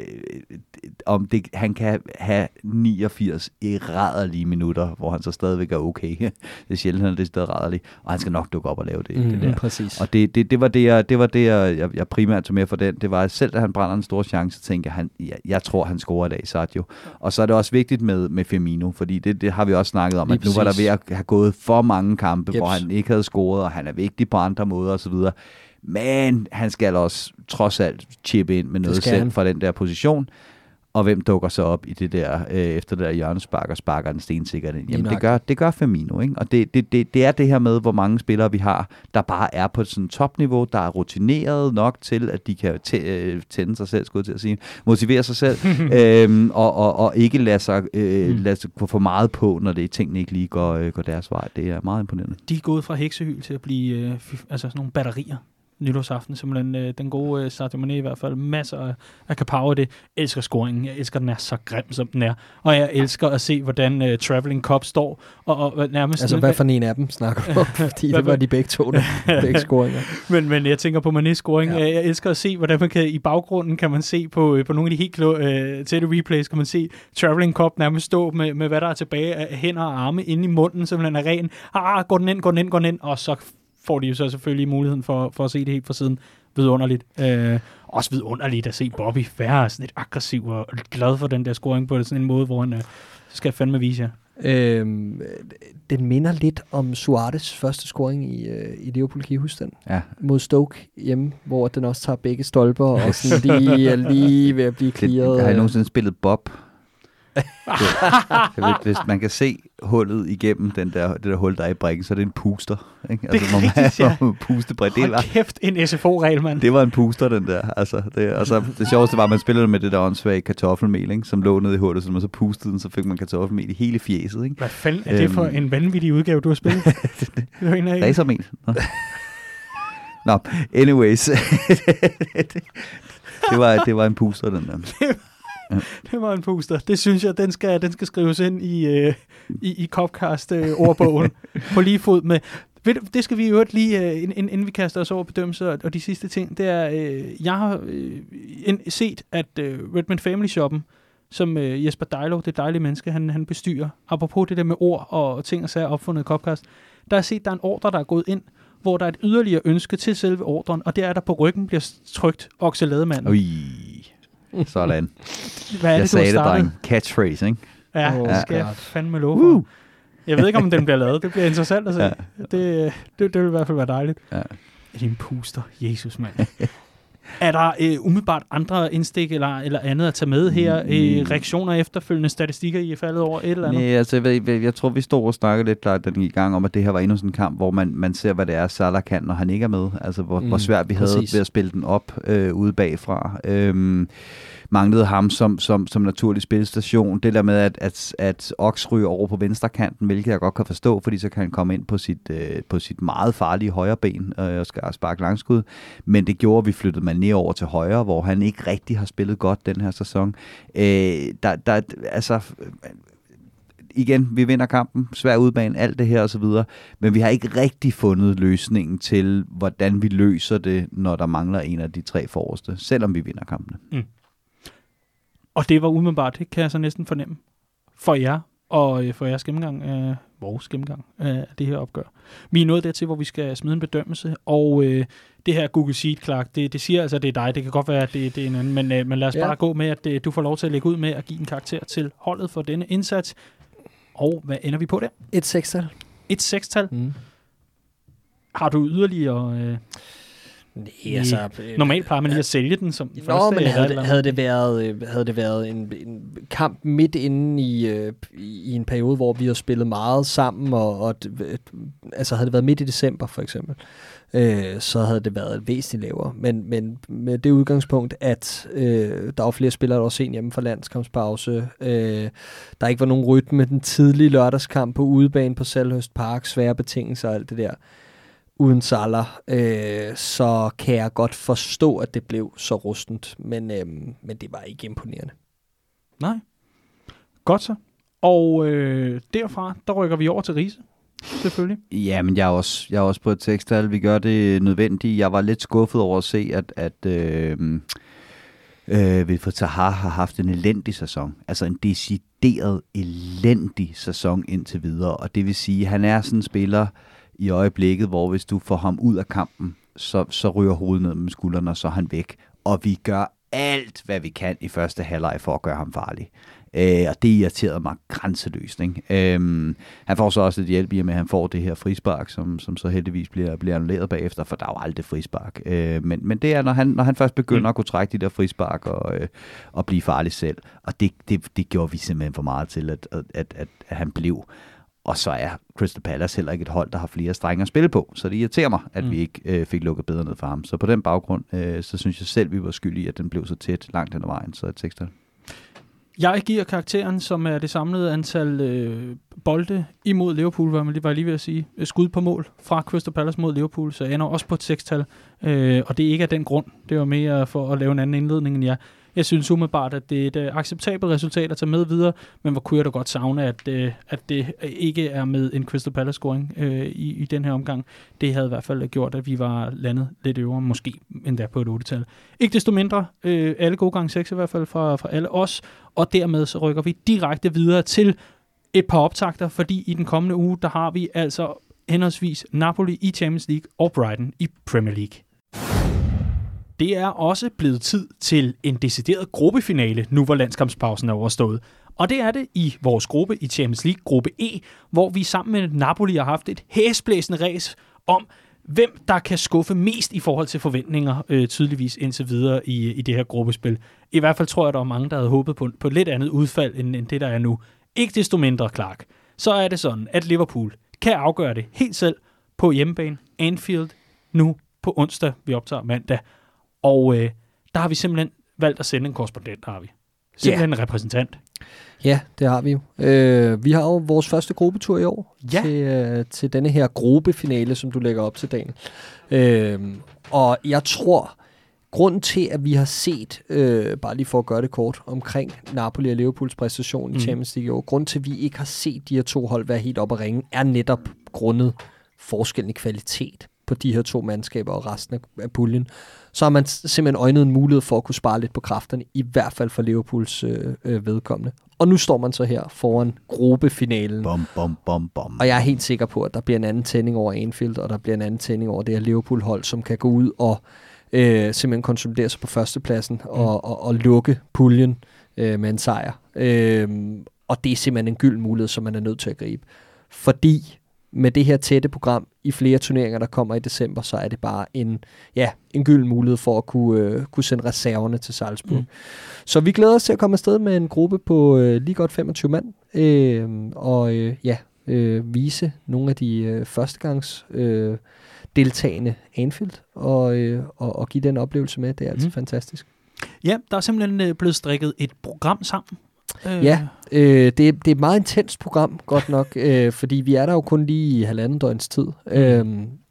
om det, han kan have niogfirs rædderlige minutter, hvor han så stadigvæk er okay. Det er sjældent, han er det stadig rædderlig, og han skal nok dukke op og lave det. Mm, det der. Præcis. Og det, det, det var det, jeg, det, var det jeg, jeg primært tog med for den. Det var, at selv da han brænder en stor chance, tænker han, jeg, jeg tror, han scorer i dag, Sadio. Og så er det også vigtigt med, med Firmino, fordi det, det har vi også snakket om, lige at nu præcis. Var der ved at have gået for mange kampe, yep. hvor han ikke havde scoret, og han er vigtig på andre måder osv., men han skal også trods alt chippe ind med noget selv fra den der position. Og hvem dukker så op i det der, øh, efter det der hjørnespark og sparker den stensikkert ind? Jamen det gør, det gør Firmino, ikke? Og det, det, det, det er det her med, hvor mange spillere vi har, der bare er på sådan topniveau, der er rutineret nok til, at de kan tæ- tænde sig selv, skulle jeg til at sige, motivere sig selv, øhm, og, og, og ikke lade sig, øh, lade sig gå for meget på, når det er tingene ikke lige går, øh, går deres vej. Det er meget imponerende. De er gået fra heksehyl til at blive øh, f- altså sådan nogle batterier. Nytårsaften, simpelthen øh, den gode øh, Sadio Mané i hvert fald, masser af, af kapower det. Jeg elsker scoringen, jeg elsker, den er så grim, som den er, og jeg elsker at se, hvordan øh, Travelling Cup står, og, og nærmest... Altså, hvad for en af dem snakker du om? Fordi det var de begge to, der begge scoringer. men, men jeg tænker på Manés scoring, ja. Jeg elsker at se, hvordan man kan, i baggrunden kan man se på, øh, på nogle af de helt klå, øh, tætte replays, kan man se Travelling Cup nærmest stå med, med hvad der er tilbage af hænder og arme inde i munden, simpelthen er ren. Ah, går den ind, går den ind, går den ind, og så får de jo så selvfølgelig muligheden for, for at se det helt fra siden. Vidunderligt. Øh, også vidunderligt at se Bobby være sådan lidt aggressiv og glad for den der scoring på sådan en måde, hvor han øh, skal fandme vise jer. Øhm, den minder lidt om Suarez første scoring i, øh, i Liverpool, kan I huske den? Ja. Mod Stoke hjemme, hvor den også tager begge stolper, og sådan lige er lige ved at blive clearet. Har I nogensinde spillet Bob? det, hvis man kan se hullet igennem den der, det der hul, der er i brækken, så er det en puster. Ikke? Altså, det er rigtigt, ja. Pustebræt. Hold var, kæft, en S F O-regel, mand. Det var en puster, den der. Altså, det, og så, det sjoveste var, at man spillede med det der åndssvage kartoffelmel, ikke? Som lå nede i hullet, så man så pustede den, så fik man kartoffelmel i hele fjeset. Ikke? Hvad fanden er det for øhm, en vanvittig udgave, du har spillet? Racermel. Nå, anyways. det, var, det var en puster, den der. Ja. Det var en puster. Det synes jeg, den skal, den skal skrives ind i, øh, i, i Copcast-ordbogen øh, på lige fod med. Det skal vi jo lige, øh, inden, inden vi kaster os over bedømmelser og de sidste ting, det er, øh, jeg har øh, set, at øh, Redman Family Shoppen, som øh, Jesper Dejlov, det dejlige menneske, han, han bestyrer, apropos det der med ord og ting og sager opfundet i Copcast, der er set, der er en ordre, der er gået ind, hvor der er et yderligere ønske til selve ordren, og det er, der på ryggen bliver trykt okselademanden. Ui. Sådan. Hvad er jeg det, sagde det, dreng. Catchphrase, ikke? Ja, det skal jeg fandme love for. Uh. Jeg ved ikke, om den bliver lavet. Det bliver interessant at se. Ja. Det, det, det vil i hvert fald være dejligt. Ja. Er det en puster? Jesus, mand. Er der øh, umiddelbart andre indstik eller, eller andet at tage med her? Mm. Øh, reaktioner efterfølgende statistikker, I er faldet over et eller andet? Nej, altså jeg, jeg, jeg tror, vi stod og snakkede lidt klart, da den gik i gang om, at det her var endnu sådan en kamp, hvor man, man ser, hvad det er, Salah kan, når han ikke er med. Altså, hvor, mm, hvor svært vi præcis. havde ved at spille den op øh, ude bagfra. Øhm, manglede ham som, som, som naturlig spilstation. Det der med, at, at, at Ox ryger over på venstre kanten, hvilket jeg godt kan forstå, fordi så kan han komme ind på sit, øh, på sit meget farlige højre ben øh, og skal sparke langskud. Men det gjorde, at vi flyttede man ned over til højre, hvor han ikke rigtig har spillet godt den her sæson. Øh, der, der, altså... Igen, vi vinder kampen, svær udbane, alt det her og så videre, men vi har ikke rigtig fundet løsningen til, hvordan vi løser det, når der mangler en af de tre forreste, selvom vi vinder kampene. Mm. Og det var umiddelbart, det kan jeg så næsten fornemme, for jer, og for jeres gennemgang, øh, vores gennemgang af det her opgør. Vi er nået dertil, hvor vi skal smide en bedømmelse, og øh, det her Google Sheet, Clark, det, det siger altså, at det er dig. Det kan godt være, at det, det er en anden, men, øh, men lad os ja. bare gå med, at øh, du får lov til at lægge ud med at give en karakter til holdet for denne indsats. Og hvad ender vi på der? Et sekstal. Et sekstal? Mm. Har du yderligere... Øh, Nej, altså... Øh, normalt plejer man lige at sælge den som Nå, første. men havde, det, havde det været, havde det været en, en kamp midt inde i, øh, i en periode, hvor vi har spillet meget sammen, og, og altså havde det været midt i december for eksempel, øh, så havde det været væsentligt lavere. Men, men med det udgangspunkt, at øh, der var flere spillere, der var sent hjemme fra landskampspause, øh, der ikke var nogen rytme, den tidlige lørdagskamp på udebane på Selhurst Park, svære betingelser og alt det der, uden Salah, øh, så kan jeg godt forstå, at det blev så rustent, men, øh, men det var ikke imponerende. Nej. Godt så. Og øh, derfra, der rykker vi over til Riise, selvfølgelig. Ja, men jeg er også, jeg er også på et tekstal. Vi gør det nødvendigt. Jeg var lidt skuffet over at se, at, at øh, øh, Wilfried Zaha har haft en elendig sæson. Altså en decideret elendig sæson indtil videre. Og det vil sige, at han er sådan en spiller i øjeblikket, hvor hvis du får ham ud af kampen, så, så ryger hovedet ned med skuldrene, og så er han væk. Og vi gør alt, hvad vi kan i første halvleg for at gøre ham farlig. Øh, og det irriterede mig grænseløst. Ikke? Øh, han får så også et hjælp i, at han får det her frispark, som, som så heldigvis bliver, bliver annulleret bagefter, for der er jo aldrig frispark. Øh, men, men det er, når han, når han først begynder mm. at kunne trække de der frispark og, øh, og blive farlig selv. Og det, det, det gjorde vi simpelthen for meget til, at, at, at, at, at han blev. Og så er Crystal Palace heller ikke et hold, der har flere strenge at spille på. Så det irriterer mig, at mm. vi ikke øh, fik lukket bedre ned for ham. Så på den baggrund, øh, så synes jeg selv, vi var skyldige, at den blev så tæt langt hen ad vejen. Så et sekstal. Jeg giver karakteren, som er det samlede antal øh, bolde imod Liverpool, var jeg lige ved at sige. Skud på mål fra Crystal Palace mod Liverpool, så jeg ender også på et sekstal. Øh, og det er ikke af den grund. Det var mere for at lave en anden indledning end jeg. Jeg synes umiddelbart, at det er et acceptabelt resultat at tage med videre, men hvor kunne jeg da godt savne, at, at det ikke er med en Crystal Palace-scoring øh, i, i den her omgang. Det havde i hvert fald gjort, at vi var landet lidt øvre, måske endda på et otte-tal. Ikke desto mindre, øh, alle gode gange seks i hvert fald fra, fra alle os, og dermed så rykker vi direkte videre til et par optakter, fordi i den kommende uge, der har vi altså henholdsvis Napoli i Champions League og Brighton i Premier League. Det er også blevet tid til en decideret gruppefinale, nu hvor landskampspausen er overstået. Og det er det i vores gruppe i Champions League, gruppe E, hvor vi sammen med Napoli har haft et hæsblæsende ræs om, hvem der kan skuffe mest i forhold til forventninger, øh, tydeligvis indtil videre i, i det her gruppespil. I hvert fald tror jeg, der var mange, der havde håbet på, på et lidt andet udfald, end, end det, der er nu. Ikke desto mindre, Clark. Så er det sådan, at Liverpool kan afgøre det helt selv på hjemmebane, Anfield, nu på onsdag, vi optager mandag. Og øh, der har vi simpelthen valgt at sende en korrespondent, har vi. Simpelthen yeah. en repræsentant. Ja, det har vi jo. Øh, vi har jo vores første gruppetur i år ja. til, øh, til denne her gruppefinale, som du lægger op til, Daniel. Øh, og jeg tror, grunden til, at vi har set, øh, bare lige for at gøre det kort, omkring Napoli og Liverpools præstation mm. i Champions League i år, grunden til, at vi ikke har set de her to hold være helt op at ringe, er netop grundet forskellen i kvalitet på de her to mandskaber og resten af puljen. Så har man simpelthen øjnet en mulighed for at kunne spare lidt på kræfterne, i hvert fald for Liverpools øh, øh, vedkommende. Og nu står man så her foran gruppefinalen. Bom, bom, bom, bom. Og jeg er helt sikker på, at der bliver en anden tænding over Anfield, og der bliver en anden tænding over det her Liverpool-hold, som kan gå ud og øh, simpelthen konsolidere sig på førstepladsen mm. og, og, og lukke puljen øh, med en sejr. Øh, og det er simpelthen en gylden mulighed, som man er nødt til at gribe. Fordi med det her tætte program i flere turneringer, der kommer i december, så er det bare en, ja, en gylden mulighed for at kunne, øh, kunne sende reserverne til Salzburg. Mm. Så vi glæder os til at komme afsted med en gruppe på øh, lige godt femogtyve mand, øh, og øh, ja, øh, vise nogle af de øh, førstegangs øh, deltagende Anfield, og, øh, og, og give den oplevelse med. Det er altså mm. fantastisk. Ja, der er simpelthen øh, blevet strikket et program sammen. Øh. Ja, øh, det, det er et meget intenst program, godt nok, øh, fordi vi er der jo kun lige i halvanden døgns tid. Mm. Øh,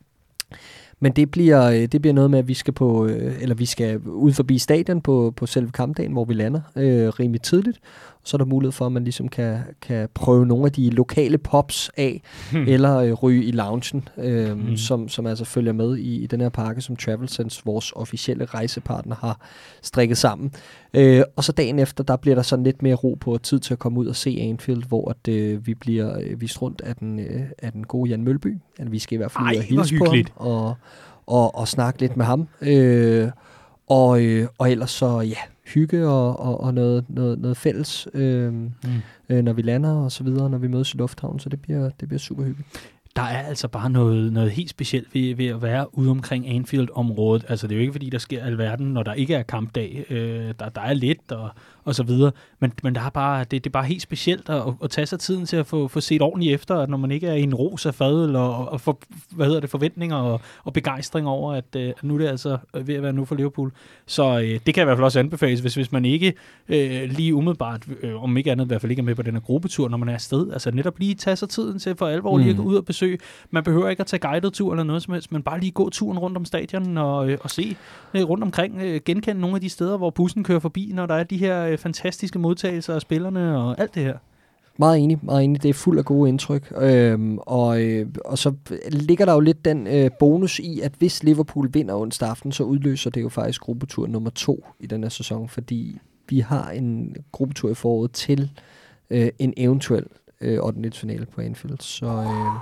men det bliver, det bliver noget med, at vi skal på, eller vi skal ud forbi stadion på, på selve kampdagen, hvor vi lander øh, rimelig tidligt. Så er der mulighed for, at man ligesom kan, kan prøve nogle af de lokale pops af, hmm. eller øh, ryge i loungen, øh, hmm. som, som altså følger med i, i den her pakke, som TravelSense, vores officielle rejsepartner, har strikket sammen. Øh, og så dagen efter, der bliver der sådan lidt mere ro på, tid til at komme ud og se Anfield, hvor at, øh, vi bliver øh, vist rundt af den, øh, af den gode Jan Mølby. Altså, vi skal i hvert fald ud og hilse på ham, og, og, og snakke lidt med ham. Øh, og, øh, og ellers så, ja, hygge og, og, og noget, noget, noget fælles, øh, mm. øh, når vi lander og så videre, når vi mødes i lufthavnen, så det bliver, det bliver super hyggeligt. Der er altså bare noget, noget helt specielt ved, ved at være ude omkring Anfield-området. Altså det er jo ikke fordi, der sker alverden, når der ikke er kampdag. Øh, der, der er lidt og, og så videre. Men, men der er bare, det, det er bare helt specielt at, at tage sig tiden til at få, få set ordentligt efter, at når man ikke er i en ros af fadøl og, og for, hvad hedder det, forventninger og, og begejstring over, at, at nu er det altså ved at være nu for Liverpool. Så øh, det kan i hvert fald også anbefales, hvis, hvis man ikke øh, lige umiddelbart, øh, om ikke andet i hvert fald ikke er med på den her gruppetur, når man er afsted. Altså netop lige tage sig tiden til for alvor mm. lige at gå ud og besøge. Man behøver ikke at tage guided tur eller noget som helst, men bare lige gå turen rundt om stadion og, øh, og se øh, rundt omkring, øh, genkende nogle af de steder, hvor bussen kører forbi, når der er de her øh, fantastiske modtagelser af spillerne og alt det her. Meget enig, meget enig. Det er fuld af gode indtryk. Øhm, og, øh, og så ligger der jo lidt den øh, bonus i, at hvis Liverpool vinder onsdag aften, så udløser det jo faktisk gruppetur nummer to i den her sæson, fordi vi har en gruppetur i foråret til øh, en eventuel øh, ottendedelsfinale på Anfield. Så øh,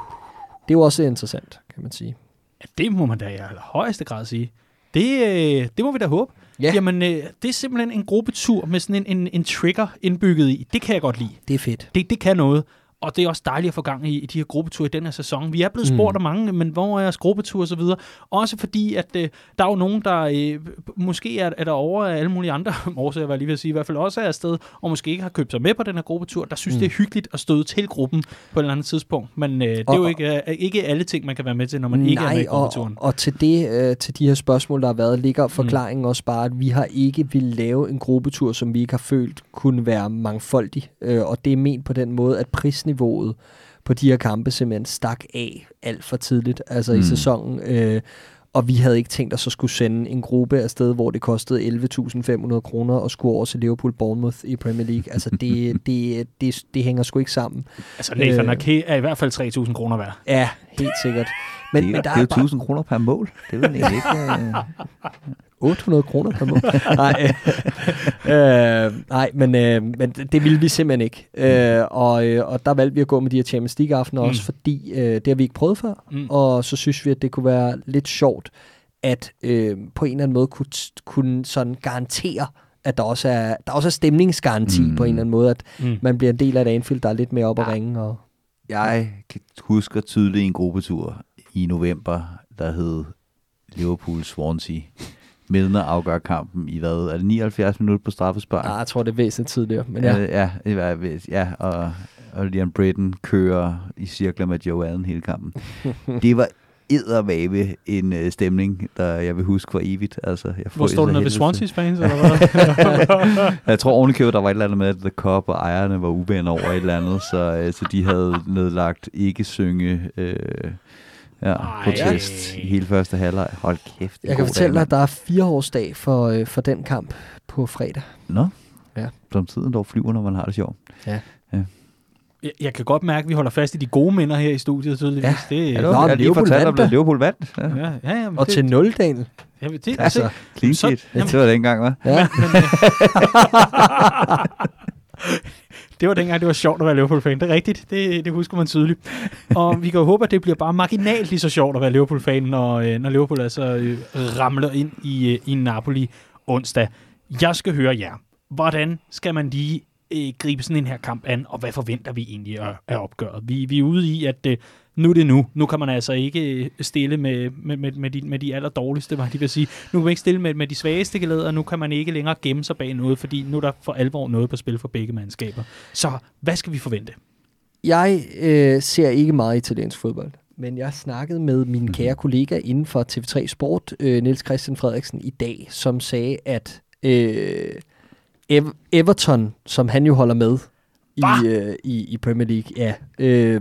det er jo også interessant, kan man sige. Ja, det må man da i højeste grad sige. Det, øh, det må vi da håbe. Ja. Jamen, øh, det er simpelthen en gruppetur med sådan en, en, en trigger indbygget i. Det kan jeg godt lide. Det er fedt. Det, det kan noget. Og det er også dejligt at få gang i, i de her gruppeture i den her sæson. Vi er blevet spurgt mm. af mange, men hvor er jeres gruppetur og så videre? Også fordi, at øh, der er jo nogen, der øh, måske er, er der over af alle mulige andre årsager, hvad jeg lige vil sige, i hvert fald også er afsted, og måske ikke har købt sig med på den her gruppetur, der synes, mm. det er hyggeligt at støde til gruppen på et eller andet tidspunkt. Men øh, det og, er jo ikke, øh, ikke alle ting, man kan være med til, når man nej, ikke er med i gruppeturen. Og, og til, det, øh, til de her spørgsmål, der har været, ligger forklaringen mm. også bare, at vi har ikke vil lave en gruppetur, som vi ikke har følt kunne være mangfoldig. Øh, og det er ment på den måde, at prisniveauet på de her kampe simpelthen stak af alt for tidligt, altså mm. i sæsonen. Øh, og vi havde ikke tænkt os at skulle sende en gruppe afsted, hvor det kostede elleve tusind fem hundrede kroner og skulle over til Liverpool Bournemouth i Premier League. Altså det, det, det, det hænger sgu ikke sammen. Altså Nathan Ake er i hvert fald tre tusind kroner værd. Ja, helt sikkert. Men, det, men der det er jo tusind kroner per mål. Det vil egentlig ikke... otte hundrede kroner per mål. nej, øh, nej men, øh, men det ville vi simpelthen ikke. Øh, og, øh, og der valgte vi at gå med de her Champions League-aftener mm. også, fordi øh, det har vi ikke prøvet før. Mm. Og så synes vi, at det kunne være lidt sjovt, at øh, på en eller anden måde kunne, kunne sådan garantere, at der også er, der også er stemningsgaranti mm. på en eller anden måde, at mm. man bliver en del af et Anfield, der er lidt mere op at ringe. Og jeg husker tydeligt en gruppetur i november, der hed Liverpool Swansea. Midten afgør kampen i hvad? Er det nioghalvfjerds minutter på straffespark? Ja, jeg tror, det er væsentligt tidligere. Men ja. Ja, ja, ja og, og Liam Britton kører i cirkler med Joe Allen hele kampen. Det var eddermame en uh, stemning, der jeg vil huske for evigt. Altså, jeg Hvor står du nede ved Swansea's fans, eller hvad? Jeg tror ovenikøbet, der var et eller andet med, at The Cop og ejerne var uvenner over et eller andet, så, uh, så de havde nedlagt ikke synge... Uh, Ja, Ej, protest i hele første halvleg. Hold kæft. Jeg kan fortælle dig, at der er fireårsdag for, øh, for den kamp på fredag. Nå? Ja. Som tiden dog flyver, når man har det sjovt. Ja. Ja. Jeg, jeg kan godt mærke, at vi holder fast i de gode minder her i studiet, tydeligvis. Ja. Det, ja, Nå, jeg lige fortalt at Liverpool vandt. Ja. Ja, ja, ja, og det, til nul, Daniel. Ja, det, det, altså, clean sheet. Det var dengang, hva'? Ja. Men, men, det var dengang, det var sjovt at være Liverpool-fan. Det er rigtigt. Det, det husker man tydeligt. Og vi kan jo håbe, at det bliver bare marginalt lige så sjovt at være Liverpool-fan, når, når Liverpool altså øh, ramler ind i, i Napoli onsdag. Jeg skal høre jer. Hvordan skal man lige øh, gribe sådan en her kamp an, og hvad forventer vi egentlig af, af opgøret? Vi, vi er ude i, at øh, nu er det nu. Nu kan man altså ikke stille med, med, med, med, de, med de allerdårligste, hvad de vil sige. Nu kan man ikke stille med, med de svageste geleder, nu kan man ikke længere gemme sig bag noget, fordi nu er der for alvor noget på spil for begge mandskaber. Så hvad skal vi forvente? Jeg øh, ser ikke meget italiensk fodbold, men jeg snakkede med min kære kollega inden for T V tre Sport, øh, Niels Christian Frederiksen, i dag, som sagde, at øh, Ev- Everton, som han jo holder med i, øh, i, i Premier League, ja, øh,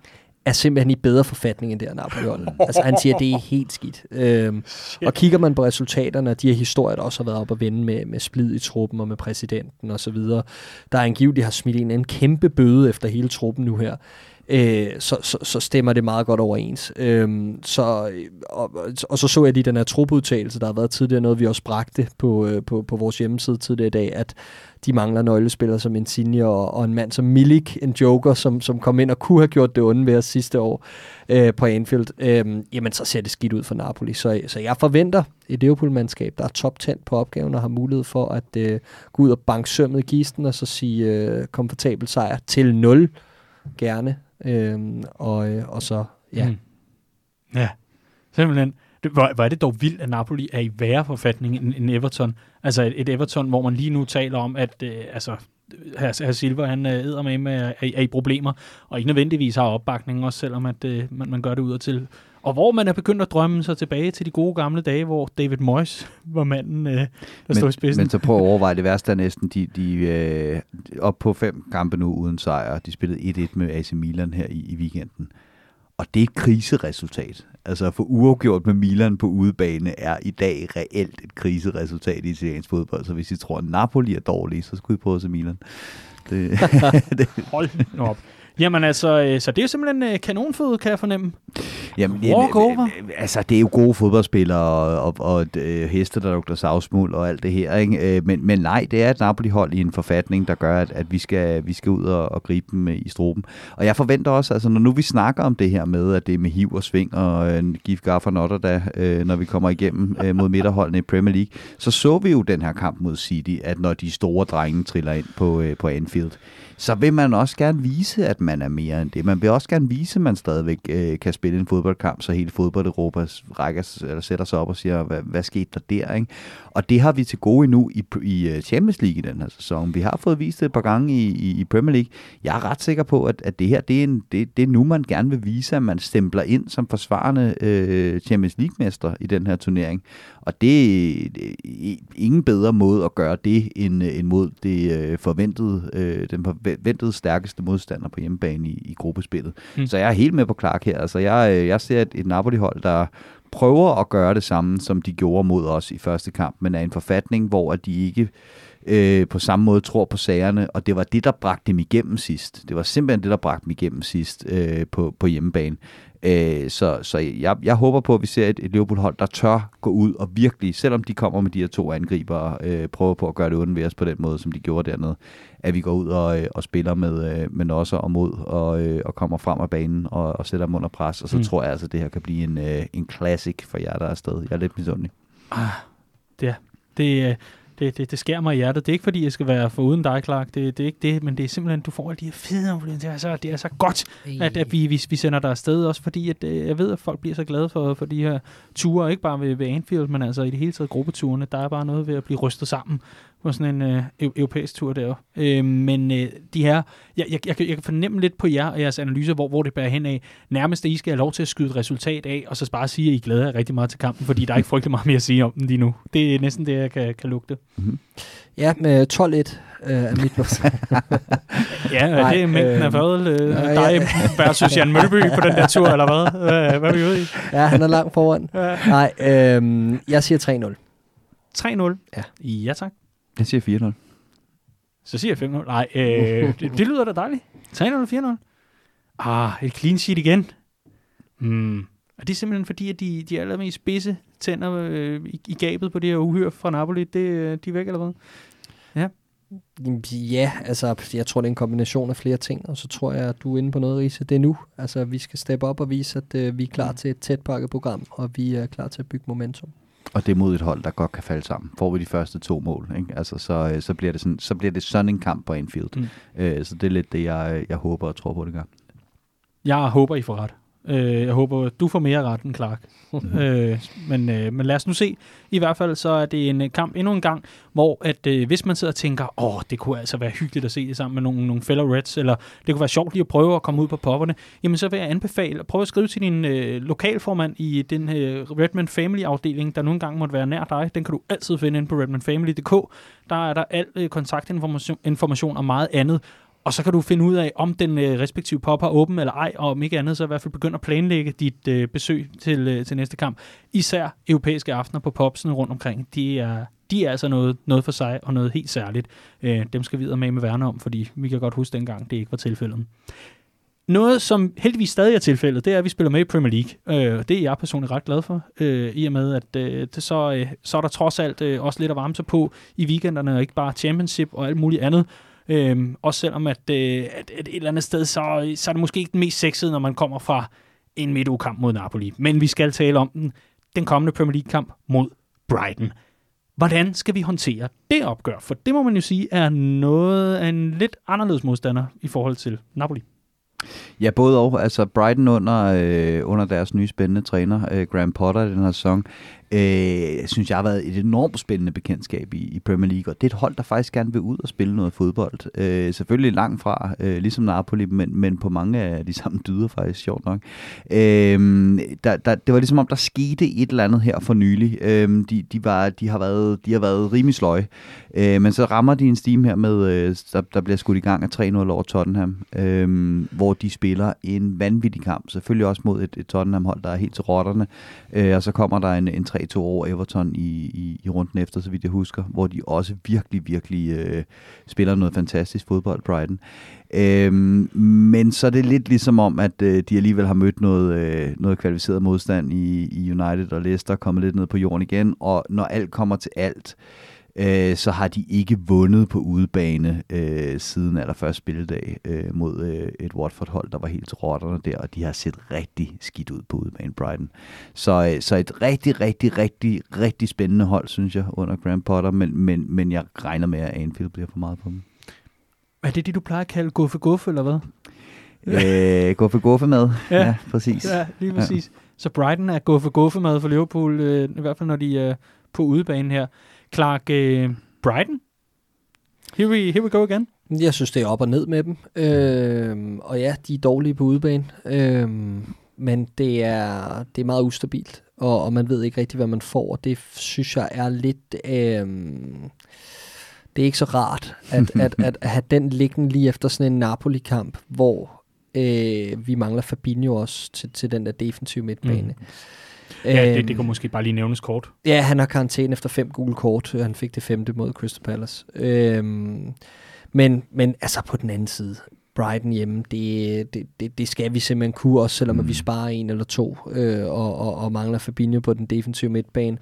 er simpelthen i bedre forfatning end det her Napoli-hold. Altså han siger, at det er helt skidt. Øhm, og kigger man på resultaterne, og de her historier, der også har været op at vende med, med splid i truppen og med præsidenten og så videre, der er angiveligt har smidt en, en kæmpe bøde efter hele truppen nu her. Øh, så, så, så stemmer det meget godt overens. Øhm, så, og, og så så jeg lige den her trupudtagelse, der har været tidligere, noget vi også bragte på, øh, på, på vores hjemmeside tidligere i dag, at de mangler nøglespillere som Insigne og, og en mand som Milik, en joker, som, som kom ind og kunne have gjort det onde ved os sidste år øh, på Anfield. Øh, jamen, så ser det skidt ud for Napoli. Så, så jeg forventer et Liverpool-mandskab, der er top-tændt på opgaven og har mulighed for at øh, gå ud og banke sømmet i kisten og så sige øh, komfortabel sejr til nul, gerne. Øh, og, øh, og så, ja. Mm. Ja, simpelthen. Det, hvor, hvor er det dog vildt, at Napoli er i værre forfatning end, end Everton. Altså et, et Everton, hvor man lige nu taler om, at øh, altså, her, her Silva, han æder med, med er, er i problemer, og ikke nødvendigvis har opbakning, også selvom at, øh, man, man gør det ud og til. Og hvor man er begyndt at drømme sig tilbage til de gode gamle dage, hvor David Moyes var manden, øh, der men, stod i spidsen. Men så prøv at overveje, det værste er næsten, de, de øh, op på fem kampe nu uden sejr. De spillede et et med A C Milan her i, i weekenden. Og det er et kriseresultat. Altså at få uafgjort med Milan på udebane er i dag reelt et kriseresultat i italiensk fodbold. Så hvis I tror, at Napoli er dårlig, så skulle I prøve at se Milan. Det, det. Hold nu op. Jamen altså, så det er jo simpelthen kanonføde, kan jeg fornemme. Jamen, Walk-over. Altså, det er jo gode fodboldspillere og, og, og øh, heste, der lugter savsmuld og alt det her, ikke? Men, men nej, det er et Napoli-hold i en forfatning, der gør, at, at vi, skal, vi skal ud og, og gribe dem i struben. Og jeg forventer også, altså når nu vi snakker om det her med, at det er med hiv og sving og øh, gif gaffer notter, da, øh, når vi kommer igennem øh, mod midterholdene i Premier League, så så vi jo den her kamp mod City, at når de store drenge triller ind på, øh, på Anfield, så vil man også gerne vise, at man er mere end det. Man vil også gerne vise, at man stadigvæk øh, kan spille en fodboldkamp, så hele fodbold-Europa rækker, eller sætter sig op og siger, hvad, hvad skete der der? Ikke? Og det har vi til gode endnu i, i Champions League i den her sæson. Vi har fået vist det et par gange i, i, i Premier League. Jeg er ret sikker på, at, at det her, det er, en, det, det er nu, man gerne vil vise, at man stempler ind som forsvarende øh, Champions League-mester i den her turnering. Og det er ingen bedre måde at gøre det, end, end mod det øh, forventede, øh, den forventede stærkeste modstander på hjemmebane i, i gruppespillet. Mm. Så jeg er helt med på Clark her. Altså jeg, jeg ser et, et Napoli-hold, der prøver at gøre det samme, som de gjorde mod os i første kamp, men er en forfatning, hvor de ikke øh, på samme måde tror på sagerne, og det var det, der bragte dem igennem sidst. Det var simpelthen det, der bragte dem igennem sidst øh, på, på hjemmebane. Øh, så så jeg, jeg håber på, at vi ser et, et Liverpool-hold, der tør gå ud og virkelig, selvom de kommer med de her to angribere, øh, prøver på at gøre det uden ved os på den måde, som de gjorde dernede, at vi går ud og, og spiller med, med nosser og mod, og, og kommer frem af banen og, og sætter dem under pres, og så mm. tror jeg altså, at det her kan blive en, en classic for jer, der er afsted. Jeg er lidt misundelig. Ah, det, det, det, det, det skærer mig i hjertet. Det er ikke, fordi jeg skal være foruden dig, Clark. Det, det er ikke det, men det er simpelthen, du får alle de her fede oplevelser. Det er så, det er så godt, at, at vi, vi, vi sender dig afsted, også fordi at, jeg ved, at folk bliver så glade for, for de her ture, ikke bare ved, ved Anfield, men altså i det hele taget gruppeturene. Der er bare noget ved at blive rystet sammen på sådan en øh, europæisk tur der. Øh, men øh, de her, jeg, jeg, jeg, jeg kan fornemme lidt på jer og jeres analyser, hvor, hvor det bærer hen af. Nærmest, at I skal have lov til at skyde et resultat af, og så bare sige, at I glæder jer rigtig meget til kampen, fordi der er ikke frygtelig meget mere at sige om den lige nu. Det er næsten det, jeg kan, kan lugte. Mm-hmm. Ja, med tolv et øh, er mit lust. Ja, nej, det er mængden øh, af fadel. Øh, dig ja. versus Jan Mølby på den der tur, eller hvad? Hvad, hvad er vi ude i? Ja, han er langt foran. Ja. Nej, øh, jeg siger tre nul. tre nul? Ja. Ja, tak. Jeg siger fire nul. Så siger jeg fem nul. Nej, øh, det, det lyder da dejligt. tre nul og fire nul. Ah, et clean sheet igen. Mm. Og det er simpelthen fordi, at de, de allermest spidse tænder øh, i, i gabet på det her uhyre fra Napoli, det, de er væk eller hvad? Ja. Ja, altså jeg tror, det er en kombination af flere ting, og så tror jeg, at du er inde på noget, Riese. Det er nu. Altså vi skal steppe op og vise, at øh, vi er klar til et tæt pakket program, og vi er klar til at bygge momentum. Og det er mod et hold, der godt kan falde sammen. Får vi de første to mål, ikke? Altså, så, så, bliver det sådan, så bliver det sådan en kamp på Anfield. Mm. Øh, så det er lidt det, jeg, jeg håber og tror på, det gør. Jeg håber, I får ret. Øh, jeg håber, du får mere ret end Clark. øh, men, øh, men lad os nu se. I hvert fald så er det en kamp endnu en gang, hvor at, øh, hvis man sidder og tænker, åh, det kunne altså være hyggeligt at se det sammen med nogle, nogle fellow Reds, eller det kunne være sjovt lige at prøve at komme ud på popperne, jamen så vil jeg anbefale at prøve at skrive til din øh, lokalformand i den øh, Redman Family-afdeling, der nogle gange måtte være nær dig. Den kan du altid finde inde på redman family punktum d k. Der er der al øh, kontaktinformation information og meget andet. Og så kan du finde ud af, om den øh, respektive pop har åben eller ej, og om ikke andet, så i hvert fald begynde at planlægge dit øh, besøg til, øh, til næste kamp. Især europæiske aftener på popsene rundt omkring, de er, de er altså noget, noget for sig, og noget helt særligt. Øh, dem skal vi videre med med værne om, fordi vi kan godt huske dengang, det ikke var tilfældet. Noget, som heldigvis stadig er tilfældet, det er, at vi spiller med i Premier League. Øh, det er jeg personligt ret glad for, øh, i og med, at øh, det så, øh, så er der trods alt øh, også lidt at varme sig på i weekenderne, og ikke bare Championship og alt muligt andet. Øhm, også selvom, at, øh, at, at et eller andet sted, så, så er det måske ikke den mest sexede, når man kommer fra en midtugekamp mod Napoli. Men vi skal tale om den, den kommende Premier League-kamp mod Brighton. Hvordan skal vi håndtere det opgør? For det må man jo sige er noget af en lidt anderledes modstander i forhold til Napoli. Ja, både og. Altså Brighton under, øh, under deres nye spændende træner, øh, Graham Potter, i den her sæson, øh, synes jeg har været et enormt spændende bekendtskab i, i Premier League, og det er et hold, der faktisk gerne vil ud og spille noget fodbold. Øh, selvfølgelig langt fra, øh, ligesom Napoli, men, men på mange af de samme dyder faktisk, sjovt nok. Øh, der, der, det var ligesom om, der skete et eller andet her for nylig. Øh, de, de, var, de, har været, de har været rimelig sløje, øh, men så rammer de en stime her med, øh, der, der bliver skudt i gang af tre nul over Tottenham, øh, hvor de spiller en vanvittig kamp. Selvfølgelig også mod et, et Tottenham-hold, der er helt til rotterne, øh, og så kommer der en, en tre to over Everton i, i, i runden efter, så vidt jeg husker, hvor de også virkelig, virkelig øh, spiller noget fantastisk fodbold, Brighton. Øhm, men så er det lidt ligesom om, at øh, de alligevel har mødt noget, øh, noget kvalificeret modstand i, i United og Leicester, kommet lidt ned på jorden igen, og når alt kommer til alt, øh, så har de ikke vundet på udebane øh, siden allerførste spilledag øh, mod øh, et Watford-hold, der var helt til rotterne der, og de har set rigtig skidt ud på udebane, Brighton. Så, øh, så et rigtig, rigtig, rigtig, rigtig spændende hold, synes jeg, under Graham Potter, men, men, men jeg regner med, at Anfield bliver for meget på dem. Er det det, du plejer at kalde guffe-guffe, eller hvad? Øh, guffe-guffe med, ja. ja, præcis. Ja, lige præcis. Ja. Så Brighton er guffe-guffe med for Liverpool, øh, i hvert fald når de er på udebane her. Clark, øh, Brighton? Here we, here we go again. Jeg synes, det er op og ned med dem. Øh, og ja, de er dårlige på udebane. Øh, men det er, det er meget ustabilt, og, og man ved ikke rigtig, hvad man får. Og det synes jeg er lidt... Øh, det er ikke så rart, at, at, at, at have den liggende lige efter sådan en Napoli-kamp, hvor øh, vi mangler Fabinho også til, til den der defensive midtbane. Mm. Ja, det, det kan måske bare lige nævnes kort. Ja, han har karantæne efter fem gule kort. Han fik det femte mod Crystal Palace. Øhm, men, men altså på den anden side, Brighton hjemme, det, det, det, det skal vi simpelthen kunne, også selvom mm. vi sparer en eller to, øh, og, og, og mangler Fabinho på den defensive midtbane.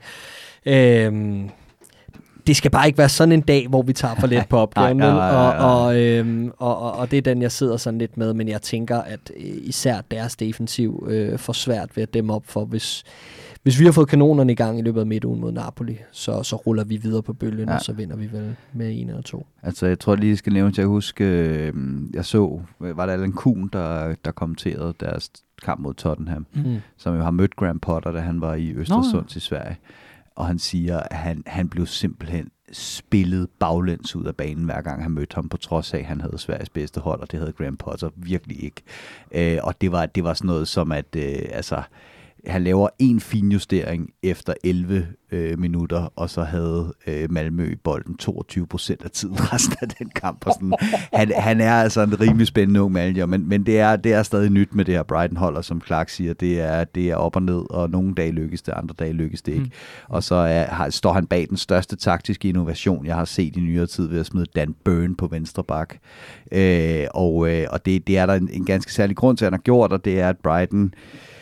Øhm, det skal bare ikke være sådan en dag, hvor vi tager for lidt på opgaven. Nej, nej, nej, nej. Og, og, øhm, og, og, og det er den, jeg sidder sådan lidt med, men jeg tænker, at især deres defensiv øh, får svært ved at dæmme op for, hvis, hvis vi har fået kanonerne i gang i løbet af midtugen mod Napoli, så, så ruller vi videre på bølgen, ja. Og så vinder vi vel med en eller to. Altså, jeg tror lige, jeg skal nævne, at jeg husker, øh, jeg så, var der Allan Kuhn, der, der kommenterede deres kamp mod Tottenham, mm. som jo har mødt Graham Potter, da han var i Østersund til Sverige. Og han siger, at han, han blev simpelthen spillet baglæns ud af banen, hver gang han mødte ham, på trods af, at han havde Sveriges bedste hold, og det havde Graham Potter virkelig ikke. Øh, og det var, det var sådan noget som, at øh, altså, han laver en fin justering efter elleve øh, minutter, og så havde øh, Malmø bolden toogtyve procent af tiden resten af den kamp. Og sådan. Han, han er altså en rimelig spændende ung manager, men, men det, er, det er stadig nyt med det her Brighton-hold, og som Clark siger, det er, det er op og ned, og nogle dage lykkes det, andre dage lykkes det ikke. Mm. Og så er, har, står han bag den største taktiske innovation, jeg har set i nyere tid, ved at smide Dan Burn på venstre bak. Øh, og øh, og det, det er der en, en ganske særlig grund til, at han har gjort, og det er, at Brighton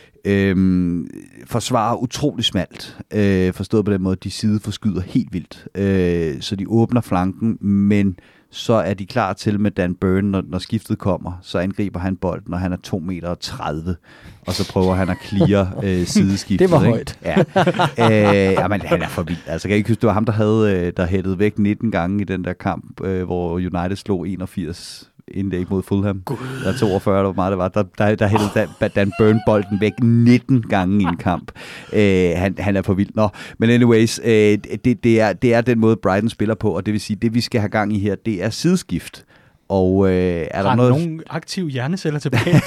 Øhm, forsvarer utrolig smalt, øh, forstået på den måde, at de side forskyder helt vildt, øh, så de åbner flanken, men så er de klar til med Dan Burn, når, når skiftet kommer, så angriber han bolden, når han er to meter og tredive, og så prøver han at clear øh, sideskiftet. Det var ikke? Højt. Ja, øh, jamen, han er for vild. Altså, kan jeg ikke huske, det var ham, der havde der hættede væk nitten gange i den der kamp, øh, hvor United slog enogfirs indlæg mod Fulham. God. Der er toogfyrre, hvor meget det var. Der, der, der hældte Dan, Dan Burn bolden væk nitten gange i en kamp. Øh, han, han er for vild. Nå, men anyways, øh, det, det, er, det er den måde, Brighton spiller på, og det vil sige, det vi skal have gang i her, det er sideskift. Og øh, er har der noget... nogen aktive hjerneceller tilbage?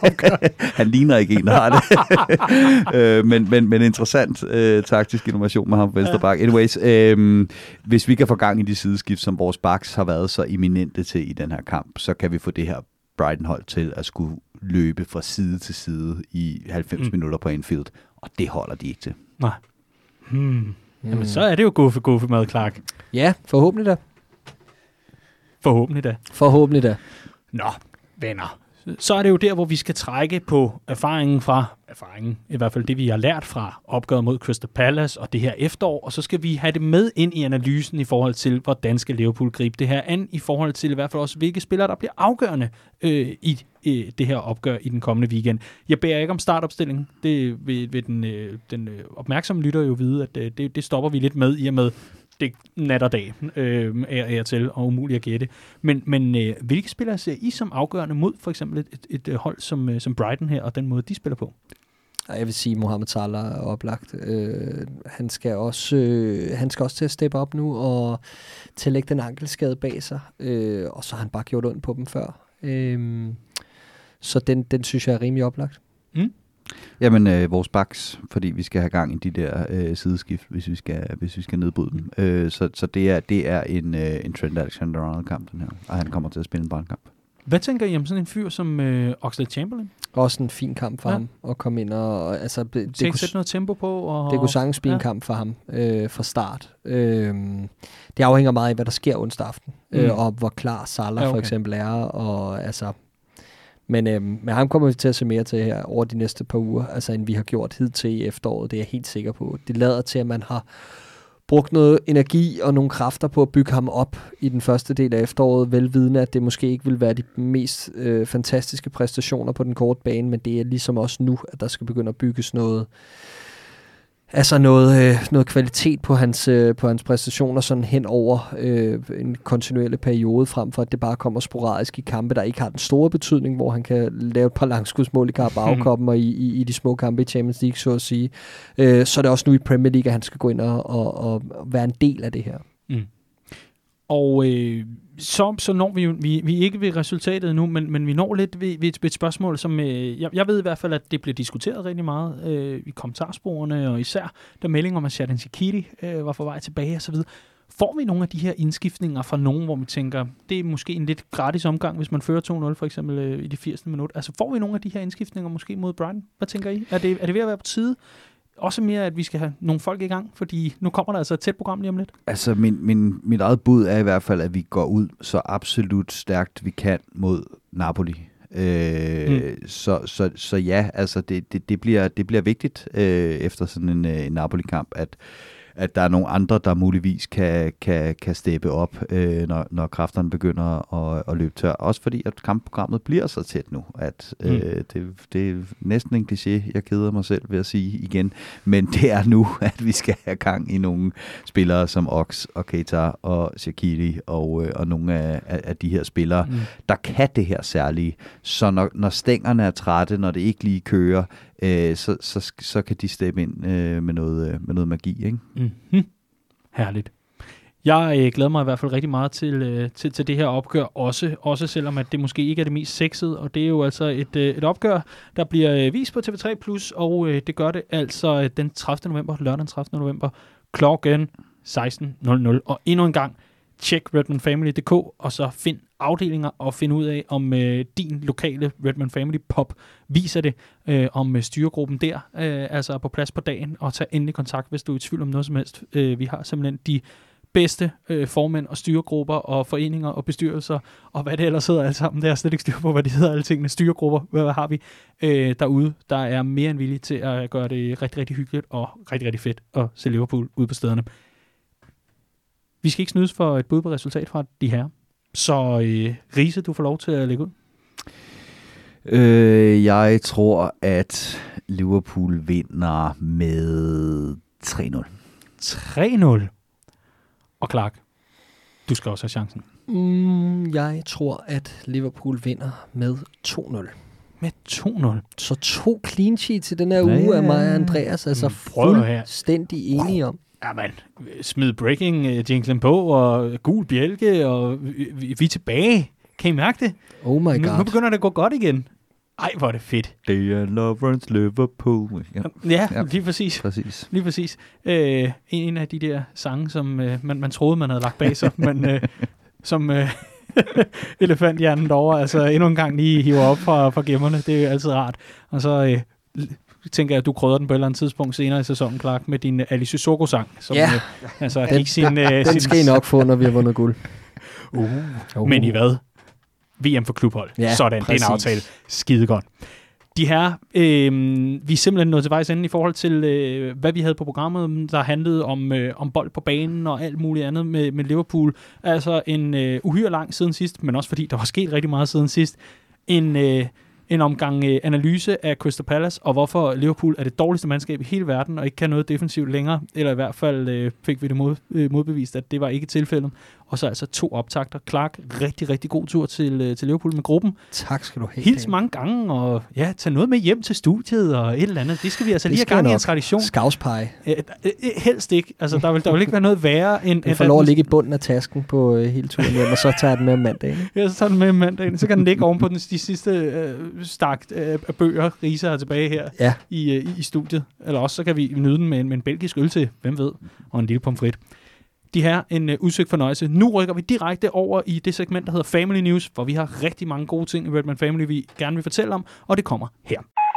Han ligner ikke en, der har det. øh, men, men, men interessant øh, taktisk innovation med ham på venstre bak. Anyways, øh, hvis vi kan få gang i de sideskift, som vores backs har været så eminente til i den her kamp, så kan vi få det her Brighton-hold til at skulle løbe fra side til side i halvfems mm. minutter på Anfield. Og det holder de ikke til. Nej. Hmm. Jamen, så er det jo guffe, guffe mad, Clark. Ja, forhåbentlig da. Forhåbentlig da. Forhåbentlig da. Nå, venner. Så er det jo der, hvor vi skal trække på erfaringen fra, erfaringen, i hvert fald det, vi har lært fra opgøret mod Crystal Palace og det her efterår, og så skal vi have det med ind i analysen i forhold til, hvordan skal Liverpool gribe det her an, i forhold til i hvert fald også, hvilke spillere, der bliver afgørende øh, i øh, det her opgør i den kommende weekend. Jeg beder ikke om startopstillingen. Det vil, vil den, øh, den øh, opmærksomme lytter jo vide, at øh, det, det stopper vi lidt med, i og med det nat og dag øh, er, er til, og umuligt at gætte. Men, men øh, hvilke spillere ser I som afgørende mod for eksempel et, et, et hold som, øh, som Brighton her, og den måde, de spiller på? Jeg vil sige, Mohamed Salah er oplagt. Øh, han, skal også, øh, han skal også til at steppe op nu, og til at lægge den ankelskade bag sig. Øh, og så har han bare gjort ondt på dem før. Øh, så den, den synes jeg er rimelig oplagt. Mm. Jamen, øh, vores backs, fordi vi skal have gang i de der øh, sideskift, hvis vi skal, hvis vi skal nedbryde dem. Øh, så så det, er, det er en, øh, en Trent Alexander-Arnold-kamp, den her. Og han kommer til at spille en brandkamp. Hvad tænker I om sådan en fyr som øh, Oxlade-Chamberlain? Også en fin kamp for ja. ham at komme ind og... Altså, det, det kunne sætte noget tempo på. Og, det kunne sagtens blive ja. en kamp for ham øh, fra start. Øh, det afhænger meget af, hvad der sker onsdag aften. Mm. Øh, og hvor klar Salah ja, okay. for eksempel er. Og altså... Men øh, med ham kommer vi til at se mere til her over de næste par uger, altså end vi har gjort hidtil i efteråret. Det er jeg helt sikker på. Det lader til, at man har brugt noget energi og nogle kræfter på at bygge ham op i den første del af efteråret, velvidende, at det måske ikke vil være de mest øh, fantastiske præstationer på den korte bane, men det er ligesom også nu, at der skal begynde at bygges noget, altså noget, øh, noget kvalitet på hans, øh, på hans præstationer sådan hen over øh, en kontinuerlig periode, frem for at det bare kommer sporadisk i kampe, der ikke har den store betydning, hvor han kan lave et par langskudsmål i Carabao-koppen og i, i, i de små kampe i Champions League, så at sige. Øh, så er det også nu i Premier League, at han skal gå ind og, og, og være en del af det her. Mm. Og øh, så, så når vi jo, vi, vi ikke ved resultatet nu, men, men vi når lidt ved, ved, et, ved et spørgsmål, som øh, jeg, jeg ved i hvert fald, at det bliver diskuteret rigtig meget øh, i kommentarsporene, og især der melding om, at Xherdan Shaqiri øh, var på vej tilbage osv. Får vi nogle af de her indskiftninger fra nogen, hvor vi tænker, det er måske en lidt gratis omgang, hvis man fører to nul for eksempel øh, i de firsinde minut. Altså får vi nogle af de her indskiftninger måske mod Brighton? Hvad tænker I? Er det, er det ved at være på tide? Også mere, at vi skal have nogle folk i gang, fordi nu kommer der altså et tæt program lige om lidt. Altså, min, min, mit eget bud er i hvert fald, at vi går ud så absolut stærkt, vi kan mod Napoli. Øh, mm. så, så, så ja, altså, det, det, det, bliver, det bliver vigtigt øh, efter sådan en, en Napoli-kamp, at at der er nogle andre, der muligvis kan, kan, kan steppe op, øh, når, når kræfterne begynder at, at løbe tør. Også fordi, at kampprogrammet bliver så tæt nu, at øh, mm. det, det er næsten en kliché, jeg keder mig selv ved at sige igen, men det er nu, at vi skal have gang i nogle spillere som Ox og Keita og Shaqiri og, øh, og nogle af, af de her spillere, mm. der kan det her særlige. Så når, når stængerne er trætte, når det ikke lige kører, Øh, så, så, så kan de steppe ind øh, med, noget, med noget magi, ikke? Mm-hmm. Herligt. Jeg øh, glæder mig i hvert fald rigtig meget til, øh, til, til det her opgør, også, også selvom at det måske ikke er det mest sexede, og det er jo altså et, øh, et opgør, der bliver øh, vist på T V tre plus, og øh, det gør det altså øh, den tredivte november, lørdag den tredivte november, klokken seksten nul nul. Og endnu en gang, tjek redman family punktum d k, og så find afdelinger og find ud af, om øh, din lokale Redman Family Pop viser det, øh, om øh, styregruppen der øh, altså er på plads på dagen, og tag endelig kontakt, hvis du er i tvivl om noget som helst. Øh, vi har simpelthen de bedste øh, formænd og styregrupper og foreninger og bestyrelser, og hvad det ellers hedder alt sammen. Det er slet ikke styr på, hvad det hedder alle tingene. Styregrupper, hvad, hvad har vi øh, derude, der er mere end villige til at gøre det rigtig, rigtig hyggeligt og rigtig, rigtig fedt at se Liverpool ude på stederne. Vi skal ikke snydes for et bud på resultat fra de her. Så øh, Riese, du får lov til at lægge ud. Øh, jeg tror, at Liverpool vinder med tre nul. tre nul? Og Clark, du skal også have chancen. Mm, jeg tror, at Liverpool vinder med to nul. Med to nul. Så to clean sheets i den her uge er mig og Andreas altså fuldstændig enige om. Jamen, smid breaking uh, jinglen på, og gul bjælke, og vi, vi er tilbage. Kan I mærke det? Oh my god. Nu, nu begynder det at gå godt igen. Ej, hvor er det fedt. Det er Lawrence Liverpool. Ja, ja, ja. lige præcis. præcis. Lige præcis. Øh, en af de der sange, som øh, man, man troede, man havde lagt bag sig, men øh, som øh, elefanthjernen derovre, altså endnu en gang lige hiver op fra, fra gemmerne. Det er altid rart. Og så øh, tænker jeg, at du krydder den på et eller andet tidspunkt senere i sæsonen, Clark, med din Alice Sissoko-sang. Som, ja. øh, altså, den, ikke sin, øh, den sin, skal I nok få, når vi har vundet guld. Uh. Uh. Men i hvad? V M for klubhold. Ja, sådan, præcis. Det er en aftale. Skide godt. De her, øh, vi er simpelthen nået til vejs ende i forhold til, øh, hvad vi havde på programmet, der handlede om, øh, om bold på banen og alt muligt andet med, med Liverpool. Altså en øh, uhyre lang siden sidst, men også fordi der var sket rigtig meget siden sidst. En, øh, en omgang øh, analyse af Crystal Palace, og hvorfor Liverpool er det dårligste mandskab i hele verden, og ikke kan noget defensivt længere, eller i hvert fald øh, fik vi det mod, øh, modbevist, at det var ikke tilfældet. Og så altså to optakter. Clark, rigtig, rigtig god tur til, øh, til Liverpool med gruppen. Tak skal du have. Hils mange gange, og ja, tage noget med hjem til studiet, og et eller andet. Det skal vi altså det lige have gang i en tradition. Skavspege. Øh, helst ikke. Altså, der vil, der vil ikke være noget værre end... Du får lov at ligge i bunden af tasken på øh, hele turen hjem, og så tager den med mandagen. Ja, så tager den med mandagen. Så kan den ligge oven på den, de sidste øh, stak øh, af bøger, Risa har tilbage her ja. i, øh, i studiet. Eller også så kan vi nyde den med en, med en belgisk øl til, hvem ved, og en lille pomfrit. De her en uh, udsøgt fornøjelse. Nu rykker vi direkte over i det segment, der hedder Family News, hvor vi har rigtig mange gode ting i Redman Family, vi gerne vil fortælle om, og det kommer her.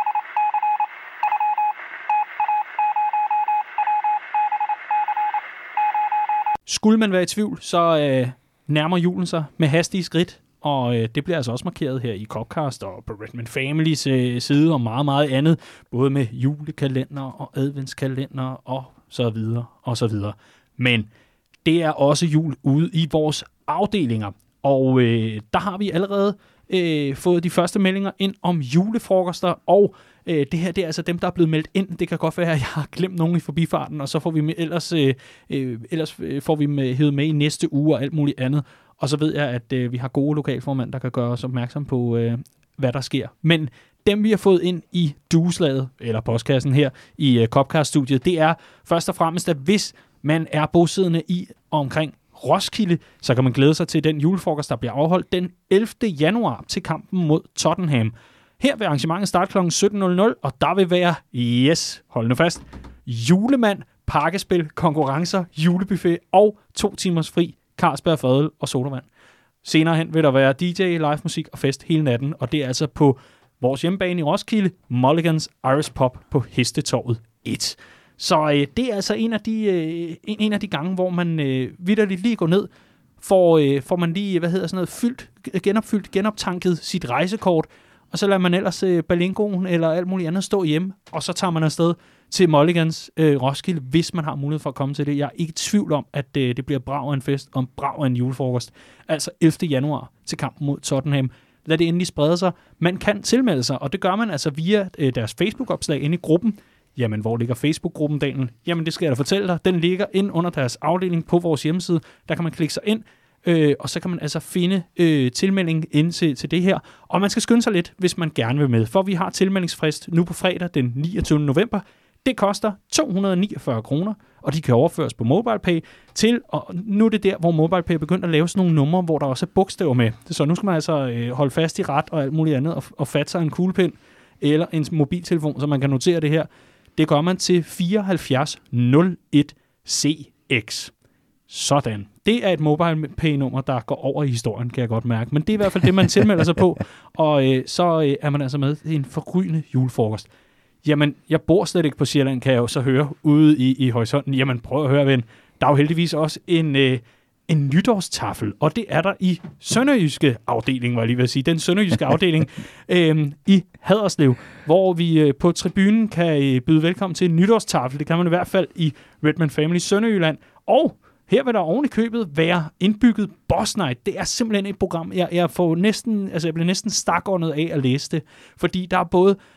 Skulle man være i tvivl, så øh, nærmer julen sig med hastige skridt, og øh, det bliver altså også markeret her i Copcast og på Redman Familys øh, side og meget, meget andet, både med julekalender og adventskalender og så videre og så videre. Men det er også jul ude i vores afdelinger, og øh, der har vi allerede øh, fået de første meldinger ind om julefrokoster, og øh, det her det er altså dem, der er blevet meldt ind. Det kan godt være, at jeg har glemt nogen i forbifarten, og så får vi med, ellers, øh, øh, ellers får vi med, hævet med i næste uge og alt muligt andet. Og så ved jeg, at øh, vi har gode lokalformand, der kan gøre os opmærksom på, øh, hvad der sker. Men dem, vi har fået ind i dueslaget, eller postkassen her i øh, Copcast-studiet, det er først og fremmest, at hvis man er bosiddende i og omkring Roskilde, så kan man glæde sig til den julefrokost, der bliver afholdt den ellevte januar til kampen mod Tottenham. Her vil arrangementet starte klokken sytten nul nul, og der vil være, yes, hold nu fast, julemand, pakkespil, konkurrencer, julebuffet og to timers fri Carlsberg fadøl og sodavand. Senere hen vil der være D J, live musik og fest hele natten, og det er altså på vores hjemmebane i Roskilde, Mulligans Irish Pub på Hestetorvet et. Så øh, det er altså en af de øh, en, en af de gange, hvor man øh, vitterligt lige går ned, får, øh, får man lige, hvad hedder sådan noget, fyldt, genopfyldt, genoptanket sit rejsekort, og så lader man ellers øh, Berlingoen eller alt muligt andet stå hjemme, og så tager man afsted til Mulligans øh, Roskilde, hvis man har mulighed for at komme til det. Jeg er ikke i tvivl om, at øh, det bliver brav af en fest og brav af en julefrokost. Altså ellevte januar til kampen mod Tottenham. Lad det endelig sprede sig. Man kan tilmelde sig, og det gør man altså via øh, deres Facebook-opslag inde i gruppen. Jamen, hvor ligger Facebook-gruppen, Daniel? Jamen, det skal jeg da fortælle dig. Den ligger ind under deres afdeling på vores hjemmeside. Der kan man klikke sig ind, øh, og så kan man altså finde øh, tilmelding ind til, til det her. Og man skal skynde sig lidt, hvis man gerne vil med, for vi har tilmeldingsfrist nu på fredag den niogtyvende november. Det koster to hundrede og niogfyrre kroner, og de kan overføres på MobilePay til, og nu er det der, hvor MobilePay er begyndt at lave sådan nogle numre, hvor der også er bogstaver med. Så nu skal man altså øh, holde fast i ret og alt muligt andet, og, og fatte sig en kuglepen eller en mobiltelefon, så man kan notere det her. Det gør man til fireoghalvfjerds nul et C X. Sådan. Det er et MobilePay-nummer, der går over i historien, kan jeg godt mærke. Men det er i hvert fald det, man tilmelder sig på. Og øh, så øh, er man altså med i en forrygende julefrokost. Jamen, jeg bor slet ikke på Sjælland, kan jeg jo så høre ude i, i horisonten. Jamen, prøv at høre, ven. Der er jo heldigvis også en, øh, en nytårstafel, og det er der i sønderjyske afdeling, var jeg lige ved at sige. Den sønderjyske afdeling øh, i Haderslev, hvor vi øh, på tribunen kan øh, byde velkommen til en nytårstafel. Det kan man i hvert fald i Redman Family Sønderjylland. Og her vil der oven i købet være indbygget Boss Night. Det er simpelthen et program, jeg, jeg får næsten, altså jeg bliver næsten stakåndet af at læse det, fordi der er både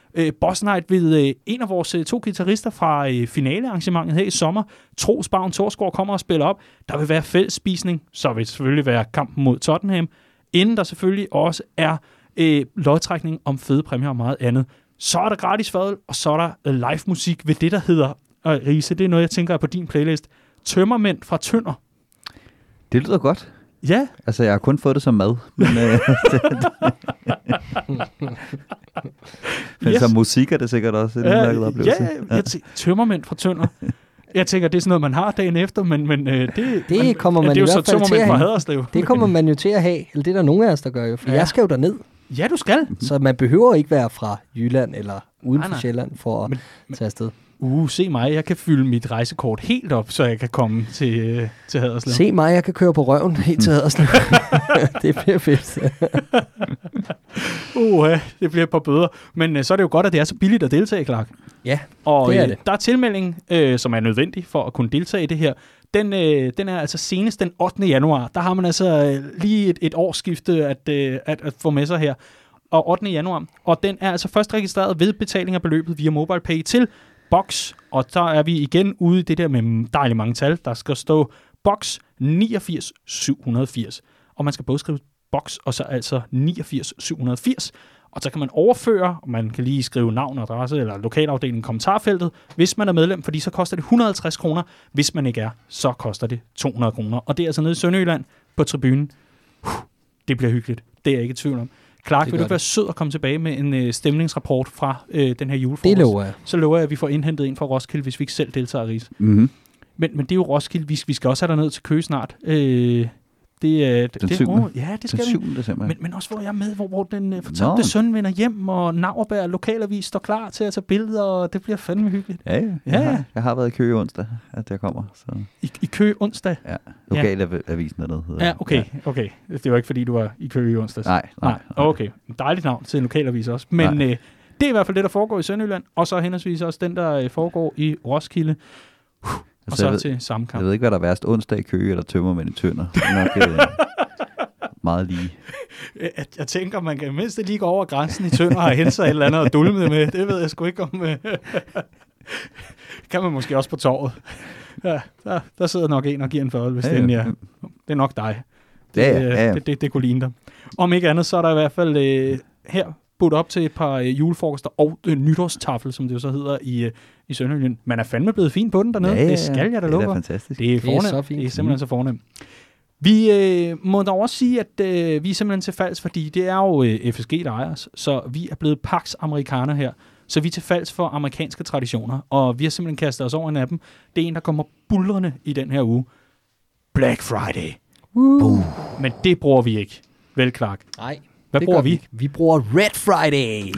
øh, Boss Night ved øh, en af vores øh, to guitarister fra øh, finalearrangementet her i sommer. Troels Bavn Thorsgaard kommer og spiller op. Der vil være fællesspisning, så vil det selvfølgelig være kampen mod Tottenham. Inden der selvfølgelig også er øh, lodtrækning om fede præmier og meget andet. Så er der gratis fadøl, og så er der øh, live musik ved det, der hedder, og Riese, det er noget, jeg tænker er på din playlist, Tømmermænd fra Tønder. Det lyder godt. Ja. Altså, jeg har kun fået det som mad. Men, øh, men yes. Som musik er det sikkert også en ja, udmærket oplevelse. Ja, jeg tænker, Tømmermænd fra Tønder. Jeg tænker, det er sådan noget, man har dagen efter, men, men øh, det, det man, kommer man det er i jo hvert så fald til at fra have. Haderslev. Det kommer man jo til at have, eller det er der nogen af os, der gør jo, for ja. jeg skal jo derned. Ja, du skal. Så man behøver ikke være fra Jylland eller uden for nej, nej. Sjælland for at men, tage afsted. Uh, se mig, jeg kan fylde mit rejsekort helt op, så jeg kan komme til, øh, til Haderslev. Se mig, jeg kan køre på røven helt til Haderslev. Det bliver fedt. uh, det bliver et par bøder. Men øh, så er det jo godt, at det er så billigt at deltage, Clark. Ja, og, det er øh, det. Der er tilmelding, øh, som er nødvendig for at kunne deltage i det her. Den, øh, den er altså senest den ottende januar. Der har man altså øh, lige et, et årsskifte at, øh, at, at få med sig her. Og ottende januar. Og den er altså først registreret ved betaling af beløbet via MobilePay til Box, og der er vi igen ude i det der med dejligt mange tal. Der skal stå Box niogfirs syv hundrede og firs. Og man skal både skrive Box og så altså niogfirs syv hundrede og firs. Og så kan man overføre, og man kan lige skrive navn, adresse eller lokalafdelingen i kommentarfeltet, hvis man er medlem, fordi så koster det et hundrede og halvtreds kroner. Hvis man ikke er, så koster det to hundrede kroner. Og det er altså nede i Sønderjylland på tribunen. Det bliver hyggeligt. Det er jeg ikke i tvivl om. Clark, vil du ikke være sød og komme tilbage med en øh, stemningsrapport fra øh, den her julefrokost? Det lover jeg. Så lover jeg, at vi får indhentet en fra Roskilde, hvis vi ikke selv deltager i Ries. Mm-hmm. Men, men det er jo Roskilde. Vi, vi skal også have derned til Køge snart. Øh, det er den syvende Ja, det skal den syvende december. Men, men også hvor jeg er med, hvor, hvor den uh, fortabte søn vender hjem, og Nauerberg lokalavis står klar til at tage billeder, og det bliver fandme hyggeligt. Ja, ja. ja. Jeg, har, jeg har været i Køge onsdag, at jeg kommer. Så. I, I Køge onsdag? Ja, lokalavisen dernede. Ja, okay, okay. Det var ikke, fordi du var i Køge i onsdag. Nej, nej, nej. Okay, dejligt navn til en lokalavis også. Men øh, det er i hvert fald det, der foregår i Sønderjylland, og så henholdsvis også den, der øh, foregår i Roskilde. Uh, og altså, så ved, til samme kamp. Jeg ved ikke, hvad der er værst, onsdag i Køge eller Tømmermænd i Tønder. Det er nok øh, meget lige. Jeg, jeg tænker, man kan mindst lige gå over grænsen i Tønder og hente sig et eller andet og dulme med. Det ved jeg sgu ikke om. Øh. Kan man måske også på torvet. Ja, der, der sidder nok en og giver en fadøl, hvis ja, ja. Den, ja. Det er nok dig. Det, ja, ja, ja. Det, det, det kunne ligne dig. Om ikke andet, så er der i hvert fald øh, her budt op til et par øh, julefrokoster og øh, nytårstafel, som det jo så hedder i, øh, i Sønderjylland. Man er fandme blevet fin på den dernede. Ja, ja, ja. Det skal jeg da love. Det er fantastisk. Det er, det er så fint. Det er simpelthen mm. så fornemt. Vi øh, må da også sige, at øh, vi er simpelthen til falds, fordi det er jo øh, F S G, der ejer os, så vi er blevet Pax Amerikaner her. Så vi er til falds for amerikanske traditioner, og vi har simpelthen kastet os over en af dem. Det er en, der kommer buldrende i den her uge. Black Friday. Uh. Men det bruger vi ikke. Vel, Clark? Nej. Hvad bruger vi? vi? Vi bruger Red Friday.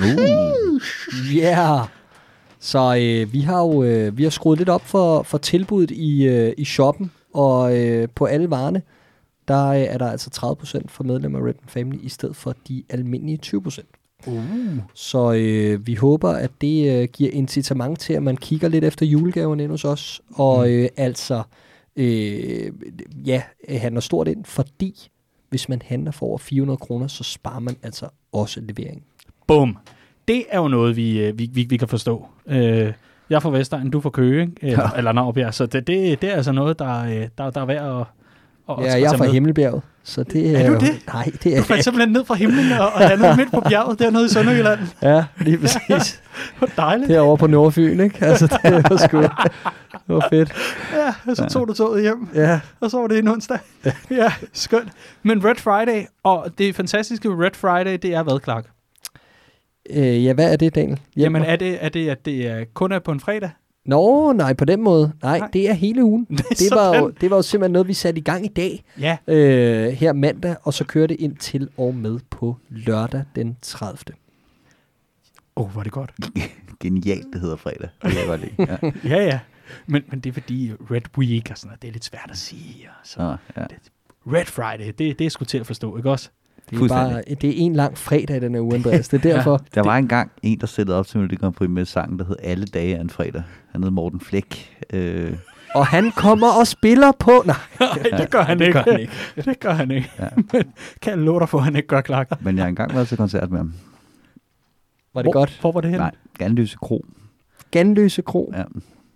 Ja. Uh. Yeah. Så øh, vi har jo øh, vi har skruet lidt op for, for tilbuddet i, øh, i shoppen, og øh, på alle varerne, der øh, er der altså tredive procent for medlemmer af Red Family, i stedet for de almindelige tyve procent. Uh. Så øh, vi håber, at det øh, giver incitament til, at man kigger lidt efter julegaverne ind hos os, og øh, altså øh, ja, handler stort ind, fordi hvis man handler for over fire hundrede kroner, så sparer man altså også levering. Bum. Det er jo noget, vi, vi, vi, vi kan forstå. Øh, jeg er fra Vestegn, du er fra Køge, ikke? Eller, ja. eller Nauerberg, så det, det, det er altså noget, der, der, der er værd at... Og ja, jeg er fra Himmelbjerget, så det er, er du jo, det? Nej, det er du faldt simpelthen ned fra himlen og, og landede midt på bjerget dernede i Sønderjylland. Ja, lige præcis. Hvor dejligt. Derovre på Nordfyn, ikke? Altså, det var sgu... Det var fedt. Ja, og så tog du toget hjem. Ja. Og så var det en onsdag. Ja, skønt. Men Red Friday, og det fantastiske ved Red Friday, det er hvad, Clark? Øh, ja, hvad er det, Daniel? Hjælp Jamen, mig. er det, er det, at det er kun er på en fredag? Nå, nej, på den måde. Nej, nej. Det er hele ugen. Det, det, var jo, det var jo simpelthen noget, vi satte i gang i dag. Ja. Øh, her mandag, og så kører det ind til og med på lørdag den tredivte Åh, oh, var det godt. Genialt, det hedder fredag. Det er godt lide. Ja, ja. ja. Men, men det er fordi Red Week og sådan noget, det er lidt svært at sige. Og så. Ah, ja. det, Red Friday, det, det er sgu til at forstå, ikke også? Det er, bare, det er en lang fredag i den her uge, Andreas. Det er derfor. Ja. Der var engang en, der sættede op til Melodi Grand Prix med sangen, der hed Alle dage er en fredag. Han hed Morten Flæk. Øh. Og han kommer og spiller på... Nej, Nej det gør han det ikke. Gør han ikke. Det gør han ikke. Ja. Men kan jeg love dig for, at han ikke gør Clark? Men jeg har engang været til koncert med ham. Var det hvor, godt? Hvor var det henne? Nej, Ganløse Kro. Ganløse Kro. Ja.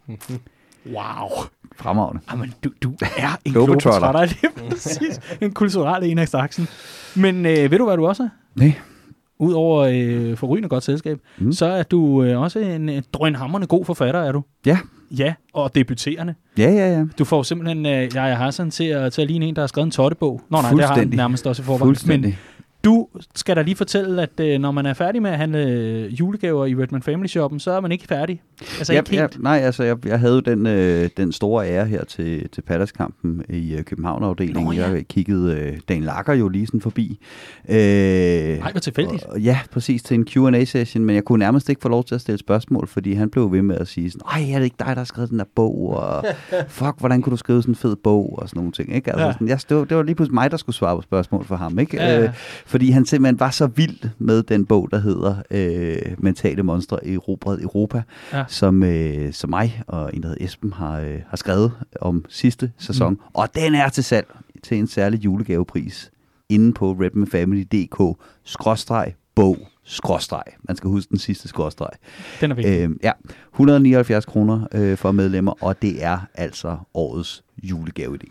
Wow. Fremragende. Jamen, du, du er en Globetrotter. globetrotter. Lige præcis. En kulturel en af slagsen. Men øh, ved du, hvad du også er? Nej. Udover øh, forrygende godt selskab, mm. så er du øh, også en øh, drønhamrende god forfatter, er du? Ja. Ja, og debuterende. Ja, ja, ja. Du får simpelthen øh, Yahya Hassan til at, til at ligne en, der har skrevet en tottebog. Nå nej, det har han nærmest også i forvejen. Men du skal da lige fortælle, at øh, når man er færdig med at handle øh, julegaver i Redman Family Shoppen, så er man ikke færdig. Altså ja, ikke helt. Ja, nej, altså jeg, jeg havde jo den, øh, den store ære her til, til Palace-kampen i øh, København-afdelingen. Nå, ja. Jeg kiggede øh, Dan Lager jo lige sådan forbi. Øh, Nej, hvor tilfældigt. Og, ja, præcis, til en Q and A-session, men jeg kunne nærmest ikke få lov til at stille spørgsmål, fordi han blev ved med at sige sådan, ej, er det ikke dig, der har skrevet den der bog, og fuck, hvordan kunne du skrive sådan en fed bog, og sådan nogle ting, ikke? Altså, ja. sådan, jeg, det, var, det var lige pludselig mig, der skulle svare på spørgsmål for ham, ikke? Ja, ja. Øh, fordi han simpelthen var så vild med den bog, der hedder øh, Mentale Monstre i Erobret Europa, ja. som, øh, som mig og en, der hedder Esben, har, øh, har skrevet om sidste sæson. Mm. Og den er til salg til en særlig julegavepris inde på redmanfamily punktum d k skråstreg bog skråstreg. Man skal huske den sidste skråstreg. Den er vigtig. Øh, ja, et hundrede og nioghalvfjerds kroner øh, for medlemmer, og det er altså årets julegaveidé.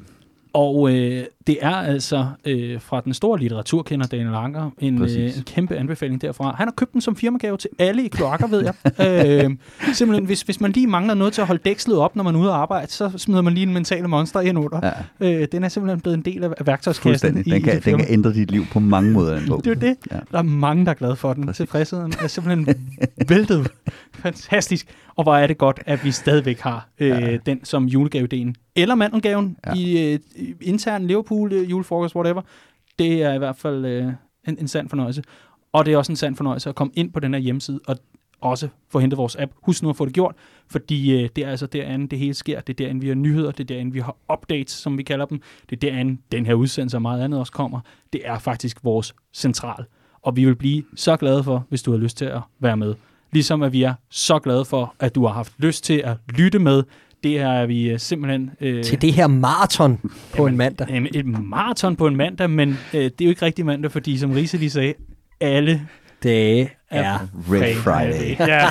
Og øh, det er altså øh, fra den store litteraturkender Daniel Langer en, øh, en kæmpe anbefaling derfra. Han har købt den som firmagave til alle i kloakker, ved jeg. øh, simpelthen, hvis, hvis man lige mangler noget til at holde dækslet op, når man er ude at arbejde, så smider man lige en mentale monster ind under. Ja. Øh, den er simpelthen blevet en del af værktøjskassen. Den, kan, den kan ændre dit liv på mange måder. Den bog. Det er jo det. Ja. Der er mange, der er glade for den. Præcis. Tilfredsheden er simpelthen væltet. Fantastisk. Og hvor er det godt, at vi stadigvæk har øh, ja. den som julegaveidéen. Eller mandelgaven ja. i øh, intern Liverpool, øh, julefrokost, whatever. Det er i hvert fald øh, en, en sand fornøjelse. Og det er også en sand fornøjelse at komme ind på den her hjemmeside og også få hentet vores app. Husk nu at få det gjort, fordi øh, det er altså derinde, det hele sker. Det er derinde, vi har nyheder. Det er derinde, vi har updates, som vi kalder dem. Det er derinde, den her udsendelse og meget andet også kommer. Det er faktisk vores central. Og vi vil blive så glade for, hvis du har lyst til at være med. Ligesom at vi er så glade for, at du har haft lyst til at lytte med. Det er vi simpelthen... Øh, til det her maraton på jamen, en mandag. Øh, et maraton på en mandag, men øh, det er jo ikke rigtig mandag, fordi som Riese lige sagde, alle dage er Red Friday. Ja.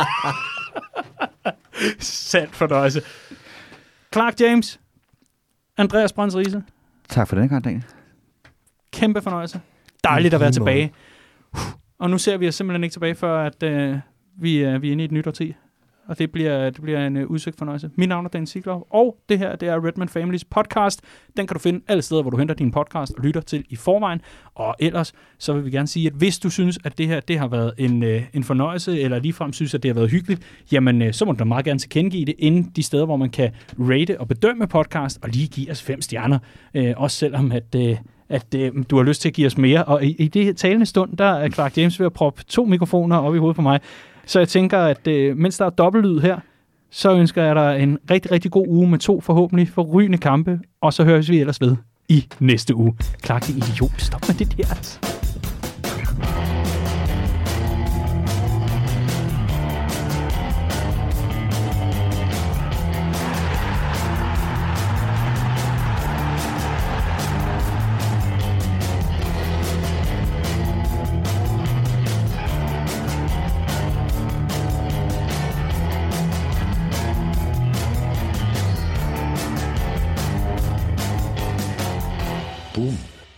Sandt fornøjelse. Clark James, Andreas Brøns Riese. Tak for den gang, Daniel. Kæmpe fornøjelse. Dejligt at være tilbage. Og nu ser vi os simpelthen ikke tilbage, før at øh, vi, er, vi er inde i et nyt årti. Og det bliver, det bliver en uh, udsøgt fornøjelse. Mit navn er Dan Ziegler, og det her det er Redman Families podcast. Den kan du finde alle steder, hvor du henter din podcast og lytter til i forvejen. Og ellers så vil vi gerne sige, at hvis du synes, at det her det har været en, uh, en fornøjelse, eller ligefrem synes, at det har været hyggeligt, jamen uh, så må du da meget gerne tilkendegive det inden de steder, hvor man kan rate og bedømme podcast, og lige give os fem stjerner. Uh, også selvom at... Uh, at øh, du har lyst til at give os mere. Og i, i det talende stund, der er Clark James ved at proppe to mikrofoner op i hovedet på mig. Så jeg tænker, at øh, mens der er dobbeltlyd her, så ønsker jeg dig en rigtig, rigtig god uge med to forhåbentlig forrygende kampe. Og så høres vi ellers ved i næste uge. Clark, det idiot. Stop med det der.